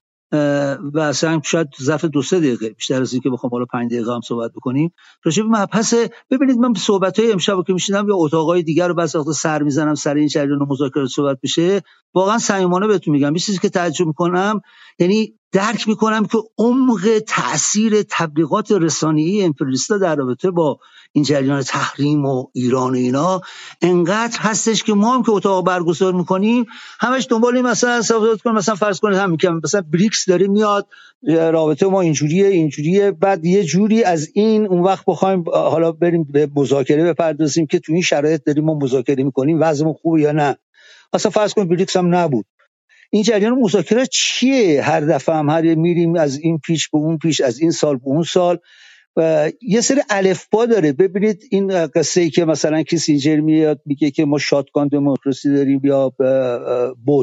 [SPEAKER 8] و اصلا شاید ظرف دو سه دقیقه، بیشتر از این که بخوام حالا پنج دقیقه هم صحبت بکنیم راجع به مبحث. ببینید من صحبت‌های امشب که میشیدم یا اتاقای دیگر رو بعضی وقتا سر میزنم سر این جریان مذاکره صحبت بشه، واقعا صمیمانه بهتون میگم یه چیزی که تعجب میکنم، یعنی درک میکنم که عمق تأثیر تبلیغات رسانه‌ای امپریالیست‌ها در رابطه با این جریان تحریم و ایران و اینا انقدر هستش که ما هم که اتاق برگزار میکنیم همش دنبال مثلا صحبت کنیم، مثلا فرض کنید هم میگم مثلا بریکس داره میاد، رابطه ما اینجوریه اینجوریه، بعد یه جوری از این اون وقت بخوایم حالا بریم به مذاکره بپردازیم که تو این شرایط داریم ما مذاکره میکنیم وضعمون خوبه یا نه. اصلا فرض کنید بریکس هم نبود، این جریان مذاکره چیه؟ هر دفعه هم هر میریم از این پیش به اون پیش، از این سال به اون سال، و یه سری الفبا داره. ببینید این قصه ای که مثلا کیسینجر میاد میگه که ما شاتگان دموکراسی داریم یا بوت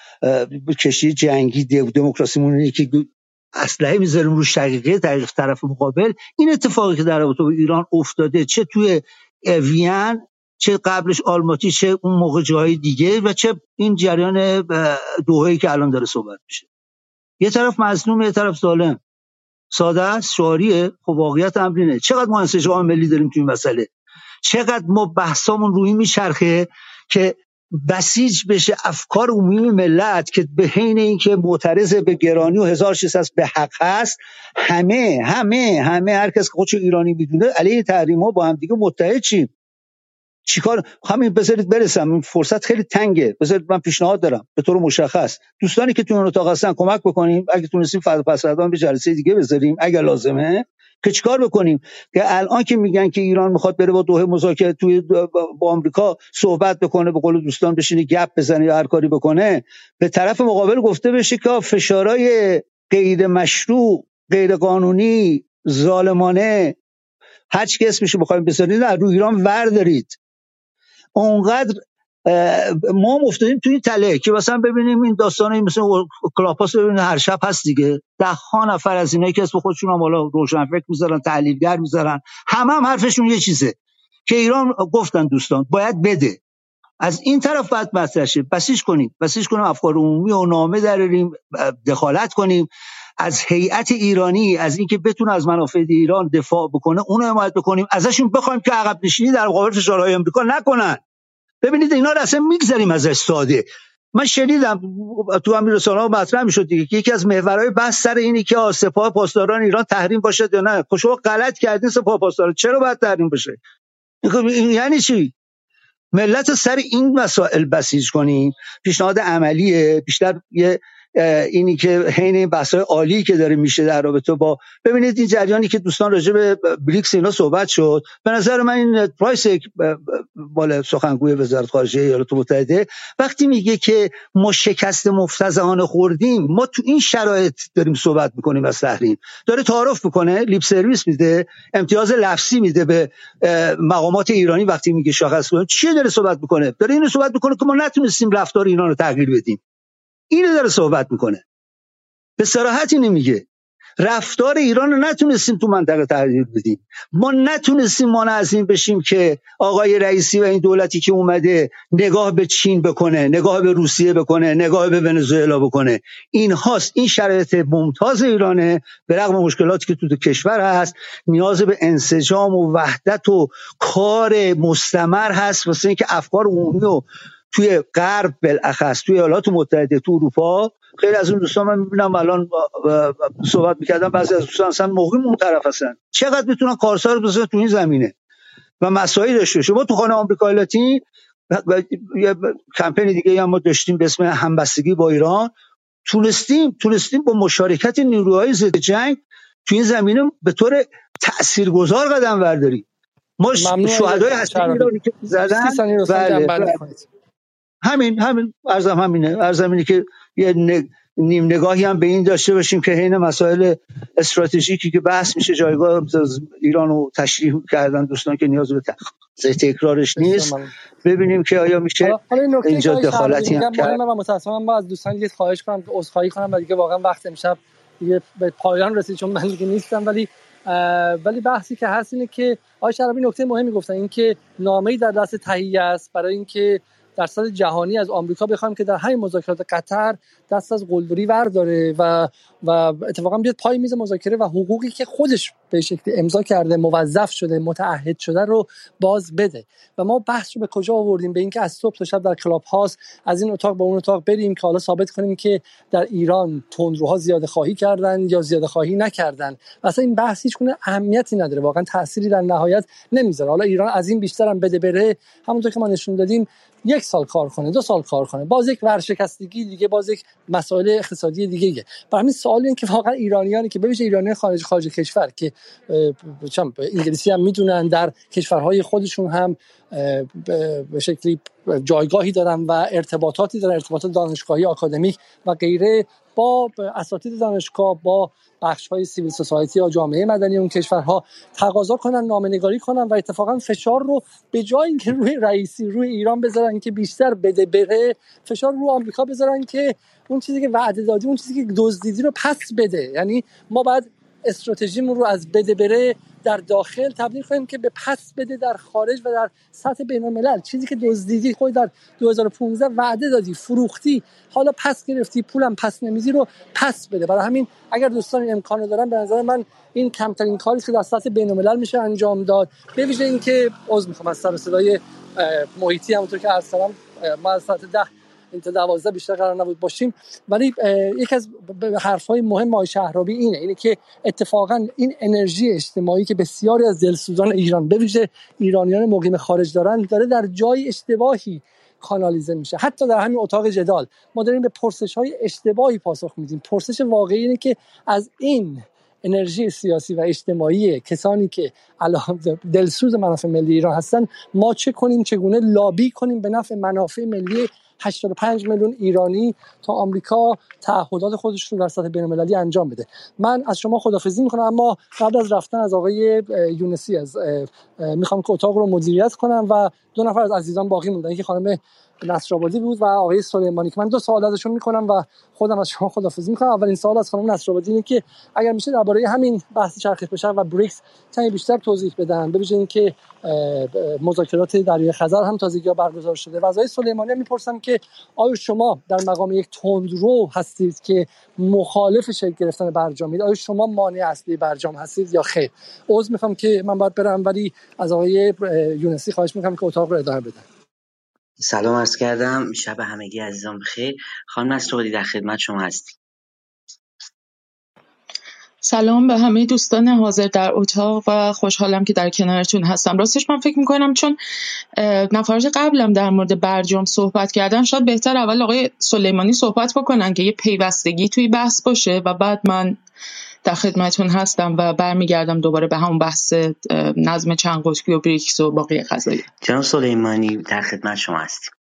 [SPEAKER 8] کشتی جنگی دموکراسیمون اینه که اسلحه میذاریم رو شقیقه طریق طرف مقابل. این اتفاقی که در رابطه با ایران افتاده، چه توی وین، چه قبلش آلماتی، چه اون موقع جای دیگه، و چه این جریان دوحه‌ای که الان داره صحبت میشه، یه طرف مظلوم یه طرف ظالم. ساده است، شعاریه، خب واقعیت امر اینه. چقدر ما انسجام ملی داریم تو این مسئله، چقدر ما بحثامون روی میچرخه که بسیج بشه افکار عمومی ملت که به حین اینکه معترض به گرانی و هزار چیز هست به حق هست، همه همه همه هر کس که خودشو ایرانی میدونه علیه تحریم‌ها با هم دیگه متحد چیم. چیکار همین بذارید برسم، این فرصت خیلی تنگه، بذارید من پیشنهاد دارم به طور مشخص دوستانی که تو اون اتاق هستن کمک بکنیم، اگه تونستیم فردا پس فردا به جلسه دیگه بذاریم اگه لازمه، که چیکار بکنیم که الان که میگن که ایران میخواد بره با دوحه مذاکره توی با آمریکا صحبت بکنه، به قول دوستان بشینه گپ بزنه یا هر کاری بکنه، به طرف مقابل گفته بشه که فشارهای غیر مشروع، غیر قانونی، ظالمانه، هر چی اسمش رو بخواید بذارید رو ایران وردارید. اونقدر ما افتادیم توی این تله که مثلا ببینیم این داستانه مثلا کلاپاس ببینید هر شب هست دیگه، ده ها نفر از اینایی که اسم خودشون هم حالا روشنفکر میذارن، تحلیلگر میذارن، همه هم حرفشون یه چیزه که ایران گفتن دوستان باید بده. از این طرف باید مطرح شه، بسیج کنیم بسیج کنیم افکار عمومی و نامه دراریم، دخالت کنیم از هیئت ایرانی، از اینکه بتونه از منافع ایران دفاع بکنه اون رو حمایت بکنیم، ازشون بخوایم که عقب نشینی در مقابل فشارهای آمریکا نکنن. ببینید اینا رو اصلا میگذاریم ازش ساده. من شنیدم تو همین رسانه‌ها مطرح میشد دیگه که یکی از محورهای بحث سر اینی که سپاه پاسداران ایران تحریم باشه یا نه. خب شما غلط کردین، سپاه پاسداران چرا باید تحریم بشه؟ این یعنی چی؟ ملت سر این مسائل بسیج کنیم. پیشنهاد عملیه، بیشتر یه اینی که حین این بحث‌های عالی که داره میشه در رابطه با، ببینید این جریانی که دوستان راجع به بریکس اینا صحبت شد، به نظر من این پرایس بالا سخنگوی وزارت خارجه ایالات متحده وقتی میگه که ما شکست مفتضحانه خوردیم، ما تو این شرایط داریم صحبت میکنیم از تحریم، داره تعارف میکنه، لیپ سرویس میده، امتیاز لفظی میده به مقامات ایرانی وقتی میگه شاخص کنیم. چیه داره صحبت میکنه؟ داره اینو صحبت میکنه که ما نتونستیم رفتار ایران رو تغییر بدیم. اینو داره صحبت میکنه، به صراحت اینو میگه رفتار ایران رو نتونستیم تو منطقه تغییر بدیم، ما نتونستیم مانع از این بشیم که آقای رئیسی و این دولتی که اومده نگاه به چین بکنه، نگاه به روسیه بکنه، نگاه به ونزوئلا بکنه. این هاست، این شرایط ممتاز ایرانه، به رغم مشکلاتی که تو, تو کشور هست نیاز به انسجام و وحدت و کار مستمر هست واسه اینکه افکار عمومی و توی غرب بالاخص توی ایالات متحده، تو اروپا، خیلی از اون دوستان من میبینم الان صحبت میکردم، بعضی از دوستان اصلا موقعی اون طرف هستن، چقدر میتونن کارساز بزنن تو این زمینه و مسائل داشته. شما تو خانه آمریکای لاتین یه کمپین دیگه هم ما داشتیم به اسم همبستگی با ایران، تونستیم تونستیم با مشارکت نیروهای ضد جنگ تو این زمینه به طور تاثیرگذار قدم برداریم. ما شهدای هستیم ایرانی که زدن، بله همین همین ارزم همینه ارزم اینه که یه نیم نگاهی هم به این داشته باشیم که حین مسائل استراتژیکی که بحث میشه جایگاه ایران رو تشریح کردن دوستان که نیاز به تکرارش نیست، ببینیم که آیا میشه
[SPEAKER 1] حالا حالا این نکته
[SPEAKER 8] اینجا
[SPEAKER 1] که
[SPEAKER 8] دخالتی هم کرد.
[SPEAKER 1] مهمه و متأسفانه ما از دوستان دیگه خواهش کنم که عذرخواهی کنم و دیگه واقعا وقت امشب دیگه به پایان رسید چون من دیگه نیستم، ولی ولی بحثی که هست اینه که آقای شرابی نکته مهمی گفتن، این که نامه‌ای در دست تهیه است برای اینکه در سطح جهانی از آمریکا بخوایم که در همین مذاکرات قطر دست از قلدری ورداره و و اتفاقا بیاد پای میز مذاکره و حقوقی که خودش به شکلی امضا کرده، موظف شده، متعهد شده رو باز بده. و ما بحث رو به کجا آوردیم؟ به اینکه از صبح تا شب در کلاب هاوس از این اتاق به اون اتاق بریم که حالا ثابت کنیم که در ایران تندروها زیاده خواهی کردن یا زیاده خواهی نکردن. اصلا این بحث هیچ گونه اهمیتی نداره، واقعا تأثیری در نهایت نمیذاره. حالا ایران از این بیشتر هم بده بره، همونطور که ما نشون دادیم یک سال کار کنه، دو سال کار کنه، باز یک ورشکستگی دیگه، باز یک مسائل اقتصادی دیگه. برای همین سوال این که واقعا ایرانیانی که ببینید ایرانیان خارج خارج کشور که چم انگلیسی هم میدونن، در کشورهای خودشون هم به شکلی جایگاهی دارن و ارتباطاتی دارن، ارتباطات دانشگاهی، آکادمیک و غیره، با اساتید دانشگاه، با بخش‌های سیویل سوسایتی یا جامعه مدنی اون کشورها تقاضا کنن، نامه‌نگاری کنن و اتفاقا فشار رو به جای اینکه روی رئیسی روی ایران بذارن که بیشتر بده بره، فشار رو آمریکا بذارن که اون چیزی که وعده دادی، اون چیزی که دزدیدی رو پس بده. یعنی ما بعد استراتژیمون رو از بده بره در داخل تبدیل کنیم که به پس بده در خارج و در سطح بین‌الملل. چیزی که دزدیدی، خود در دو هزار و پانزده وعده دادی، فروختی، حالا پس گرفتی، پولم پس نمیدی رو پس بده. برای همین اگر دوستان این امکانو دارن، به نظر من این کمترین کاری که در سطح بین‌الملل میشه انجام داد. به ویژه اینکه عذر میخوام از سر صدای محیطی، همونطور که عرض کردم ما از ساعت ده تا دوازده بیشتر قرار نبود باشیم، ولی یک از حرف‌های مهم آقای شهرابی اینه اینه که اتفاقا این انرژی اجتماعی که بسیاری از دلسوزان ایران به ویژه ایرانیان مقیم خارج دارن، داره در جای اشتباهی کانالیزه میشه. حتی در همین اتاق جدال ما داریم به پرسش‌های اشتباهی پاسخ میدیم. پرسش واقعی اینه که از این انرژی سیاسی و اجتماعی کسانی که دلسوز منافع ملی ایران هستن ما چه کنیم، چگونه لابی کنیم به نفع منافع ملی هشتاد و پنج میلیون ایرانی تا آمریکا تعهدات خودش رو در سطح بین‌المللی انجام بده. من از شما خداحافظی میکنم، اما قبل از رفتن از آقای یونسی از میخوام که اتاق رو مدیریت کنم و دو نفر از عزیزان باقی موندن که خانم نصرآبادی بود و آقای سلیمانی که من دو سوال ازشون میکنم و خودم از شما خداحافظی میکنم. اولین سوال از خانم نصرآبادی اینه که اگر میشه درباره همین بحث چرخش بشر و بریکس کمی بیشتر توضیح بدن، ببینید اینکه مذاکرات دریای خزر هم تازگی برگزار شده. و از آقای سلیمانی میپرسم که آیا شما در مقام یک تندرو هستید که مخالف شکل گرفتن برجامید؟ آیا شما مانع اصلی برجام هستید یا خیر؟ عذر میخوام که من باید برم، ولی از آقای یونسی خواهش میکنم که اتاق رو ادامه بدن.
[SPEAKER 9] سلام عرض کردم، شب همگی عزیزان بخیر. خانم نصرآبادی در خدمت شما هستیم.
[SPEAKER 10] سلام به همه دوستان حاضر در اتاق و خوشحالم که در کنارتون هستم. راستش من فکر میکنم چون نفرات قبلم در مورد برجام صحبت کردن، شاید بهتر اول آقای سلیمانی صحبت بکنن که یه پیوستگی توی بحث باشه و بعد من در خدمتون هستم و برمیگردم دوباره به همون بحث نظم چند قطبی و بریکس و باقی قضایا.
[SPEAKER 9] جناب سلیمانی در خدمت شما هستیم.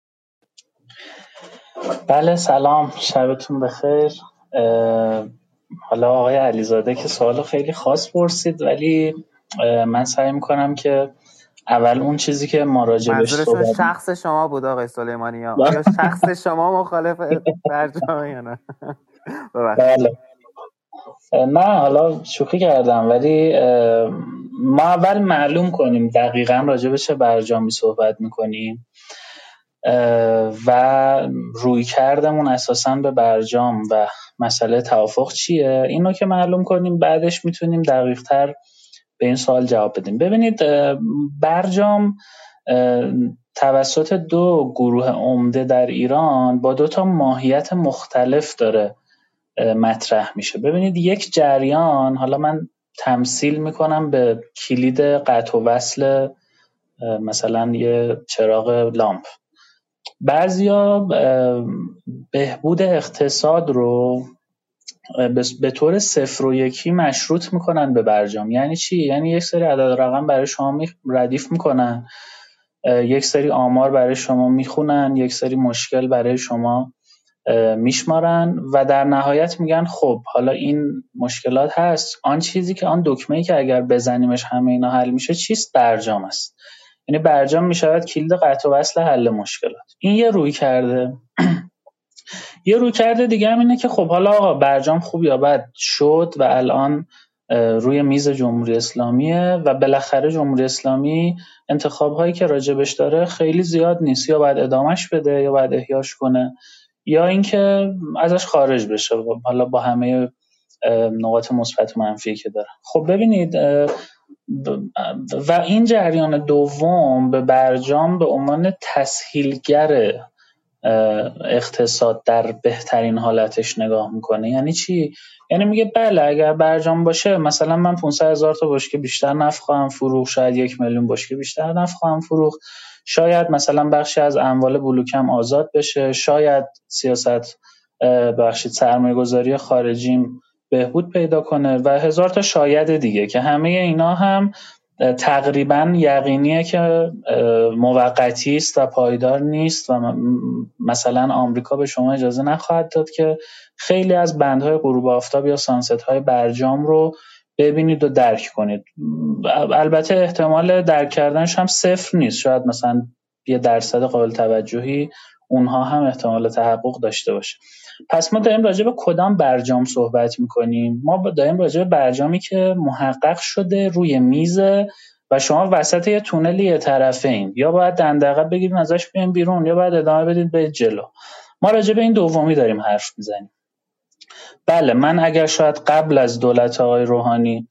[SPEAKER 11] بله سلام، شبتون بخیر. حالا آقای علیزاده که سوال خیلی خاص پرسید، ولی من سعی میکنم که اول اون چیزی که ما راجبش
[SPEAKER 12] منظورشون شخص شما بود آقای سلیمانی ها یا شخص شما مخالف برجام یا نه؟
[SPEAKER 11] بله نه حالا شوخی کردم، ولی ما اول معلوم کنیم دقیقا راجبش برجامی صحبت میکنیم و روی کردمون اساساً به برجام و مسئله توافق چیه، اینو که معلوم کنیم بعدش میتونیم دقیق تر به این سوال جواب بدیم. ببینید برجام توسط دو گروه عمده در ایران با دو تا ماهیت مختلف داره مطرح میشه. ببینید یک جریان، حالا من تمثیل میکنم به کلید قطع و وصل مثلا یه چراغ لامپ. بعضیا بهبود اقتصاد رو به طور صفر و یکی مشروط میکنن به برجام. یعنی چی؟ یعنی یک سری عدد رقم برای شما ردیف میکنن، یک سری آمار برای شما میخونن، یک سری مشکل برای شما میشمارن و در نهایت میگن خب حالا این مشکلات هست، آن چیزی که آن دکمه‌ای که اگر بزنیمش همه اینا حل میشه چیست؟ برجام است. یعنی برجام میشود کلید قطع و وصل حل مشکلات. این یه روی کرده. یه روی کرده دیگه هم اینه که خب حالا آقا برجام خوب یا بد شد و الان روی میز جمهوری اسلامیه و بالاخره جمهوری اسلامی انتخاب‌هایی که راجبش داره خیلی زیاد نیست، یا باید ادامهش بده یا باید احیاش کنه یا اینکه ازش خارج بشه، حالا با همه نقاط مثبت و منفی که داره. خب ببینید و این جریان دوم به برجام به عنوان تسهیلگر اقتصاد در بهترین حالتش نگاه میکنه. یعنی چی؟ یعنی میگه بله اگر برجام باشه مثلا من پانصد هزار تا بشکه بیشتر نفت خواهم فروخت، شاید یک میلیون بشکه بیشتر نفت خواهم فروخت، شاید مثلا بخشی از اموال بلوکم آزاد بشه، شاید سیاست بخشی سرمایه گذاری خارجیم بهبود پیدا کنه و هزار تا شاید دیگه که همه اینا هم تقریبا یقینیه که موقتی است و پایدار نیست و مثلا آمریکا به شما اجازه نخواهد داد که خیلی از بندهای غروب آفتاب یا سانست‌های برجام رو ببینید و درک کنید. البته احتمال درک کردنش هم صفر نیست، شاید مثلا یه درصد قابل توجهی اونها هم احتمال تحقق داشته باشه. پس ما داریم راجع به کدام برجام صحبت میکنیم؟ ما داریم راجع به برجامی که محقق شده روی میزه و شما وسط یه تونل یه طرفه این، یا باید دندقه بگیرین ازش بیاین بیرون یا باید ادامه بدید به جلو. ما راجع به این دومی داریم حرف میزنیم. بله من اگر شاید قبل از دولت آقای روحانی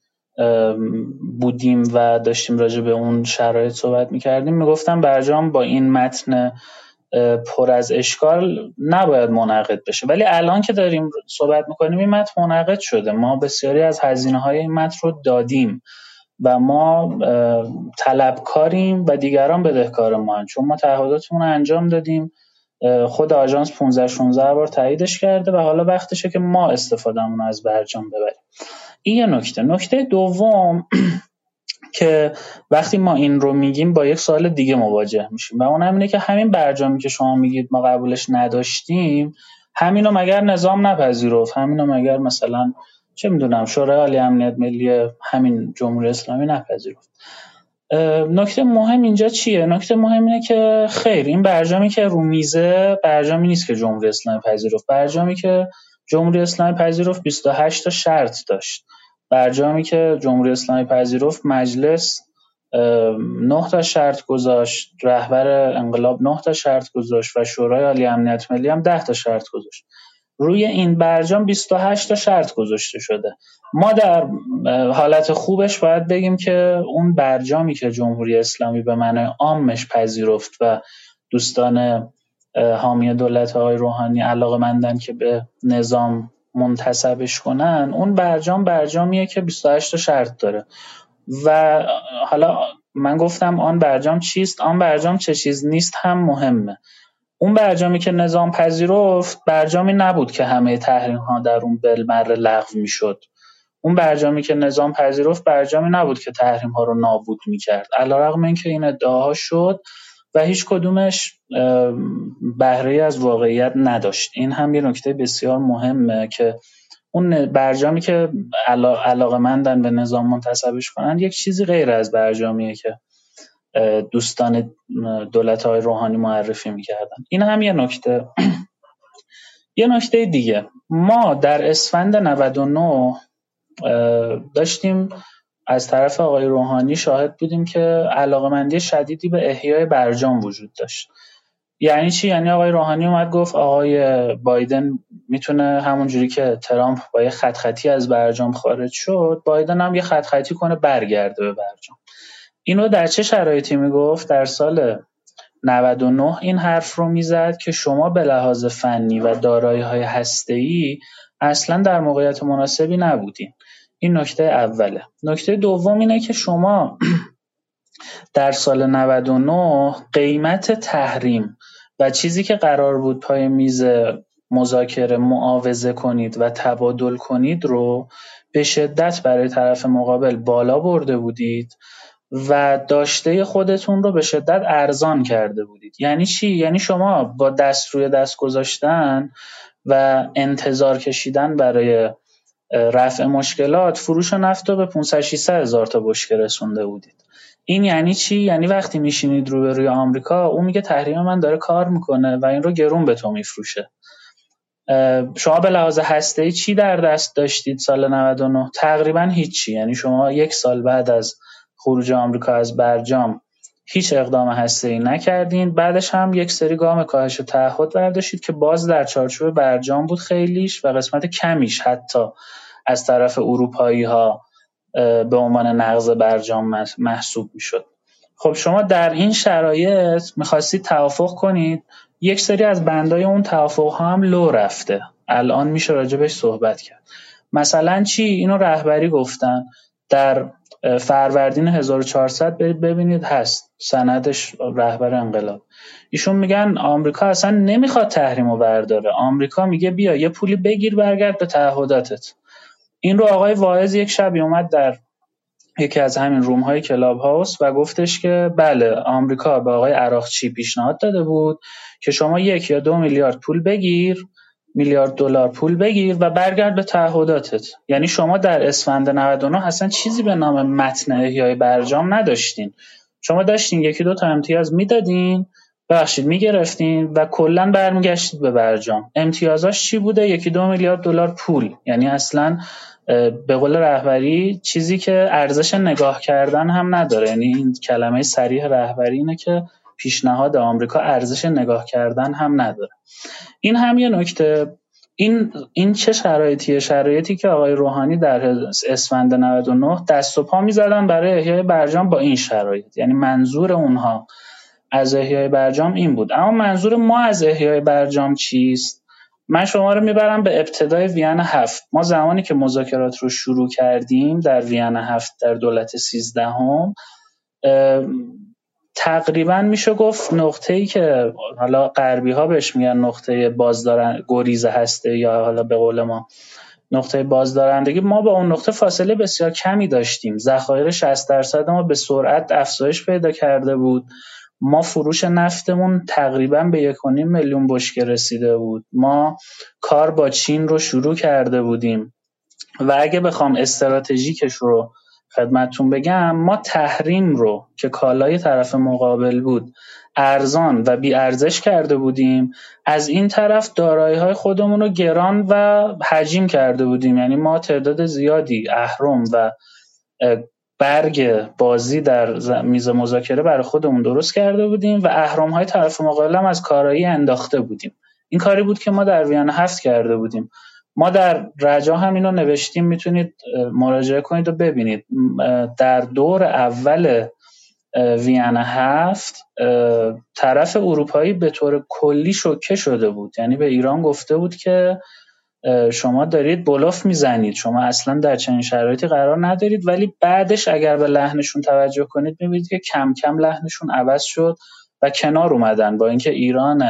[SPEAKER 11] بودیم و داشتیم راجع به اون شرایط صحبت میکردیم میگفتم برجام با این متن پر از اشکال نباید منعقد بشه، ولی الان که داریم صحبت میکنیم این متن منعقد شده، ما بسیاری از هزینه‌های این متن رو دادیم و ما طلبکاریم و دیگران بدهکار ما هم. چون ما تعهداتمون رو انجام دادیم، خود آژانس پانزده شانزده بار تاییدش کرده و حالا وقتشه که ما استفادهمون رو از برجام ببریم. این یه نکته. نکته دوم که وقتی ما این رو میگیم با یک سوال دیگه مواجه میشیم و اون هم اینه که همین برجامی که شما میگید ما قبولش نداشتیم، همینو مگر نظام نپذیرفت؟ همینو مگر مثلا چه میدونم شورای عالی امنیت ملی همین جمهوری اسلامی نپذیرفت؟ نکته مهم اینجا چیه؟ نکته مهم اینه که خیر، این برجامی که رو میزه برجامی نیست که جمهوری اسلامی پذیرفت. برجامی که جمهوری اسلامی پذیرفت بیست و هشت تا شرط داشت. برجامی که جمهوری اسلامی پذیرفت مجلس نه تا شرط گذاشت، رهبر انقلاب نه تا شرط گذاشت و شورای عالی امنیت ملی هم ده تا شرط گذاشت. روی این برجام بیست و هشت تا شرط گذاشته شده. ما در حالت خوبش باید بگیم که اون برجامی که جمهوری اسلامی به معنای عامش پذیرفت و دوستان حامی دولت آقای روحانی علاقه‌مندن که به نظام منتسبش کنن، اون برجام برجامیه که بیست و هشت تا شرط داره. و حالا من گفتم آن برجام چیست، آن برجام چه چیز نیست هم مهمه. اون برجامی که نظام پذیرفت برجامی نبود که همه تحریم ها در اون بالمره لغو میشد. اون برجامی که نظام پذیرفت برجامی نبود که تحریم ها رو نابود میکرد، علیرغم اینکه این ادعاها شد و هیچ کدومش بهره‌ای از واقعیت نداشت. این هم یه نکته بسیار مهمه که اون برجامی که علاقه‌مندن به نظام منتسبش کنن یک چیزی غیر از برجامیه که دوستان دولت‌های روحانی معرفی می‌کردن. این هم یه نکته. یه نکته دیگه، ما در اسفند نود و نه داشتیم از طرف آقای روحانی شاهد بودیم که علاقه‌مندی شدیدی به احیای برجام وجود داشت. یعنی چی؟ یعنی آقای روحانی اومد گفت آقای بایدن میتونه همون جوری که ترامپ با یه خط خطی از برجام خارج شد، بایدن هم یه خط خطی کنه برگرده به برجام. اینو در چه شرایطی میگفت؟ در سال نود و نه این حرف رو میزد که شما به لحاظ فنی و دارایی‌های هسته‌ای اصلا در موقعیت مناسبی نبودین. این نکته اوله. نکته دوم اینه که شما در سال نود و نه قیمت تحریم و چیزی که قرار بود پای میز مذاکره معاوضه کنید و تبادل کنید رو به شدت برای طرف مقابل بالا برده بودید و داشته خودتون رو به شدت ارزان کرده بودید. یعنی چی؟ یعنی شما با دست روی دست گذاشتن و انتظار کشیدن برای رفع مشکلات فروش نفت رو به پانصد ششصد هزار تا بشکه رسونده بودید. این یعنی چی؟ یعنی وقتی میشینید روبروی آمریکا اون میگه تحریم من داره کار میکنه و این رو گرون به تو میفروشه. شما به لحاظ هسته‌ای چی در دست داشتید سال نود و نه؟ تقریبا هیچی. یعنی شما یک سال بعد از خروج آمریکا از برجام هیچ اقدام هسته‌ای نکردین. بعدش هم یک سری گام کاهش و تعهد برداشتید که باز در چارچوب برجام بود خیلیش و قسمت کمیش حتی از طرف اروپایی‌ها به عنوان نقض برجام محسوب میشد. خب شما در این شرایط میخواستید توافق کنید، یک سری از بندای اون توافق‌ها هم لو رفته. الان میشه راجبش صحبت کرد. مثلا چی؟ اینو رهبری گفتن در فروردین هزار و چهارصد برید ببینید هست سندش رهبر انقلاب. ایشون میگن آمریکا اصلا نمیخواد تحریمو برداره، آمریکا میگه بیا یه پولی بگیر برگرد به تعهداتت. این رو آقای واعظ یک شبی اومد در یکی از همین روم های کلاب هاوس و گفتش که بله آمریکا به آقای عراقچی پیشنهاد داده بود که شما یک یا دو میلیارد پول بگیر، میلیارد دلار پول بگیر و برگرد به تعهداتت. یعنی شما در اسفند نود و نه اصلا چیزی به نام متن احیای برجام نداشتین. شما داشتین یکی دو تا امتیاز میدادین، بخشید میگرفتین و کلا برمیگشتید به برجام. امتیازاش چی بوده؟ یکی دو میلیارد دلار پول. یعنی اصلا به قول رهبری چیزی که ارزش نگاه کردن هم نداره. یعنی این کلمه صریح رهبری اینه که پیشنهاد آمریکا ارزش نگاه کردن هم نداره. این هم یه نکته. این این چه شرایطیه؟ شرایطی که آقای روحانی در اسفند نود و نه دست و پا می‌زدن برای احیای برجام با این شرایط. یعنی منظور اونها از احیای برجام این بود. اما منظور ما از احیای برجام چیست؟ من شما رو میبرم به ابتدای وین هفت. ما زمانی که مذاکرات رو شروع کردیم در وین هفت در دولت سیزدهم، تقریبا میشه گفت نقطه‌ای که حالا غربی ها بهش میگن نقطه بازدارن گریز هسته یا حالا به قول ما نقطه بازدارندگی، ما با اون نقطه فاصله بسیار کمی داشتیم. ذخایر شصت درصد ما به سرعت افزایش پیدا کرده بود. ما فروش نفتمون تقریبا به یک و نیم میلیون بشکه رسیده بود. ما کار با چین رو شروع کرده بودیم و اگه بخوام استراتژیکش رو خدمتتون بگم، ما تحریم رو که کالای طرف مقابل بود ارزان و بی ارزش کرده بودیم، از این طرف دارایی‌های خودمون رو گران و حجیم کرده بودیم. یعنی ما تعداد زیادی اهرم و برگ بازی در میز مذاکره برای خودمون درست کرده بودیم و اهرم‌های طرف مقابل هم از کارایی انداخته بودیم. این کاری بود که ما در وین هفت کرده بودیم. ما در رجا هم اینو نوشتیم، میتونید مراجعه کنید و ببینید. در دور اول وین هفت طرف اروپایی به طور کلی شوکه شده بود. یعنی به ایران گفته بود که شما دارید بلوف میزنید، شما اصلا در چنین شرایطی قرار ندارید. ولی بعدش اگر به لحنشون توجه کنید میبینید که کم کم لحنشون عوض شد و کنار اومدن با اینکه ایران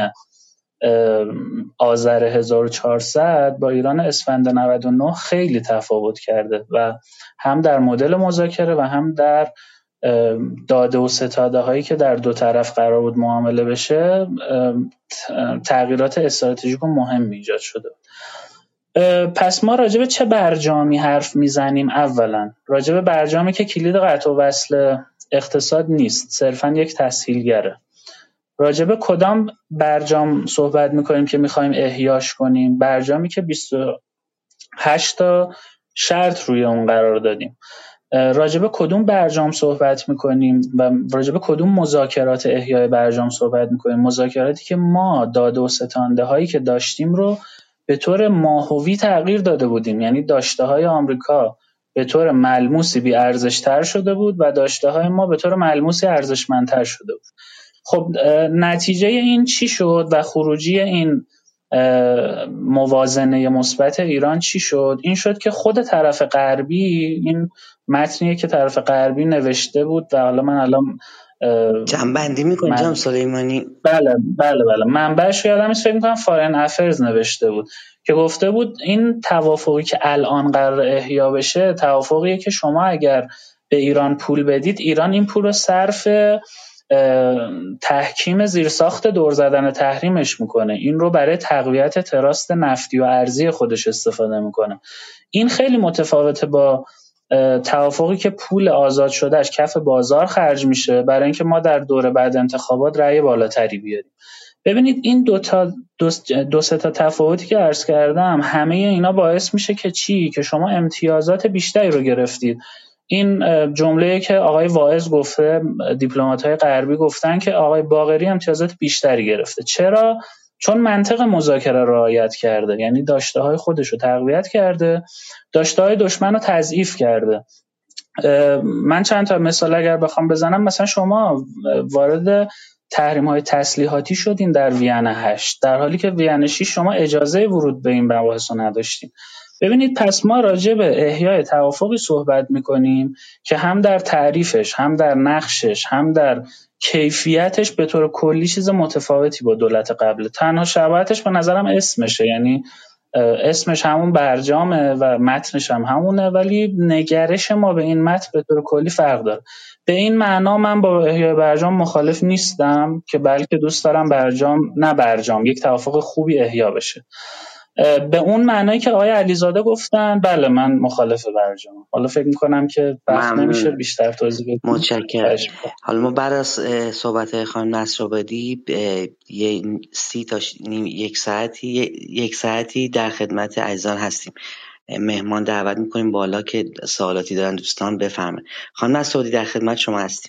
[SPEAKER 11] آذر هزار و چهارصد با ایران اسفند نود و نه خیلی تفاوت کرده و هم در مدل مذاکره و هم در داده و ستاده هایی که در دو طرف قرار بود معامله بشه تغییرات استراتژیک و مهم ایجاد شده. پس ما راجع به چه برجامی حرف میزنیم؟ اولا راجع به برجامی که کلید قطع و وصل اقتصاد نیست، صرفا یک تسهیلگره. راجع به کدام برجام صحبت میکنیم که میخوایم احیاش کنیم؟ برجامی که بیست و هشت تا شرط روی اون قرار دادیم. راجع به کدوم برجام صحبت میکنیم و راجع به کدوم مذاکرات احیای برجام صحبت میکنیم؟ مذاکراتی که ما داده و ستانده هایی که داشتیم رو به طور ماهوی تغییر داده بودیم. یعنی داشته های آمریکا به طور ملموسی بی ارزش تر شده بود و داشته های ما به طور ملموسی ارزشمندتر شده بود. خب نتیجه این چی شد و خروجی این موازنه مثبت ایران چی شد؟ این شد که خود طرف غربی، این متنیه که طرف غربی نوشته بود و حالا من الان
[SPEAKER 9] جنبندی میکنم جناب سلیمانی.
[SPEAKER 11] بله بله بله منبعش یادم نیست، فکر میکنم فارن افرز نوشته بود که گفته بود این توافقی که الان قرار احیا بشه توافقیه که شما اگر به ایران پول بدید، ایران این پول رو صرف تحکیم زیرساخت دور زدن تحریمش میکنه، این رو برای تقویت تراست نفتی و ارزی خودش استفاده میکنه. این خیلی متفاوته با توافقی که پول آزاد شدهش کف بازار خرج میشه برای اینکه ما در دوره بعد انتخابات رأی بالاتری بیاریم. ببینید این دو تا دو, دو سه تا تفاوتی که عرض کردم، همه اینا باعث میشه که چی؟ که شما امتیازات بیشتری رو گرفتید. این جمله‌ای که آقای واعظ گفته، دیپلمات‌های غربی گفتن که آقای باقری امتیازات بیشتری گرفته. چرا؟ چون منطق مذاکره رعایت کرده، یعنی داشته‌های خودش رو تقویت کرده، داشته‌های دشمن رو تضعیف کرده. من چند تا مثال اگر بخوام بزنم، مثلا شما وارد تحریم‌های تسلیحاتی شدین در وین هشت، در حالی که وین شش شما اجازه ورود به این مباحث رو نداشتین. ببینید پس ما راجع به احیای توافقی صحبت می‌کنیم که هم در تعریفش، هم در نقشش، هم در کیفیتش به طور کلی چیز متفاوتی با دولت قبل. تنها شباهتش به نظرم اسمشه، یعنی اسمش همون برجامه و متنش هم همونه، ولی نگرش ما به این متن به طور کلی فرق داره. به این معنا من با احیای برجام مخالف نیستم، که بلکه دوست دارم برجام نه برجام یک توافق خوبی احیا بشه. به اون معنایی که آقای علیزاده گفتن، بله من مخالف برجام. حالا فکر میکنم که وقت نمیشه بیشتر توضیح بدم.
[SPEAKER 9] متشکرم. حالا ما بعد از صحبت خانم نصرآبادی یه سی تا نیم یک ساعتی یک ساعتی در خدمت عزیزان هستیم. مهمان دعوت میکنیم بالا که سوالاتی دارن دوستان بفرمایید. خانم نصرآبادی در خدمت شما هستیم.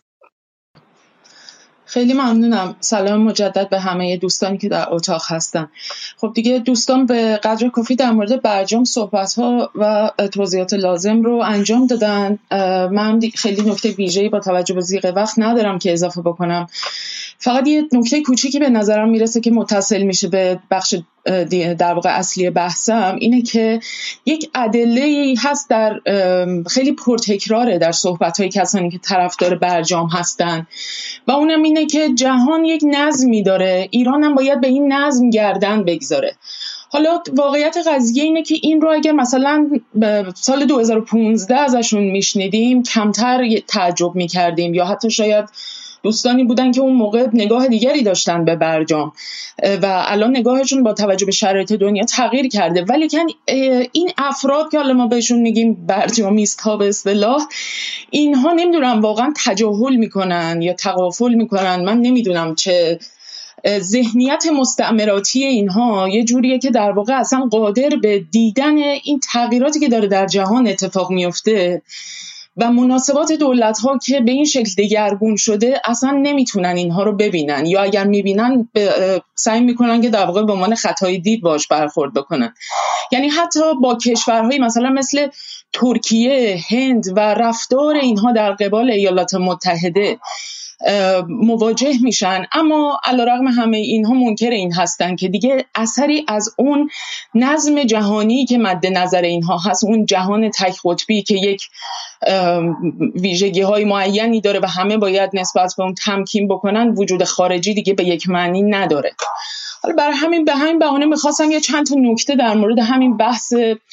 [SPEAKER 10] خیلی ممنونم. سلام مجدد به همه دوستانی که در اتاق هستن. خب دیگه دوستان به قدر کافی در مورد برجام صحبت‌ها و توضیحات لازم رو انجام دادن. من خیلی نکته ویژه‌ای با توجه به ضیق وقت ندارم که اضافه بکنم. فقط یه نکته کوچیکی به نظرم میرسه که متصل میشه به بخش در واقع اصلی بحثم، اینه که یک ادله‌ای هست در خیلی پرتکراره در صحبت‌های کسانی که طرفدار برجام هستن و اونم اینه که جهان یک نظمی داره، ایران هم باید به این نظم گردن بگذاره. حالا واقعیت قضیه اینه که این رو اگر مثلا سال دو هزار و پانزده ازشون میشنیدیم کمتر تعجب میکردیم، یا حتی شاید دوستانی بودن که اون موقع نگاه دیگری داشتن به برجام و الان نگاهشون با توجه به شرایط دنیا تغییر کرده. ولی که این افراد که حالا ما بهشون میگیم برجامیست ها به اصطلاح، اینها نمیدونم واقعا تجاهل میکنن یا تغافل میکنن. من نمیدونم چه ذهنیت مستعمراتی اینها یه جوریه که در واقع اصلا قادر به دیدن این تغییراتی که داره در جهان اتفاق میفته و مناسبات دولت‌ها که به این شکل دگرگون شده اصلا نمیتونن اینها رو ببینن، یا اگر میبینن سعی میکنن که در واقع به عنوان خطای دید باش برخورد بکنن. یعنی حتی با کشورهایی مثلا مثل ترکیه، هند و رفتار اینها در قبال ایالات متحده مواجه میشن، اما علیرغم همه اینها منکر این هستن که دیگه اثری از اون نظم جهانی که مد نظر اینها هست، اون جهان تک قطبی که یک ویژگی های معینی داره و همه باید نسبت به اون تمکین بکنن، وجود خارجی دیگه به یک معنی نداره. حالا برای همین به همین بهانه میخواستم یه چند تا نکته در مورد همین بحث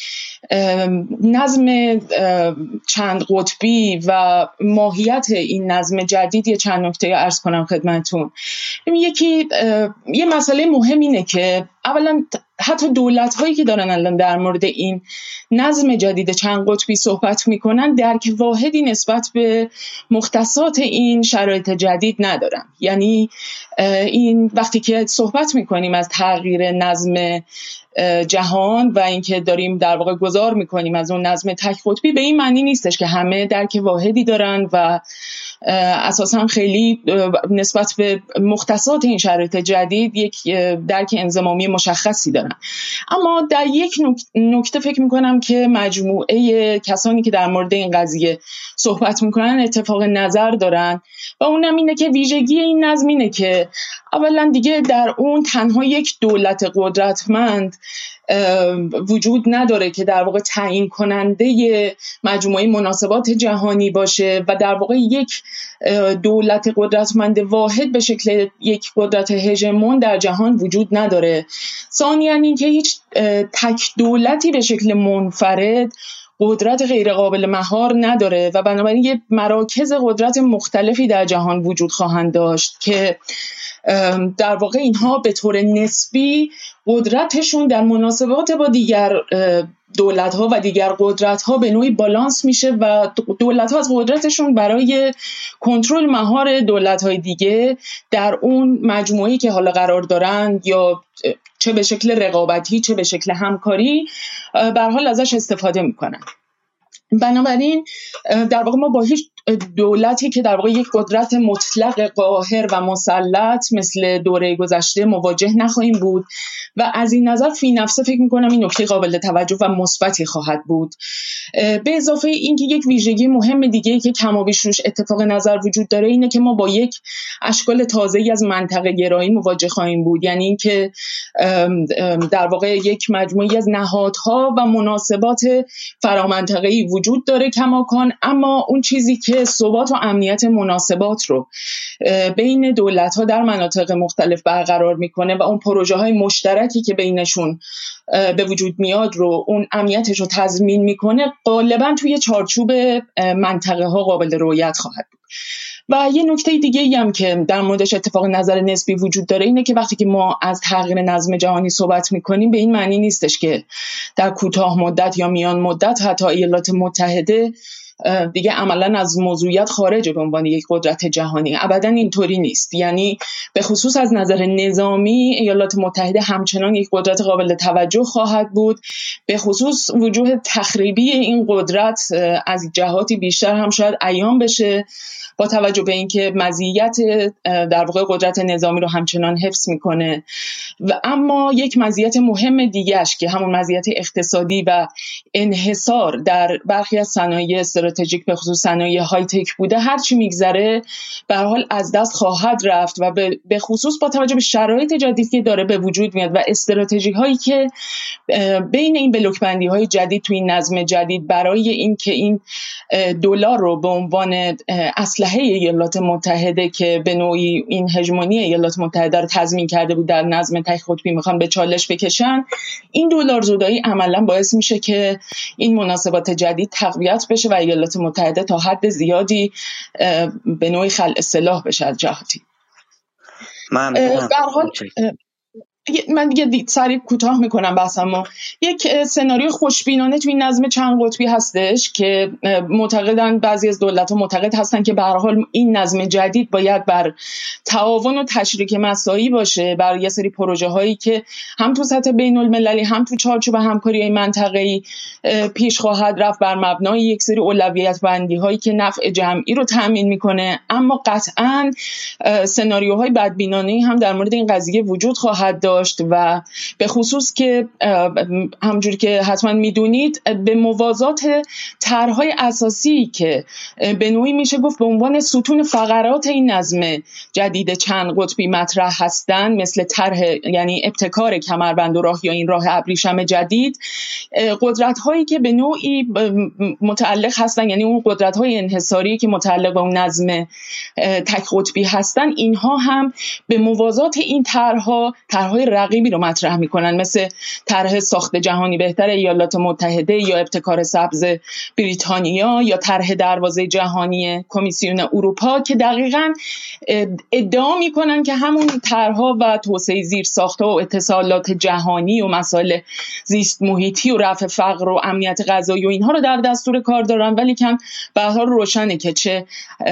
[SPEAKER 10] نظم چند قطبی و ماهیت این نظم جدید یه چند نکته عرض کنم خدمتتون. یکی یه مسئله مهم اینه که اولا حتی دولت هایی که دارن الان در مورد این نظم جدید چند قطبی صحبت میکنن درک واحدی نسبت به مختصات این شرایط جدید ندارن. یعنی این وقتی که صحبت میکنیم از تغییر نظم جهان و اینکه داریم در واقع گذار میکنیم از اون نظم تک قطبی، به این معنی نیستش که همه درک واحدی دارن و اساسا خیلی نسبت به مختصات این شرایط جدید یک درک انضمامی مشخصی دارن. اما در یک نکته فکر میکنم که مجموعه کسانی که در مورد این قضیه صحبت میکنن اتفاق نظر دارن و اونم اینه که ویژگی این نظم اینه که اولا دیگه در اون تنها یک دولت قدرتمند وجود نداره که در واقع تعیین کننده مجموعه مناسبات جهانی باشه و در واقع یک دولت قدرتمند واحد به شکل یک قدرت هژمون در جهان وجود نداره. ثانیاً اینکه هیچ تک دولتی به شکل منفرد قدرت غیرقابل مهار نداره و بنابراین یه مراکز قدرت مختلفی در جهان وجود خواهند داشت که در واقع اینها به طور نسبی قدرتشون در مناسبات با دیگر دولت‌ها و دیگر قدرت‌ها به نوعی بالانس میشه و دولت‌ها از قدرتشون برای کنترل مهار دولت‌های دیگه در اون مجموعه‌ای که حالا قرار دارن یا چه به شکل رقابتی چه به شکل همکاری به هر حال ازش استفاده میکنن. بنابراین در واقع ما با هیچ دولتی که در واقع یک قدرت مطلق قاهر و مسلط مثل دوره گذشته مواجه نخواهیم بود و از این نظر فی نفسه فکر میکنم این نکته قابل توجه و مثبتی خواهد بود. به اضافه اینکه یک ویژگی مهم دیگه که کمابیش روش اتفاق نظر وجود داره اینه که ما با یک اشکال تازه‌ای از منطقه گرایی مواجه خواهیم بود، یعنی اینکه در واقع یک مجموعی از نهادها و مناسبات فرامنطقه‌ای وجود داره کماکان، اما اون چیزی که ثبات و امنیت مناسبات رو بین دولت‌ها در مناطق مختلف برقرار میکنه و اون پروژه‌های مشترکی که بینشون به وجود میاد رو اون امنیتش رو تضمین میکنه غالبا توی چارچوب منطقه ها قابل رؤیت خواهد بود. و یه نکته دیگه ای هم که در موردش اتفاق نظر نسبی وجود داره اینه که وقتی که ما از تغییر نظم جهانی صحبت میکنیم به این معنی نیستش که در کوتاه مدت یا میان مدت حتی ایالات متحده دیگه عملا از موضوعیت خارجه به عنوان یک قدرت جهانی. ابدا اینطوری نیست. یعنی به خصوص از نظر نظامی ایالات متحده همچنان یک قدرت قابل توجه خواهد بود، به خصوص وجوه تخریبی این قدرت از جهاتی بیشتر هم شاید عیان بشه با توجه به اینکه مزیت در واقع قدرت نظامی رو همچنان حفظ میکنه. و اما یک مزیت مهم دیگه‌اش که همون مزیت اقتصادی و انحصار در برخی از صنایع استراتژیک به خصوص صنایع های تک بوده، هر چی میگذره به هر حال از دست خواهد رفت و به خصوص با توجه به شرایط جدیدی که داره به وجود میاد و استراتژی هایی که بین این بلوک بندی های جدید تو این نظم جدید برای اینکه این دلار رو به عنوان اسلحه ایالات متحده که به نوعی این هژمونی ایالات متحده رو تضمین کرده بود در نظم تک قطبی میخوان به چالش بکشن، این دلار زدایی عملا باعث میشه که این مناسبات جدید تقویت بشه و ایالات متحده تا حد زیادی به نوعی خلع سلاح بشه از جهاتی.
[SPEAKER 9] من
[SPEAKER 10] من دیگه سریع کوتاه میکنم بحثمو. یک سناریو خوشبینانه تو این نظم چند قطبی هستش که معتقدن بعضی از دولت‌ها معتقد هستن که به هر حال این نظم جدید باید بر تعاون و تشریک مساعی باشه، بر یه سری پروژه هایی که هم تو سطح بین المللی هم تو چارچوب همکاری منطقه‌ای پیش خواهد رفت بر مبنای یک سری اولویت بندی هایی که نفع جمعی رو تامین میکنه. اما قطعاً سناریوهای بدبینانه‌ای هم در مورد این قضیه وجود خواهد داشت و به خصوص که همونجوری که حتما میدونید به موازات طرح‌های اساسی که به نوعی میشه گفت به عنوان ستون فقرات این نظم جدید چند قطبی مطرح هستن، مثل طرح یعنی ابتکار کمربند و راه یا این راه ابریشم جدید، قدرت‌هایی که به نوعی متعلق هستن، یعنی اون قدرت‌های انحصاری که متعلق به اون نظم تک قطبی هستن، اینها هم به موازات این طرح‌ها طرح‌های رقیبی رو مطرح میکنن، مثل طرح ساخت جهانی بهتر ایالات متحده یا ابتکار سبز بریتانیا یا طرح دروازه جهانی کمیسیون اروپا که دقیقاً ادعا میکنن که همون طرح‌ها و توسعه زیرساخت‌ها و اتصالات جهانی و مسائل زیست محیطی و رفع فقر و امنیت غذایی و اینها رو در دستور کار دارن، ولی کم به هر حال روشنه که چه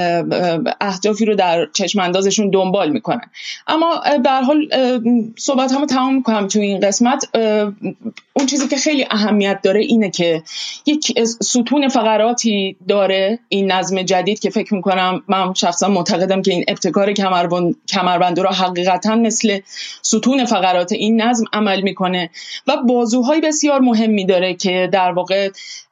[SPEAKER 10] اهدافی رو در چشم اندازشون دنبال میکنن. اما به هر حال صحبت همو تمام میکنم تو این قسمت. اون چیزی که خیلی اهمیت داره اینه که یک ستون فقراتی داره این نظم جدید که فکر میکنم من شخصا معتقدم که این ابتکار کمربند کمربند را حقیقتا مثل ستون فقرات این نظم عمل میکنه و بازوهای بسیار مهمی داره که در واقع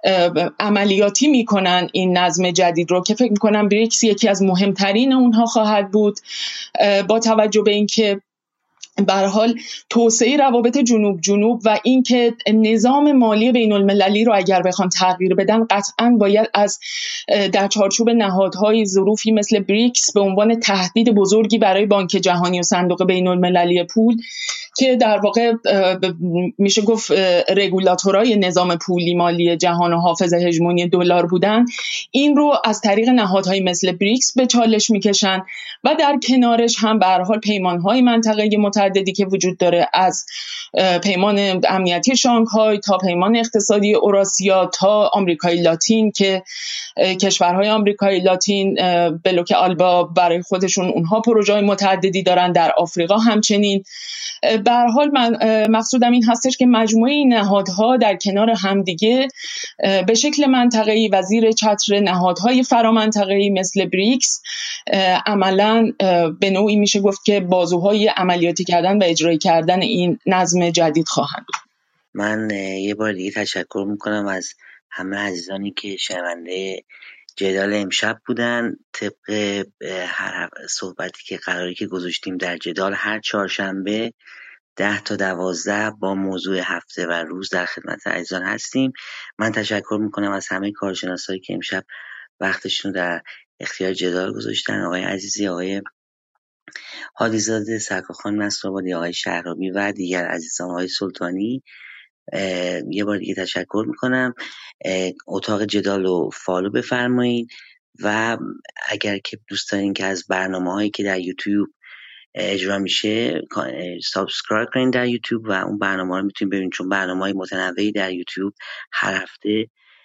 [SPEAKER 10] عملیاتی میکنن این نظم جدید رو که فکر میکنم بریکس یکی از مهمترین اونها خواهد بود، با توجه به اینکه به هر حال توسعه روابط جنوب جنوب و اینکه نظام مالی بین المللی رو اگر بخوان تغییر بدن قطعاً باید از در چارچوب نهادهای ظروفی مثل بریکس به عنوان تهدید بزرگی برای بانک جهانی و صندوق بین المللی پول که در واقع میشه گفت رگولاتورای نظام پولی مالی جهان و حافظ هژمونی دلار بودن، این رو از طریق نهادهای مثل بریکس به چالش میکشن و در کنارش هم به هر حال پیمانهای منطقه‌ای متعددی که وجود داره، از پیمان امنیتی شانگهای تا پیمان اقتصادی اوراسیا تا آمریکای لاتین که کشورهای آمریکای لاتین بلوک آلبا برای خودشون اونها پروژه‌های متعددی دارن، در آفریقا همچنین. به هر حال من مقصودم این هستش که مجموعه این نهادها در کنار همدیگه به شکل منطقه‌ای و زیر چتر نهادهای فرامنطقه‌ای مثل بریکس عملاً به نوعی میشه گفت که بازوهای عملیاتی کردن و اجرایی کردن این نظم جدید خواهند بود.
[SPEAKER 9] من یه بار دیگه تشکر میکنم از همه عزیزانی که شنونده جدال امشب بودن. طبق هر صحبتی که قراری که گذاشتیم در جدال هر چهارشنبه ده تا دوازده با موضوع هفته و روز در خدمت عزیزان هستیم. من تشکر میکنم از همه کارشناسایی که امشب وقتشون در اختیار جدال گذاشتن، آقای عزیزی، آقای هادیزاده، سرکارخان نصرآبادی، آقای شهرابی و دیگر عزیزان، آقای سلطانی. یه بار دیگه تشکر میکنم. اتاق جدال رو فالو بفرمایید و اگر که دوست دارین که از برنامه هایی که در یوتیوب اجرا میشه سابسکرایب کنین در یوتیوب و اون برنامه ها رو میتونین ببینید، چون برنامه های متنوعی در یوتیوب هر هفته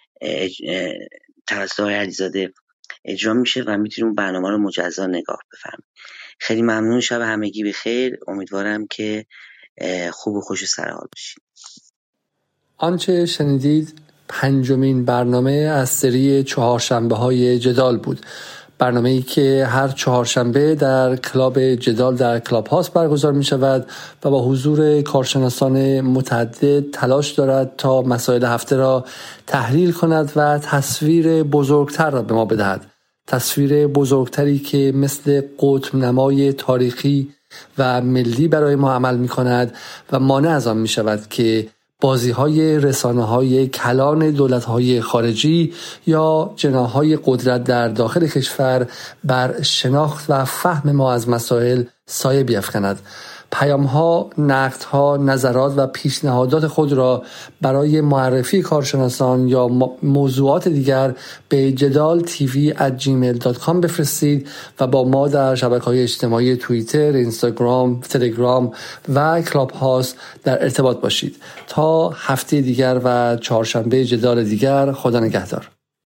[SPEAKER 9] توسط آقای علیزاده اجرا میشه و میتونین اون برنامه رو مجزا نگاه بفرمایید. خیلی ممنون. شب همگی بخیر. امیدوارم که خوب و خوش و سرحال باشید.
[SPEAKER 1] آنچه شنیدید پنجمین برنامه از سری چهارشنبه های جدال بود، برنامه‌ای که هر چهارشنبه در کلاب جدال در کلاب هاست برگزار می شود و با حضور کارشناسان متعدد تلاش دارد تا مسائل هفته را تحلیل کند و تصویر بزرگتر را به ما بدهد، تصویر بزرگتری که مثل قطب نمای تاریخی و ملی برای ما عمل می کند و مانع از آن می شود که بازی‌های رسانه‌های کلان دولت‌های خارجی یا جناح‌های قدرت در داخل کشور بر شناخت و فهم ما از مسائل سایه بیفکند. پیام‌ها، نقدها، نظرات و پیشنهادات خود را برای معرفی کارشناسان یا موضوعات دیگر به جدال تیوی ات جیمیل دات کام بفرستید و با ما در شبکه‌های اجتماعی توییتر، اینستاگرام، تلگرام و کلاب هاوس در ارتباط باشید. تا هفته دیگر و چهارشنبه جدال دیگر، خدا نگهدار.